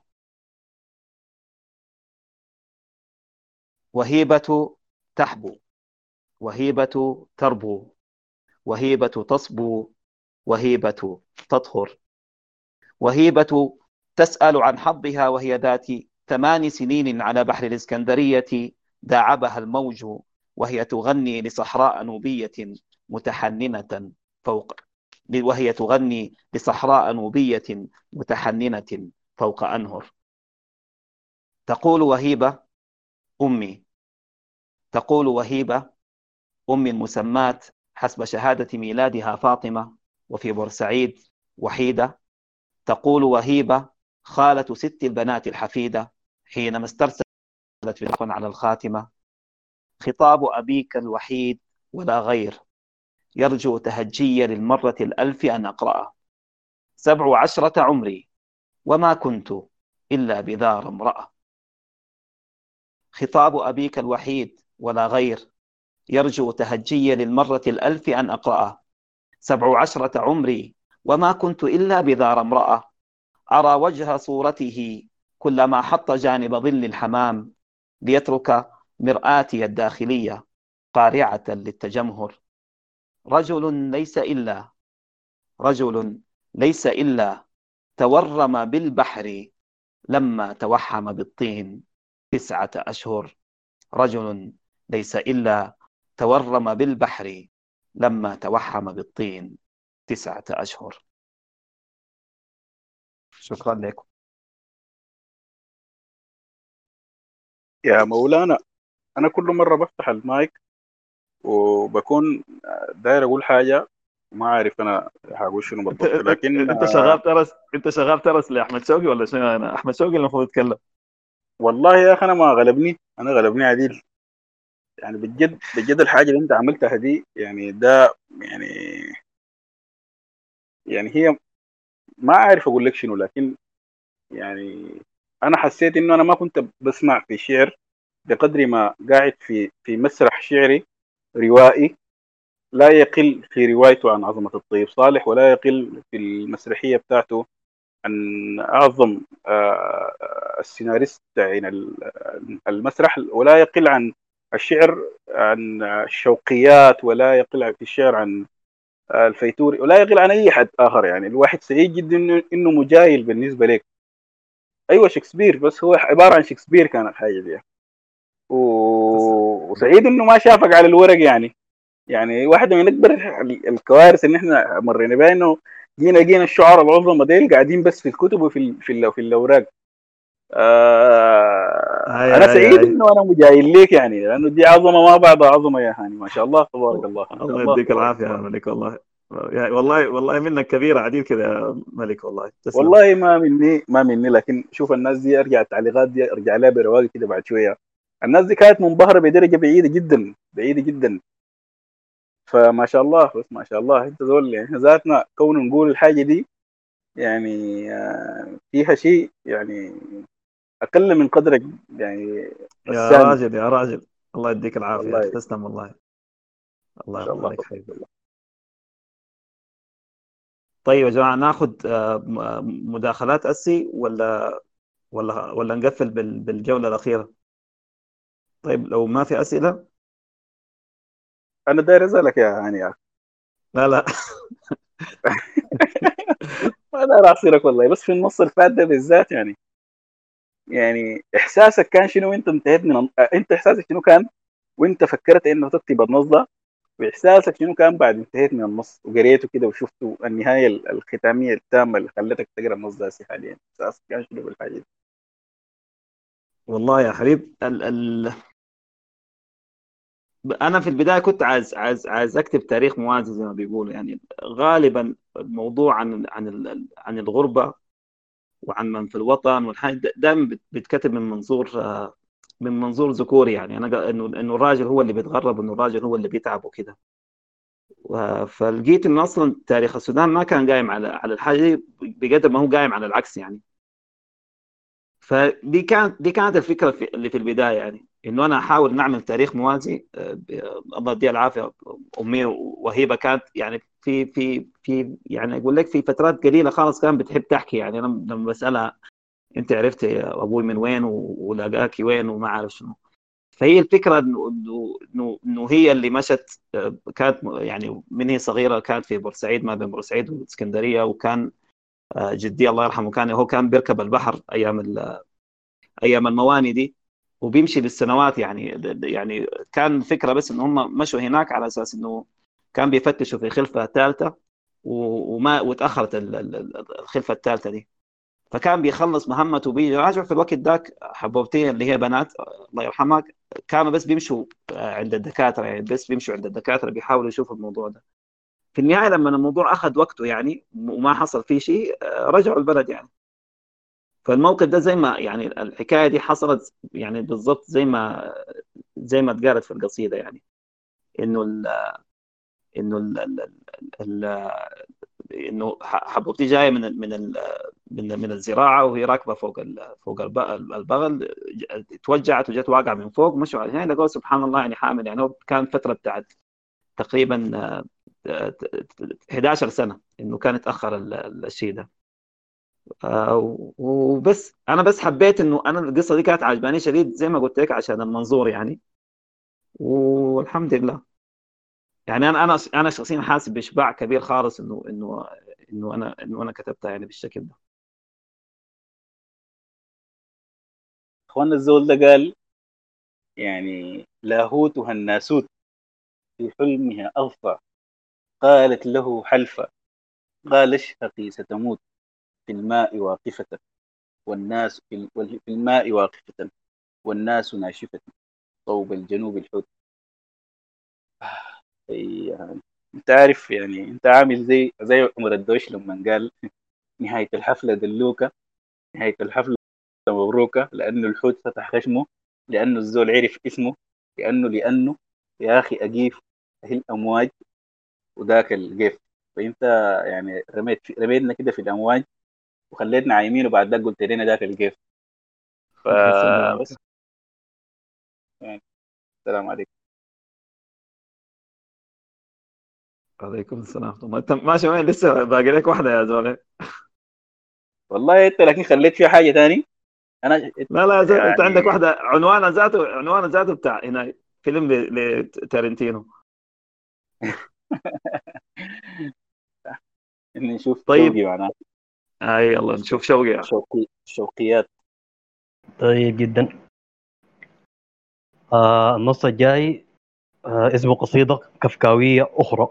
وهيبة تحبو، وهيبة تربو، وهيبة تصبو، وهيبة تطهر. وهيبة تسأل عن حظها وهي ذات ثمان سنين على بحر الإسكندرية، داعبها الموج وهي تغني لصحراء نوبية متحننة فوق وهي تغني لصحراء نوبية متحننة فوق أنهر. تقول وهيبة: أمي. تقول وهيبة: أم المسماة حسب شهادة ميلادها فاطمة، وفي بورسعيد وحيدة. تقول وهيبة: خالة ست البنات الحفيدة، حينما استرسلت في على الخاتمة: خطاب أبيك الوحيد ولا غير، يرجو تهجي للمرة الألف أن أقرأه. سبع عشرة عمري وما كنت إلا بذار امرأة. خطاب أبيك الوحيد ولا غير، يرجو تهجي للمرة الألف أن أقرأه. سبع عشرة عمري وما كنت إلا بذار امرأة، أرى وجه صورته كلما حط جانب ظل الحمام، ليترك مرآتي الداخلية قارعة للتجمهر. رجل ليس إلا رجل ليس إلا تورم بالبحر لما توحم بالطين تسعة أشهر. رجل ليس إلا تورم بالبحر لما توحم بالطين تسعة أشهر. شكرا لكم. يا مولانا، أنا كل مرة بفتح المايك وبكون داير أقول حاجة وما عارف أنا هقول شنو انت بالضبط، لكن انت شغال ترس انت شغال ترس لاحمد شوقي ولا شنو؟ انا احمد شوقي اللي المفروض يتكلم. والله يا أخي أنا ما غلبني، أنا غلبني عديل. يعني بجد بجد الحاجة اللي أنت عملتها دي يعني ده يعني يعني هي ما عارف أقول لك شنو، لكن يعني أنا حسيت إنه أنا ما كنت بسمع في شعر بقدر ما قاعد في في مسرح شعري روائي لا يقل في روايته عن عظمة الطيب صالح، ولا يقل في المسرحية بتاعته عن أعظم آه، السيناريست عن المسرح، ولا يقل عن الشعر عن الشوقيات، ولا يقل في الشعر عن الفيتوري، ولا يقل عن أي حد آخر. يعني الواحد سعيد جدا إنه إنه مجايل بالنسبة لك. أيوة شكسبير، بس هو عبارة عن شكسبير كان الحاجة دي. و- وسعيد إنه ما شافك على الورق. يعني يعني واحدة من أكبر ال- الكوارث اللي إحنا مرينا بها إنه جينا لقينا الشعراء العظمى ديل قاعدين بس في الكتب وفي ال- في ال- في الأوراق. آه هاي أنا هاي سعيد هاي إنه أنا مجايل ليك، يعني لأنه دي عظمة ما بعدها عظمة يا هاني. ما شاء الله تبارك الله، ما شاء الله الله يديك تبارك العافيه يا الله. ملك والله. يعني والله والله منك كبيره عديد كذا يا ملك، والله تسلم. والله ما مني ما مني لكن شوف الناس دي، أرجع التعليقات دي أرجع لها برواقي كده بعد شوية. الناس دي كانت منبهرة بدرجة بعيدة جدا بعيدة جدا. فما شاء الله، بس ما شاء الله انت زول. يعني احنا ذاتنا كون نقول الحاجه دي يعني آه، فيها شيء يعني اقل من قدرك يعني يا السامي. راجل يا راجل، الله يديك العافيه يا اخي، والله تسلم والله. ما الله شاء يرضى الله عليك تبارك حبيبي. الله. طيب يا جماعه، ناخذ آه، م- مداخلات اسي ولا ولا ولا نقفل بال- بالجوله الاخيره؟ طيب لو ما في اسئله. انا داير اسالك يا هاني يا أخي. لا لا. ما داير اعصرك والله، بس في النص اللي فات ده بالذات يعني يعني احساسك كان شنو وانت انتهيت من آه، انت احساسك شنو كان وانت فكرت انه تكتب النص ده، واحساسك شنو كان بعد انتهيت من النص وقريته كده وشفته النهايه الختاميه التامه اللي خلتك تقرا النص ده هسي حاليا؟ احساسك كان شنو بالحاجه دي؟ والله يا حبيب ال ال انا في البدايه كنت عايز عايز عايز اكتب تاريخ موازي زي ما بيقولوا. يعني غالبا الموضوع عن عن ال- عن الغربه وعن من في الوطن والحاجة دائما بيتكتب من منظور آه، من منظور ذكوري. يعني انا قا- انه انه الراجل هو اللي بيتغرب وانه الراجل هو اللي بيتعب وكده. و- فلقيت انه اصلا تاريخ السودان ما كان قايم على على الحاجه دي بقدر ما هو قايم على العكس يعني. فدي كانت دي كانت الفكره في اللي في البدايه، يعني انه انا احاول نعمل تاريخ موازي. آه، ب- الله يديها العافيه امي وهيبه كانت يعني في في في يعني اقول لك في فترات قليله خالص كانت بتحب تحكي. يعني انا لما بسالها انت عرفت ابوي من وين و- ولقاكي وين وما عارف شنو. فهي الفكره انه انه انه إنه هي اللي مشت. آه، كانت يعني من هي صغيره كانت في بورسعيد، ما بين بورسعيد والاسكندريه. وكان آه، جدي الله يرحمه كان هو كان بيركب البحر ايام ال- ايام المواني دي، وبيمشي بالسنوات. يعني يعني كان فكره بس ان هم مشوا هناك على اساس انه كان بيفتشوا في خلفه ثالثه، وما وتاخرت ال- ال- الخلفه الثالثه دي. فكان بيخلص مهمته بيجي راجع. في الوقت ذاك حبوبتين اللي هي بنات الله يرحمها كانوا بس بيمشوا عند الدكاتره، يعني بس بيمشوا عند الدكاتره بيحاولوا يشوفوا الموضوع ده. في النهايه لما الموضوع اخذ وقته يعني وما حصل فيه شيء، رجعوا البلد يعني. فالموقف ده زي ما يعني الحكايه دي حصلت يعني بالضبط زي ما زي ما اتقالت في القصيده. يعني انه ال انه ال ال ال انه حبوبتي جايه من ال من ال من من الزراعه، وهي راكبه فوق ال فوق البغل، توجعت وجت واقعه من فوق، مشوا على هنا لقوا سبحان الله يعني حامل. يعني هو كان فتره بتاعت تقريبا إحدى عشرة سنه انه كان يتاخر الشيء ده. وبس انا بس حبيت انه انا القصه دي كانت عجباني شديد زي ما قلت لك عشان المنظور يعني، والحمد لله. يعني انا انا انا شخصيا حاسس باشباع كبير خالص انه انه انه انا انه انا كتبتها يعني بالشكل ده. اخوانا الزول ده قال يعني لاهوتها الناسوت في حلمها أغفى، قالت له حلفا، قال اشهقي ستموت في الماء واقفة والناس في في الماء واقفة والناس ناشفة صوب الجنوب الحوت. يعني انت عارف يعني انت عامل زي زي عمر الدوش لما قال نهاية الحفلة دلوكة، نهاية الحفلة مبروكة، لأنه الحوت فتح خشمه، لأنه الزول عرف اسمه، لأنه لأنه يا أخي أجيف هي الأمواج وذاك الجيف. فأنت يعني رميت في رميتنا كده في الأمواج وخليتنا عايمين، وبعد ذاك قلت لنا ذاك الجيف. فبس يعني السلام عليكم. عليكم السلام. طب انت ماشي وين؟ لسه باقي لك واحده يا زول. والله انت لكن خليت فيها حاجه ثاني. انا لا لا زي... انت عندك يعني واحده عنوانها ذاته عنوانها ذاته بتاع هنا فيلم لتارنتينو. نشوف طيب شوقي معناه. اي يلا نشوف شوقي. شوقي شوقيات. طيب جدا. آه النص الجاي آه اسمه قصيدة كفكاوية أخرى.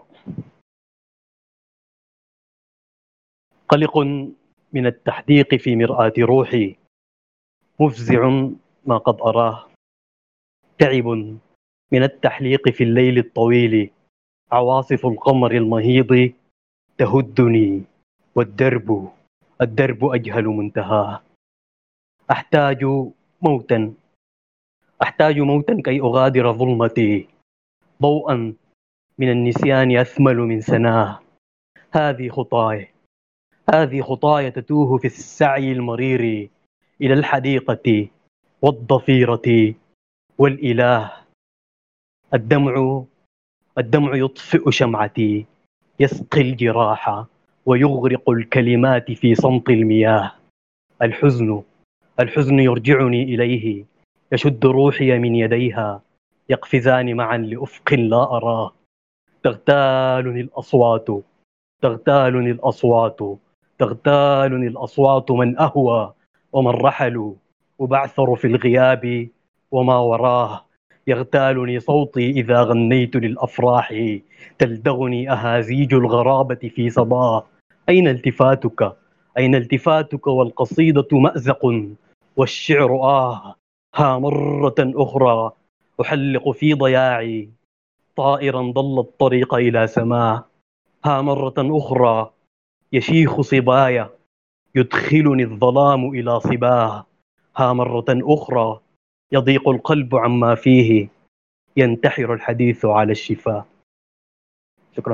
قلق من التحديق في مرآة روحي، مفزع ما قد أراه، تعب من التحليق في الليل الطويل، عواصف القمر المهيض تهدني، والدرب الدرب أجهل منتهاه. أحتاج موتا أحتاج موتا كي أغادر ظلمتي، ضوءا من النسيان أثمل من سناه. هذه خطاي هذه خطاي تتوه في السعي المرير إلى الحديقة والضفيرة والإله. الدمع الدمع يطفئ شمعتي، يسقي الجراح ويغرق الكلمات في صمت المياه. الحزن الحزن يرجعني إليه، يشد روحي من يديها، يقفزان معا لأفق لا أراه. تغتالني الأصوات تغتالني الأصوات تغتالني الأصوات من أهوى ومن رحلوا، وبعثر في الغياب وما وراه. يغتالني صوتي إذا غنيت للأفراح، تلدغني أهازيج الغرابة في صباه. أين التفاتك أين التفاتك والقصيدة مأزق والشعر آه. ها مرة أخرى أحلق في ضياعي، طائرا ضل الطريق إلى سماه. ها مرة أخرى يشيخ صبايا، يدخلني الظلام إلى صباه. ها مرة أخرى يضيق القلب عما فيه، ينتحر الحديث على الشفاه. شكرا.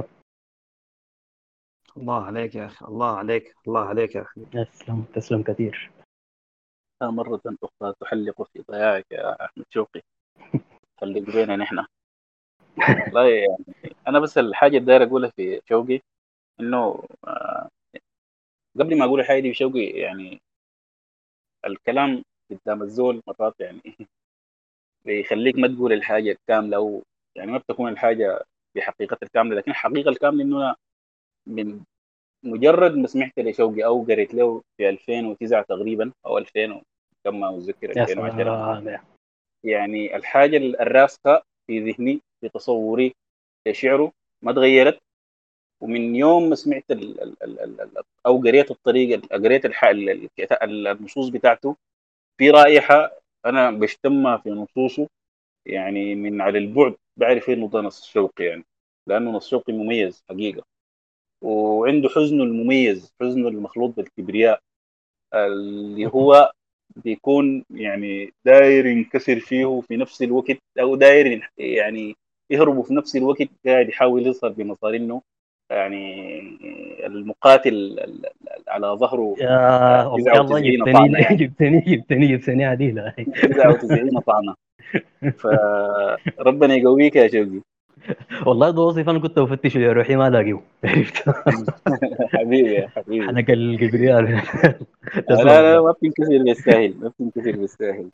الله عليك يا اخي، الله عليك، الله عليك يا اخي. تسلم تسلم كثير. ها مرة أخرى تحلق في ضياعك يا أحمد شوقي، خليك بينا نحن. والله يعني أنا بس الحاجة اللي داير أقولها في شوقي إنه آه، قبل ما أقول الحاجة دي في شوقي، يعني الكلام قدام الزول مرات يعني بيخليك ما تقول الحاجة الكاملة، أو يعني ما بتكون الحاجة بحقيقتها الكاملة، لكن الحقيقة الكاملة إنه أنا من مجرد ما سمعت لشوقي او قريت له في ألفين وتسعة تقريبا او ألفين كم ما اتذكر يا ألفين وعشرة، سلام. يعني الحاجه الراسخه في ذهني في تصوري لشعره ما تغيرت. ومن يوم ما سمعت ال ال ال ال ال او قريت الطريقه، قريت الح- ال- ال- النصوص بتاعته في رائحه انا بشتمها في نصوصه، يعني من على البعد بعرف انه ده نص شوقي، يعني لانه نص شوقي مميز حقيقه، وعنده حزنه المميز، حزنه المخلوط بالكبرياء، اللي هو بيكون يعني داير ينكسر فيه وفي نفس الوقت، او داير يعني يهرب في نفس الوقت، قاعد يحاول يظهر بمظهر انه يعني المقاتل ال- ال- على ظهره يا والله تسعة يلا وتسعين جبتني طعنة، يعني جبتني جبتني جبتني عديلة. تسعة وتسعين طعنة. فربنا يقويك يا شوقي. والله ده وظيفة أنا كنت بفتش يا روحي ما لاقيه. عرفت. حبيبي يا حبيبي. حنك الكبرياء. لا تسلم لا والله. ما بتنكسر بالساهل، ما بتنكسر بالساهل.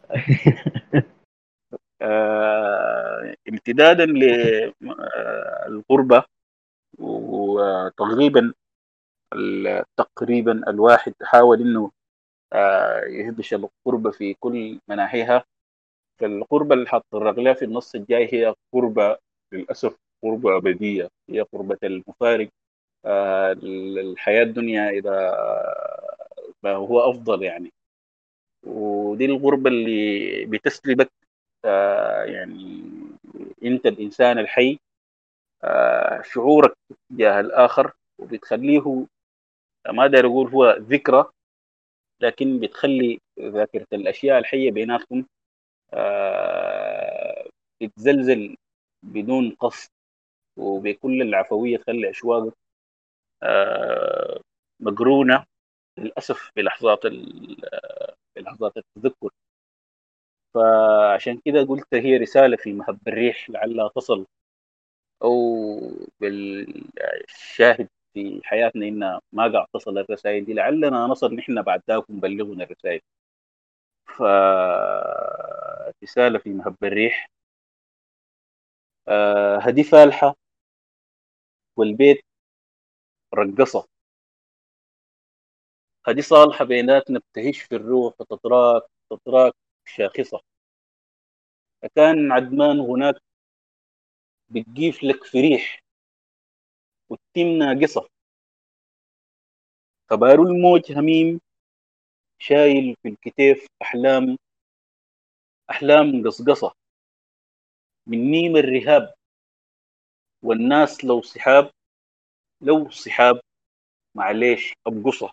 آه امتدادا للغربة، وتقريبا تقريبا الواحد حاول انه آه يهبش الغربة في كل مناحيها. فالغربة اللي حتطرق لها في النص الجاي هي غربة للأسف غربة أبدية، هي غربة المفارق آه الحياة الدنيا إذا ما هو أفضل يعني. ودي الغربة اللي بتسلبك آه يعني أنت الإنسان الحي آه شعورك تجاه الآخر، وبتخليه ما داير أقول هو ذكرى، لكن بتخلي ذاكرة الأشياء الحية بيناتكم آه تتزلزل بدون قصد وبكل العفوية، تخلي أشواقك آه مقرونة للأسف بلحظات بلحظات التذكر. فعشان كده قلت هي رسالة في مهب الريح لعلها تصل، أو بالشاهد في حياتنا إن ما قاعد تصل الرسائل دي، لعلنا نصل نحن بعد ذاك نبلغنا الرسائل. فرسالة في مهب الريح. آه هدي فالحة والبيت رقصة، هدي صالحة بيناتنا بتهش في الروح وتتراك تتراك شاخصة. كان عدمان هناك بتجيف لك في ريح والتم ناقصة. خبار الموج هميم شايل في الكتاف أحلام أحلام قصقصة من نيم الرهاب. والناس لو صحاب لو صحاب معليش أبقصة.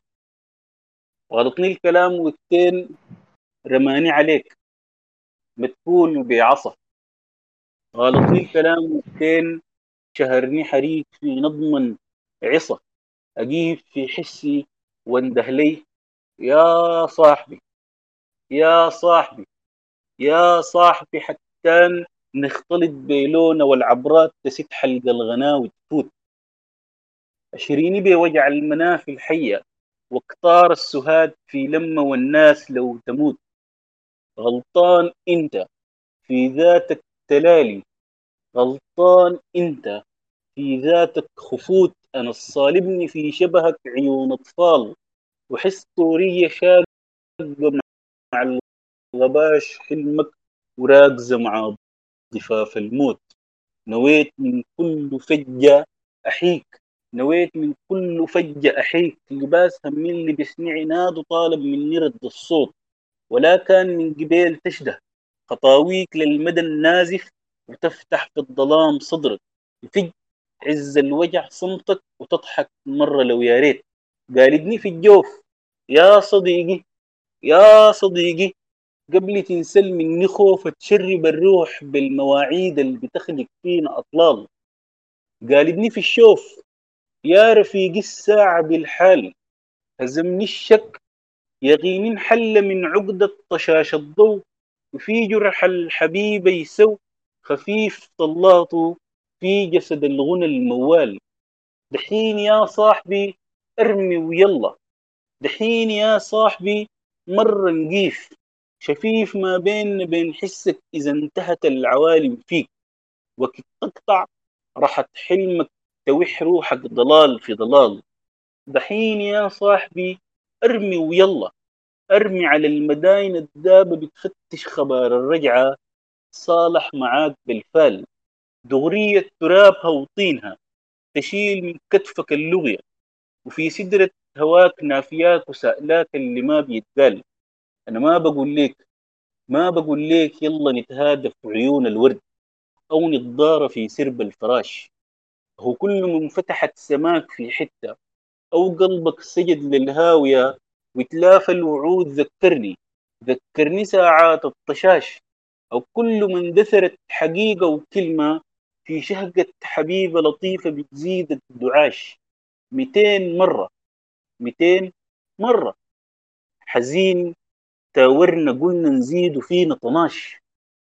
غلطني الكلام وقتين رماني عليك متكون بعصا. غلطني الكلام وقتين شهرني حريك في نظما عصا. أجيب في حسي وانده لي يا صاحبي يا صاحبي يا صاحبي، حتى نختلط بيلونا والعبرات تسد حلق الغناوي تفوت. أشريني بوجع المنافي الحية واقطار السهاد في لمة والناس لو تموت. غلطان انت في ذاتك تلالي، غلطان انت في ذاتك خفوت. انا الصالبني في شبهك عيون اطفال، وحس طورية شاقة مع الغباش حلمك وراكزة مع ضفاف الموت. نويت من كل فجة أحيك نويت من كل فجة أحيك لباس هم اللي بيسمع عناد وطالب مني رد الصوت. ولا كان من قبيل تشده خطاويك للمدى النازف وتفتح في الظلام صدرك. يفج عز الوجع صمتك وتضحك مرة لو يا ريت. قالدني في الجوف يا صديقي يا صديقي قبل تنسل مني خوف تشرب الروح بالمواعيد اللي بتخلق فينا أطلال. قالدني في الشوف يا رفيقي الساعة بالحال. هزمني الشك يغيني حل من عقدة طشاش الضوء. وفي جرح الحبيب يسو خفيف طلاته في جسد الغنى الموال. دحين يا صاحبي ارمي ويلا، دحين يا صاحبي مرة نقيف شفيف ما بيننا بين حسك إذا انتهت العوالم فيك. وقت تقطع راحت حلمك توح روحك ضلال في ضلال. دحين يا صاحبي ارمي ويلا، ارمي على المداين الدابة بتفتش خبر الرجعة. صالح معاك بالفال دغرية ترابها وطينها تشيل من كتفك اللغية. وفي سدرة هواك نافياك وسألاك اللي ما بيتقال. أنا ما بقول ليك ما بقول ليك يلا نتهادى في عيون الورد أو نتضارى في سرب الفراش. هو كل من فتحت سماك في حتة أو قلبك سجد للهاوية وتلافى الوعود ذكرني ذكرني ساعات الطشاش. أو كل من دثرت حقيقة وكلمة في شهقة حبيبة لطيفة بتزيد الدعاش ميتين مرة، ميتين مرة. حزين تاورنا قلنا نزيد فينا طناش.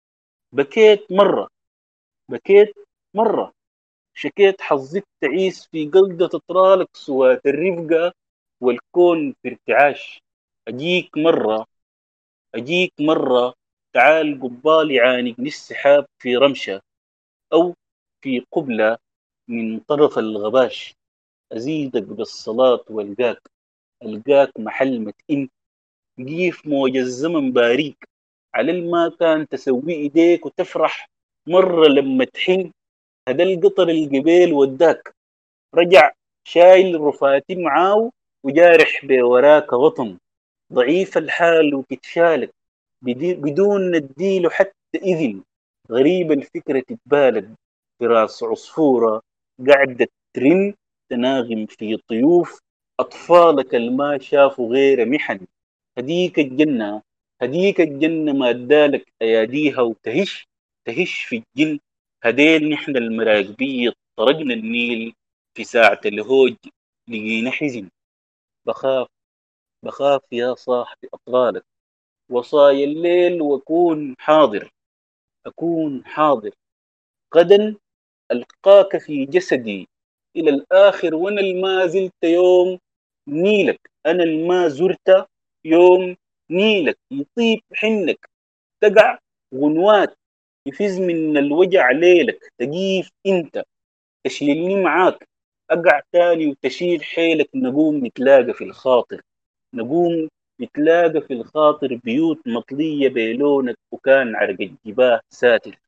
بكيت مرة، بكيت مرة. شكيت حظك تعيس في قلدة تطرالك سوات الرفقة والكون في ارتعاش. أجيك مرة، أجيك مرة، تعال قبالي عانقني السحاب في رمشة أو في قبلة من طرف الغباش. أزيدك بالصلاة والقاك، ألقاك محل متئن. جيف موج الزمن باريك على ما كان تسوي إيديك وتفرح مرة لما تحن. هذا القطر القبيل وداك رجع شايل رفاتي معاو وجارح بوراك غطم. ضعيف الحال وتتشالك بدي- بدون نديله حتى إذن. غريب الفكرة تتبالد في راس عصفورة قاعدة ترن تناغم في طيوف أطفالك الما شافوا غير محن. هديك الجنة، هديك الجنة ما ادالك أياديها وتهش، تهش في الجن. هديل نحن المراقبية طرقنا النيل في ساعة الهوج لقينا حزن. بخاف، بخاف يا صاحبي أطغالك وصايا الليل وأكون حاضر، أكون حاضر. غدا ألقاك في جسدي إلى الآخر وأنا الما زلت يوم نيلك. أنا الما زرت يوم نيلك. يطيب حنك تقع غنوات يفز من الوجع ليلك. تجيف انت تشيلني معاك اقع تاني وتشيل حيلك. نقوم نتلاقى في الخاطر، نقوم نتلاقى في الخاطر بيوت مطلية بلونك وكان عرق الجباه ساتر.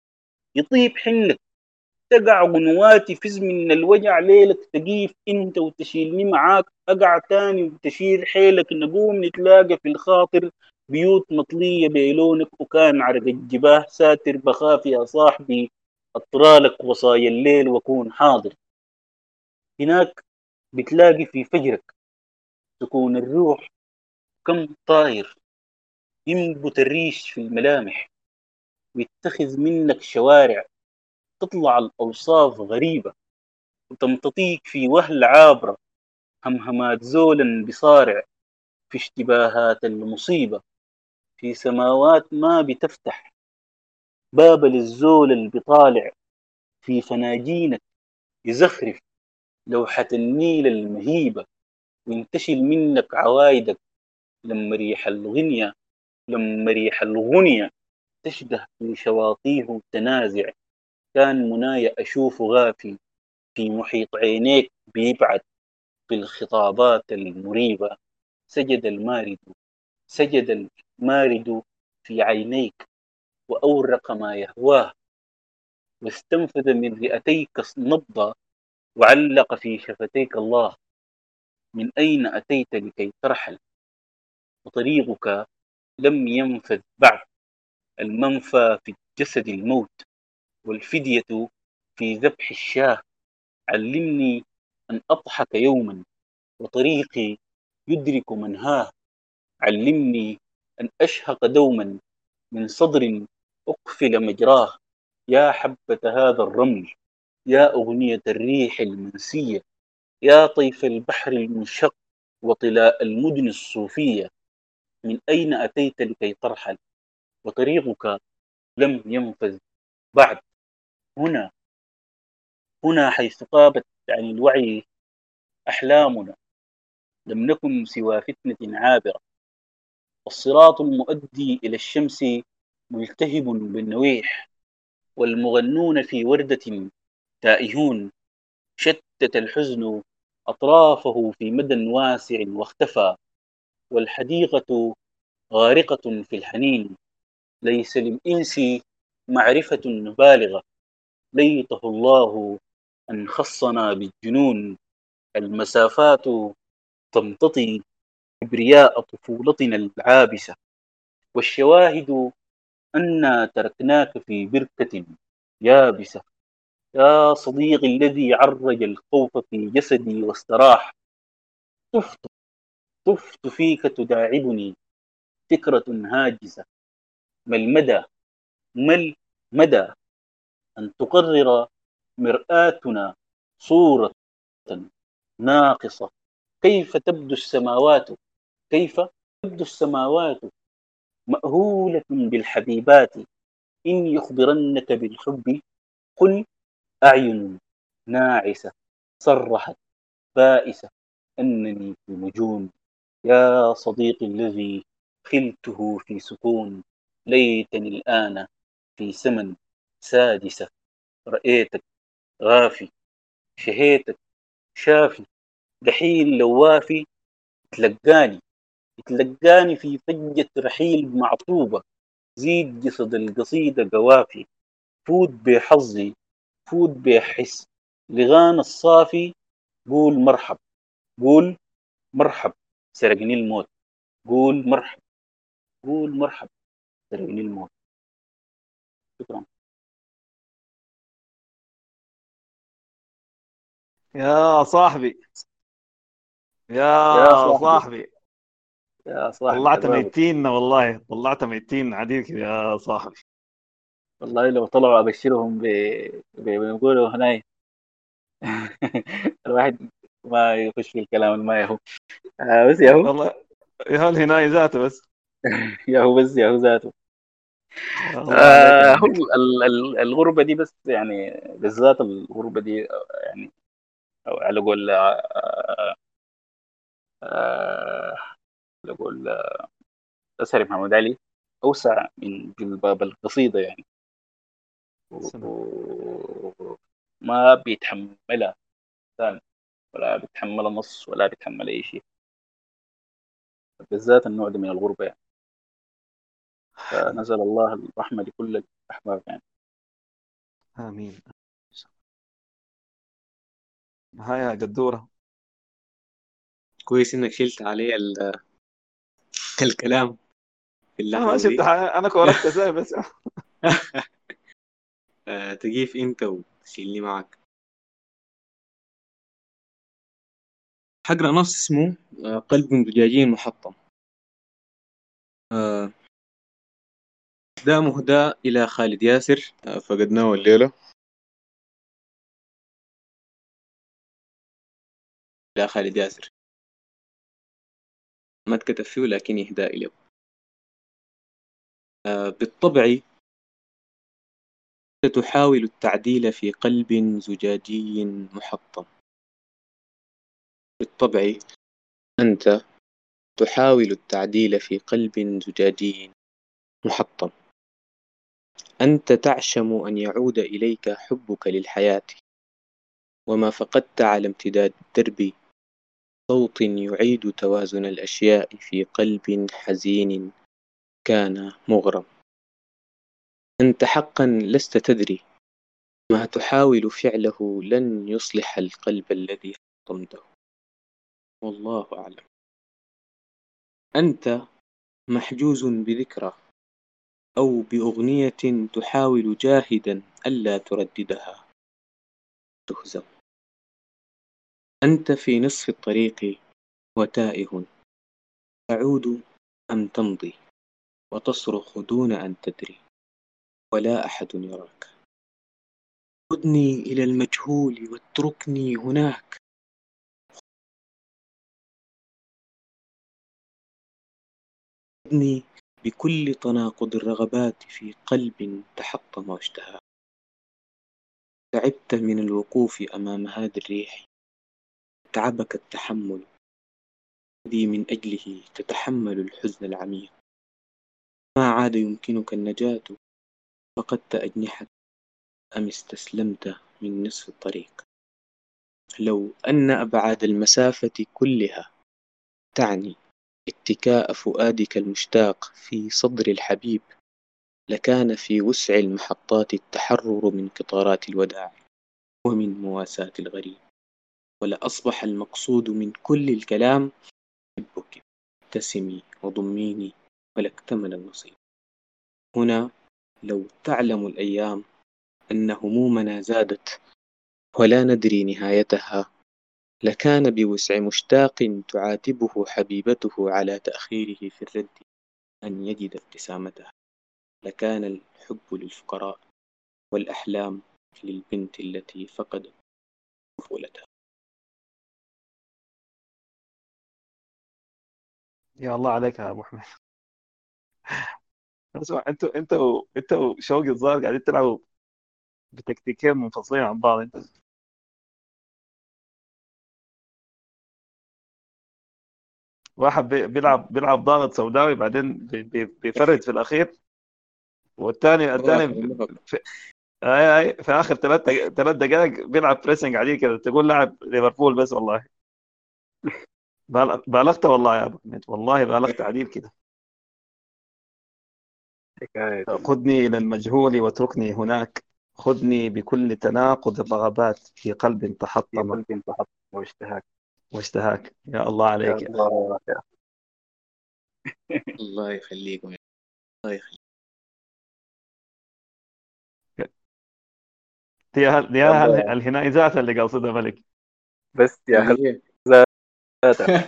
يطيب حنك تقع غنواتي فز من الوجع ليلك. تجيف انت وتشيلني معاك اقع تاني وتشيل حيلك. نقوم نتلاقى في الخاطر بيوت مطلية بلونك وكان عرق الجباه ساتر. بخاف يا صاحبي اطرالك وصايا الليل واكون حاضر. هناك بتلاقي في فجرك تكون الروح كم طاير ينبت الريش في الملامح ويتخذ منك شوارع تطلع الأوصاف غريبة وتمتطيك في وهلة عابرة. همهمات زولا بصارع في اشتباهات المصيبة في سماوات ما بتفتح. باب للزول اللي بيطالع في فناجينك يزخرف لوحة النيل المهيبة وينتشل منك عوايدك. لما ريح الغنية، لما ريح الغنية تشده في شواطيه تنازع. كان منايا أشوف غافي في محيط عينيك بيبعد في الخطابات المريبة. سجد المارد، سجد المارد في عينيك وأورق ما يهواه واستنفذ من رئتيك نبضة وعلق في شفتيك الله. من أين أتيت لكي ترحل وطريقك لم ينفذ بعد. المنفى في الجسد الموت والفدية في ذبح الشاه. علمني أن أضحك يوما وطريقي يدرك منهاه. علمني أن أشهق دوما من صدر أقفل مجراه. يا حبة هذا الرمل، يا أغنية الريح المنسية، يا طيف البحر المنشق وطلاء المدن الصوفية. من أين أتيت لكي ترحل وطريقك لم ينفذ بعد. هنا، هنا حيث غابت عن الوعي أحلامنا. لم نكن سوى فتنة عابرة. الصراط المؤدي إلى الشمس ملتهب بالنويح والمغنون في وردة تائهون. شتت الحزن أطرافه في مدى واسع واختفى والحديقة غارقة في الحنين. ليس للإنس معرفة بالغة. ليته الله أن خصنا بالجنون. المسافات تمتطي كبرياء طفولتنا العابسة والشواهد أنا تركناك في بركة يابسة. يا صديقي الذي عرج الخوف في جسدي واستراح. طفت، طفت فيك تداعبني فكرة هاجسة. ما المدى، ما المدى أن تقرر مرآتنا صورة ناقصة. كيف تبدو السماوات كيف تبدو السماوات مأهولة بالحبيبات، إن يخبرنك بالحب قل أعين ناعسة صرحت بائسة أنني في نجوم. يا صديقي الذي خلته في سكون، ليتني الآن في سمن سادسة. رأيتك غافي، شهيتك شافي، دحين لوافي. تلقاني تلقاني في فجة رحيل معطوبة، زيد جسد القصيدة قوافي. فوت بحظي فوت بحس لغانا الصافي. قول مرحب قول مرحب سرقني الموت. قول مرحب قول مرحب سرقني الموت. شكرا. يا صاحبي، يا يا صاحبي صاحبي، يا صاحبي طلعت حبابك. ميتين والله، طلعت ميتين عديك يا صاحبي. والله لو طلعوا أبشرهم ب... ب... بيقولوا هناي. الواحد ما يخش في الكلام ما يهو. آه بس يهو. والله يا الهناية ذاته بس. يهو بس يهو ذاته. الله عليك يا آه هو ملك. ال- ال- الغربة دي بس يعني، بالذات الغربة دي يعني، أو على قول آه آه على قول أسهر محمد علي، أوسع من جلباب القصيدة يعني. سلام. وما بيتحملها ثاني، ولا بيتحملها نص، ولا بيتحمل أي شيء، بالذات النوع ده من الغربة يعني. فنزل الله الرحمة لكل الأحباب يعني. آمين. هاي يا قدورة. كويس انك شلت علي ال- الكلام في أنا ما اللحظة شلت دي. حاجة، أنا كوركت زي بس. آه، تجيف انت وتشيلني معك. حقنا نص اسمه آه، قلب زجاجي محطم. آه، ده مهدى إلى خالد ياسر، آه، فقدناه الليلة. إلى خالد ياسر، ما اتكتب فيه لكن إهداء له. آه، بالطبع تحاول التعديل في قلب زجاجي محطم. بالطبع أنت تحاول التعديل في قلب زجاجي محطم. أنت تعشم أن يعود إليك حبك للحياة، وما فقدت على امتداد الدرب صوت يعيد توازن الأشياء في قلب حزين كان مغرم. أنت حقا لست تدري ما تحاول فعله لن يصلح القلب الذي حطمته، والله أعلم. أنت محجوز بذكرى أو بأغنية تحاول جاهدا ألا ترددها، تهزم. أنت في نصف الطريق وتائه، تعود أم تمضي وتصرخ دون أن تدري ولا أحد يراك. خذني إلى المجهول واتركني هناك. خذني بكل تناقض الرغبات في قلب تحطم واشتهى. تعبت من الوقوف أمام هذا الريح، تعبك التحمل الذي من أجله تتحمل الحزن العميق. ما عاد يمكنك النجاة، فقدت أجنحة أم استسلمت من نصف الطريق. لو أن أبعاد المسافة كلها تعني اتكاء فؤادك المشتاق في صدر الحبيب، لكان في وسع المحطات التحرر من قطارات الوداع ومن مواساة الغريب، ولأصبح المقصود من كل الكلام حبك. ابتسمي وضميني ولاكتمل النصيب. هنا لو تعلم الأيام أن همومنا زادت ولا ندري نهايتها، لكان بوسع مشتاق تعاتبه حبيبته على تأخيره في الرد أن يجد ابتسامتها. لكان الحب للفقراء والأحلام للبنت التي فقدت طفولتها. يا الله عليك يا ابو حميد. اسمع، انتوا انتوا انتوا شوقي الظاهر قاعدين تلعبوا بتكتيكين منفصلين عن بعض. انت واحد بي- بيلعب بيلعب ضاغط سوداوي، بعدين بي- بي- بيفرد في الاخير، والثاني الثاني مرهق مرهق. في, اي اي في اخر ثلاث ثلاث دقائق بيلعب بريسنج عليه كده، تقول لاعب ليفربول بس. والله بال- بالغت والله يا ابو حميد، والله بالغت عديل كده. حكاية خذني الى المجهول واتركني هناك، خذني بكل تناقض الرغبات في قلب في تحطم قلب تحط واشتهاك. واشتهاك. يا الله يا عليك يا اخي. الله يا الله يخليكم يا الله يخليك. دي هل- دي هل- يلا الهنائزات اللي قاصدها ملك. بس يا ما هل هي ذاتها.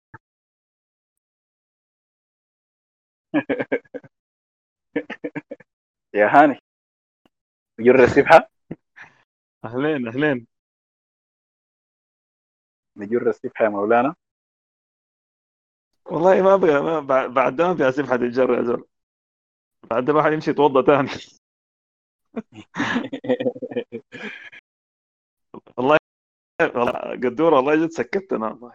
يا هاني نجر السبحة، اهلين اهلين. نجر السبحة يا مولانا. والله ما بقى ما بع- بعد ما في اسف حد يتجرى يا زول، بعد الواحد يمشي يتوضا ثاني. والله والله قدور، والله جد سكتنا والله.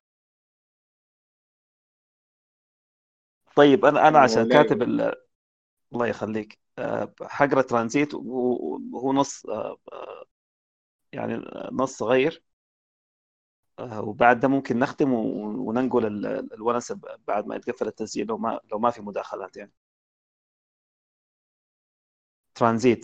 طيب انا انا يا عشان مولاي. كاتب ال... الله يخليك، آه، حقرا ترانزيت، وهو وهو نص، آه، آه، يعني نص صغير، آه، وبعد ده ممكن نختم و- وننقل ال- الونس بعد ما يتقفل التسجيل، لو ما لو ما في مداخلات يعني. ترانزيت.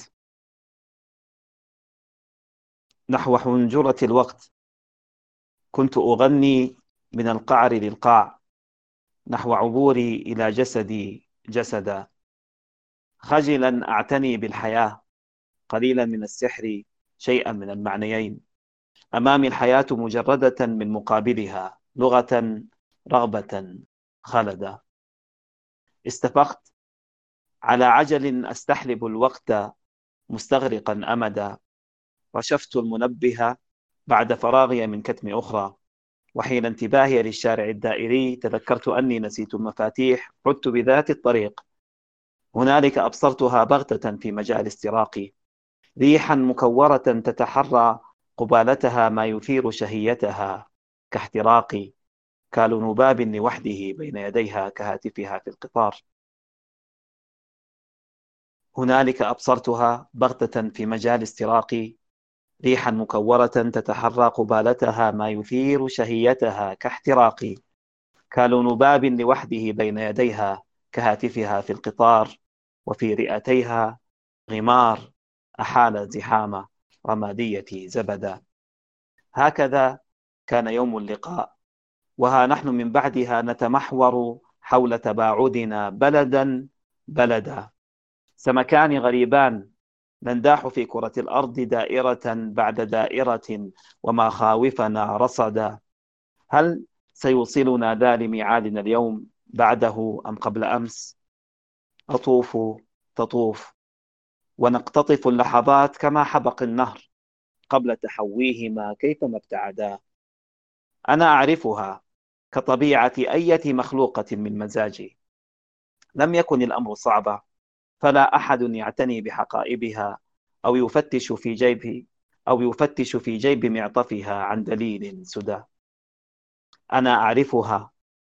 نحو حنجرة الوقت كنت أغني من القعر للقاع، نحو عبوري إلى جسدي جسدا، خجلا أعتني بالحياة، قليلا من السحر، شيئا من المعنيين. أمامي الحياة مجردة من مقابلها، لغة، رغبة، خلدا. استفقت على عجل أستحلب الوقت مستغرقا أمدا، رشفت المنبه بعد فراغي من كتم أخرى، وحين انتباهي للشارع الدائري تذكرت أني نسيت المفاتيح، عدت بذات الطريق. هنالك أبصرتها بغتة في مجال استراقي، ريحا مكورة تتحرى قبالتها ما يثير شهيتها كاحتراقي، كالنباب لوحده بين يديها كهاتفها في القطار. هنالك أبصرتها بغتة في مجال استراقي، ريحا مكورة تتحرى قبالتها ما يثير شهيتها كاحتراقي، كالنباب لوحده بين يديها كهاتفها في القطار، وفي رئتيها غمار أحال زحام رمادية زبدا. هكذا كان يوم اللقاء، وها نحن من بعدها نتمحور حول تباعدنا بلدا بلدا، سمكان غريبان ننداح في كرة الأرض دائرة بعد دائرة ومخاوفنا رصدا. هل سيوصلنا ذا لميعادنا اليوم بعده أم قبل أمس؟ أطوف تطوف ونقتطف اللحظات كما حبق النهر قبل تحويهما كيفما ابتعدا. أنا أعرفها كطبيعة أية مخلوقة من مزاجي، لم يكن الأمر صعبا، فلا أحد يعتني بحقائبها أو يفتش في جيب أو يفتش في جيب معطفها عن دليل سدى. أنا أعرفها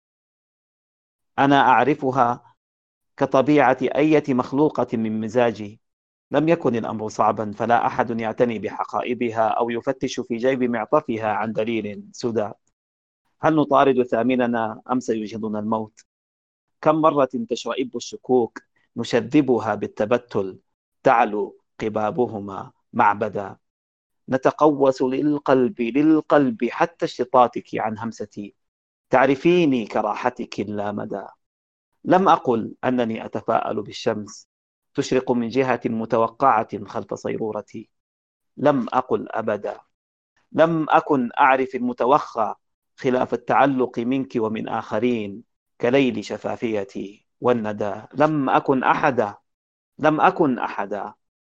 أنا أعرفها كطبيعة أية مخلوقة من مزاجي، لم يكن الأمر صعبا، فلا أحد يعتني بحقائبها أو يفتش في جيب معطفها عن دليل سدى. هل نطارد ثامننا أم سيجهضنا الموت؟ كم مرة تشرئب الشكوك نشذبها بالتبتل، تعلو قبابهما معبدا. نتقوس للقلب للقلب حتى اشتطاتك عن همستي، تعرفيني كراحتك لا مدى. لم أقل أنني أتفاءل بالشمس تشرق من جهة متوقعة خلف صيرورتي، لم أقل أبدا. لم أكن أعرف المتوخى خلاف التعلق منك ومن آخرين كليل شفافيتي والندى. لم أكن أحدا لم أكن أحدا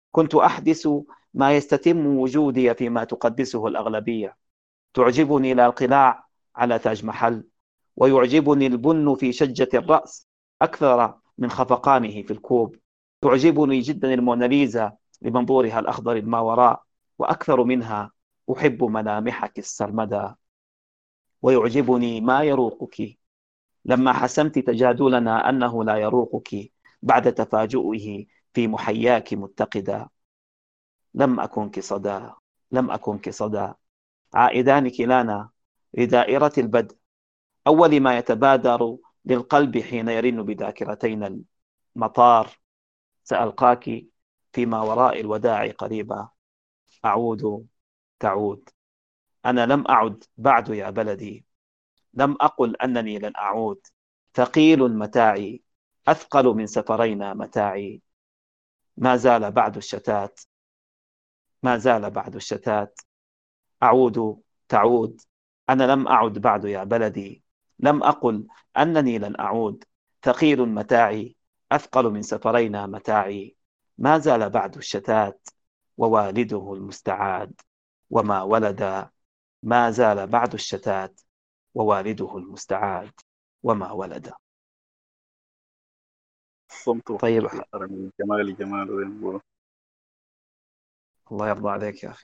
كنت أحدث ما يستتم وجودي فيما تقدسه الأغلبية. تعجبني القلاع على تاج محل، ويعجبني البن في شجة الرأس أكثر من خفقانه في الكوب. تعجبني جدا الموناليزا بمنظورها الأخضر الماوراء، وأكثر منها أحب ملامحك السرمدى. ويعجبني ما يروقك لما حسمت تجادلنا أنه لا يروقك بعد تفاجؤه في محياك متقدا. لم أكن كصدى لم أكن كصدى عائدان كلانا لدائرة البدء، أول ما يتبادر للقلب حين يرن بذاكرتين المطار. سألقاك فيما وراء الوداع قريبا. أعود تعود. أنا لم أعد بعد يا بلدي، لم أقل أنني لن أعود. ثقيل متاعي أثقل من سفرينا متاعي. ما زال بعد الشتات ما زال بعد الشتات. أعود تعود. أنا لم أعد بعد يا بلدي، لم أقل أنني لن أعود. ثقيل متاعي أثقل من سفرينا متاعي. ما زال بعد الشتات ووالده المستعاد وما ولد. ما زال بعد الشتات ووالده المستعاد وما ولد. صمت طيب من جمال جمال. الله يرضى عليك يا أخي.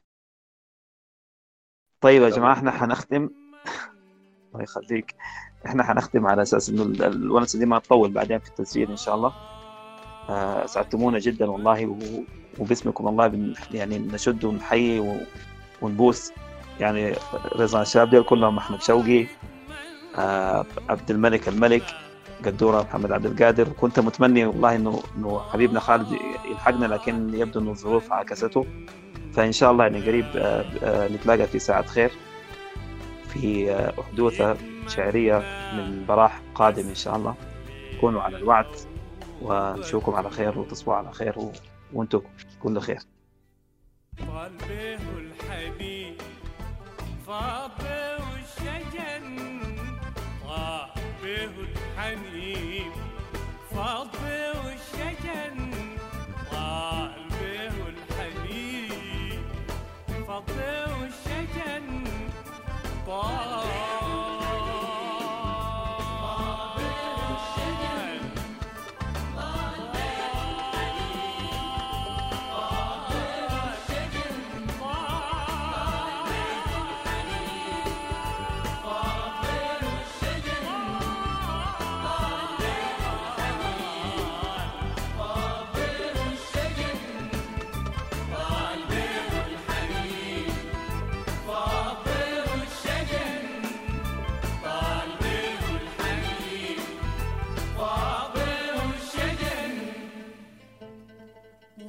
طيب يا جماعة احنا حنختم. الله يخليك. احنا حنختم على اساس انه الونسه دي ما تطول بعدين في التسجيل ان شاء الله. اسعدتمونا جدا والله، وباسمكم الله بن يعني نشد ونحيي ونبوس يعني رضا الشباب ديل كلهم، احمد شوقي، عبد الملك الملك، قدورة، محمد عبد القادر. وكنت متمني والله انه انه حبيبنا خالد يلحقنا، لكن يبدو انه الظروف عكسته. فان شاء الله يعني قريب نتلاقى في ساعة خير في أحدوثة شعرية من براح قادم إن شاء الله. كونوا على الوعد ونشوفكم على خير وتصبحوا على خير و... وانتم كل خير. طال به الحبيب فاض به الشجن، طال به الحنين فاض به الشجن، طال به الحنين فاض به الشجن، طال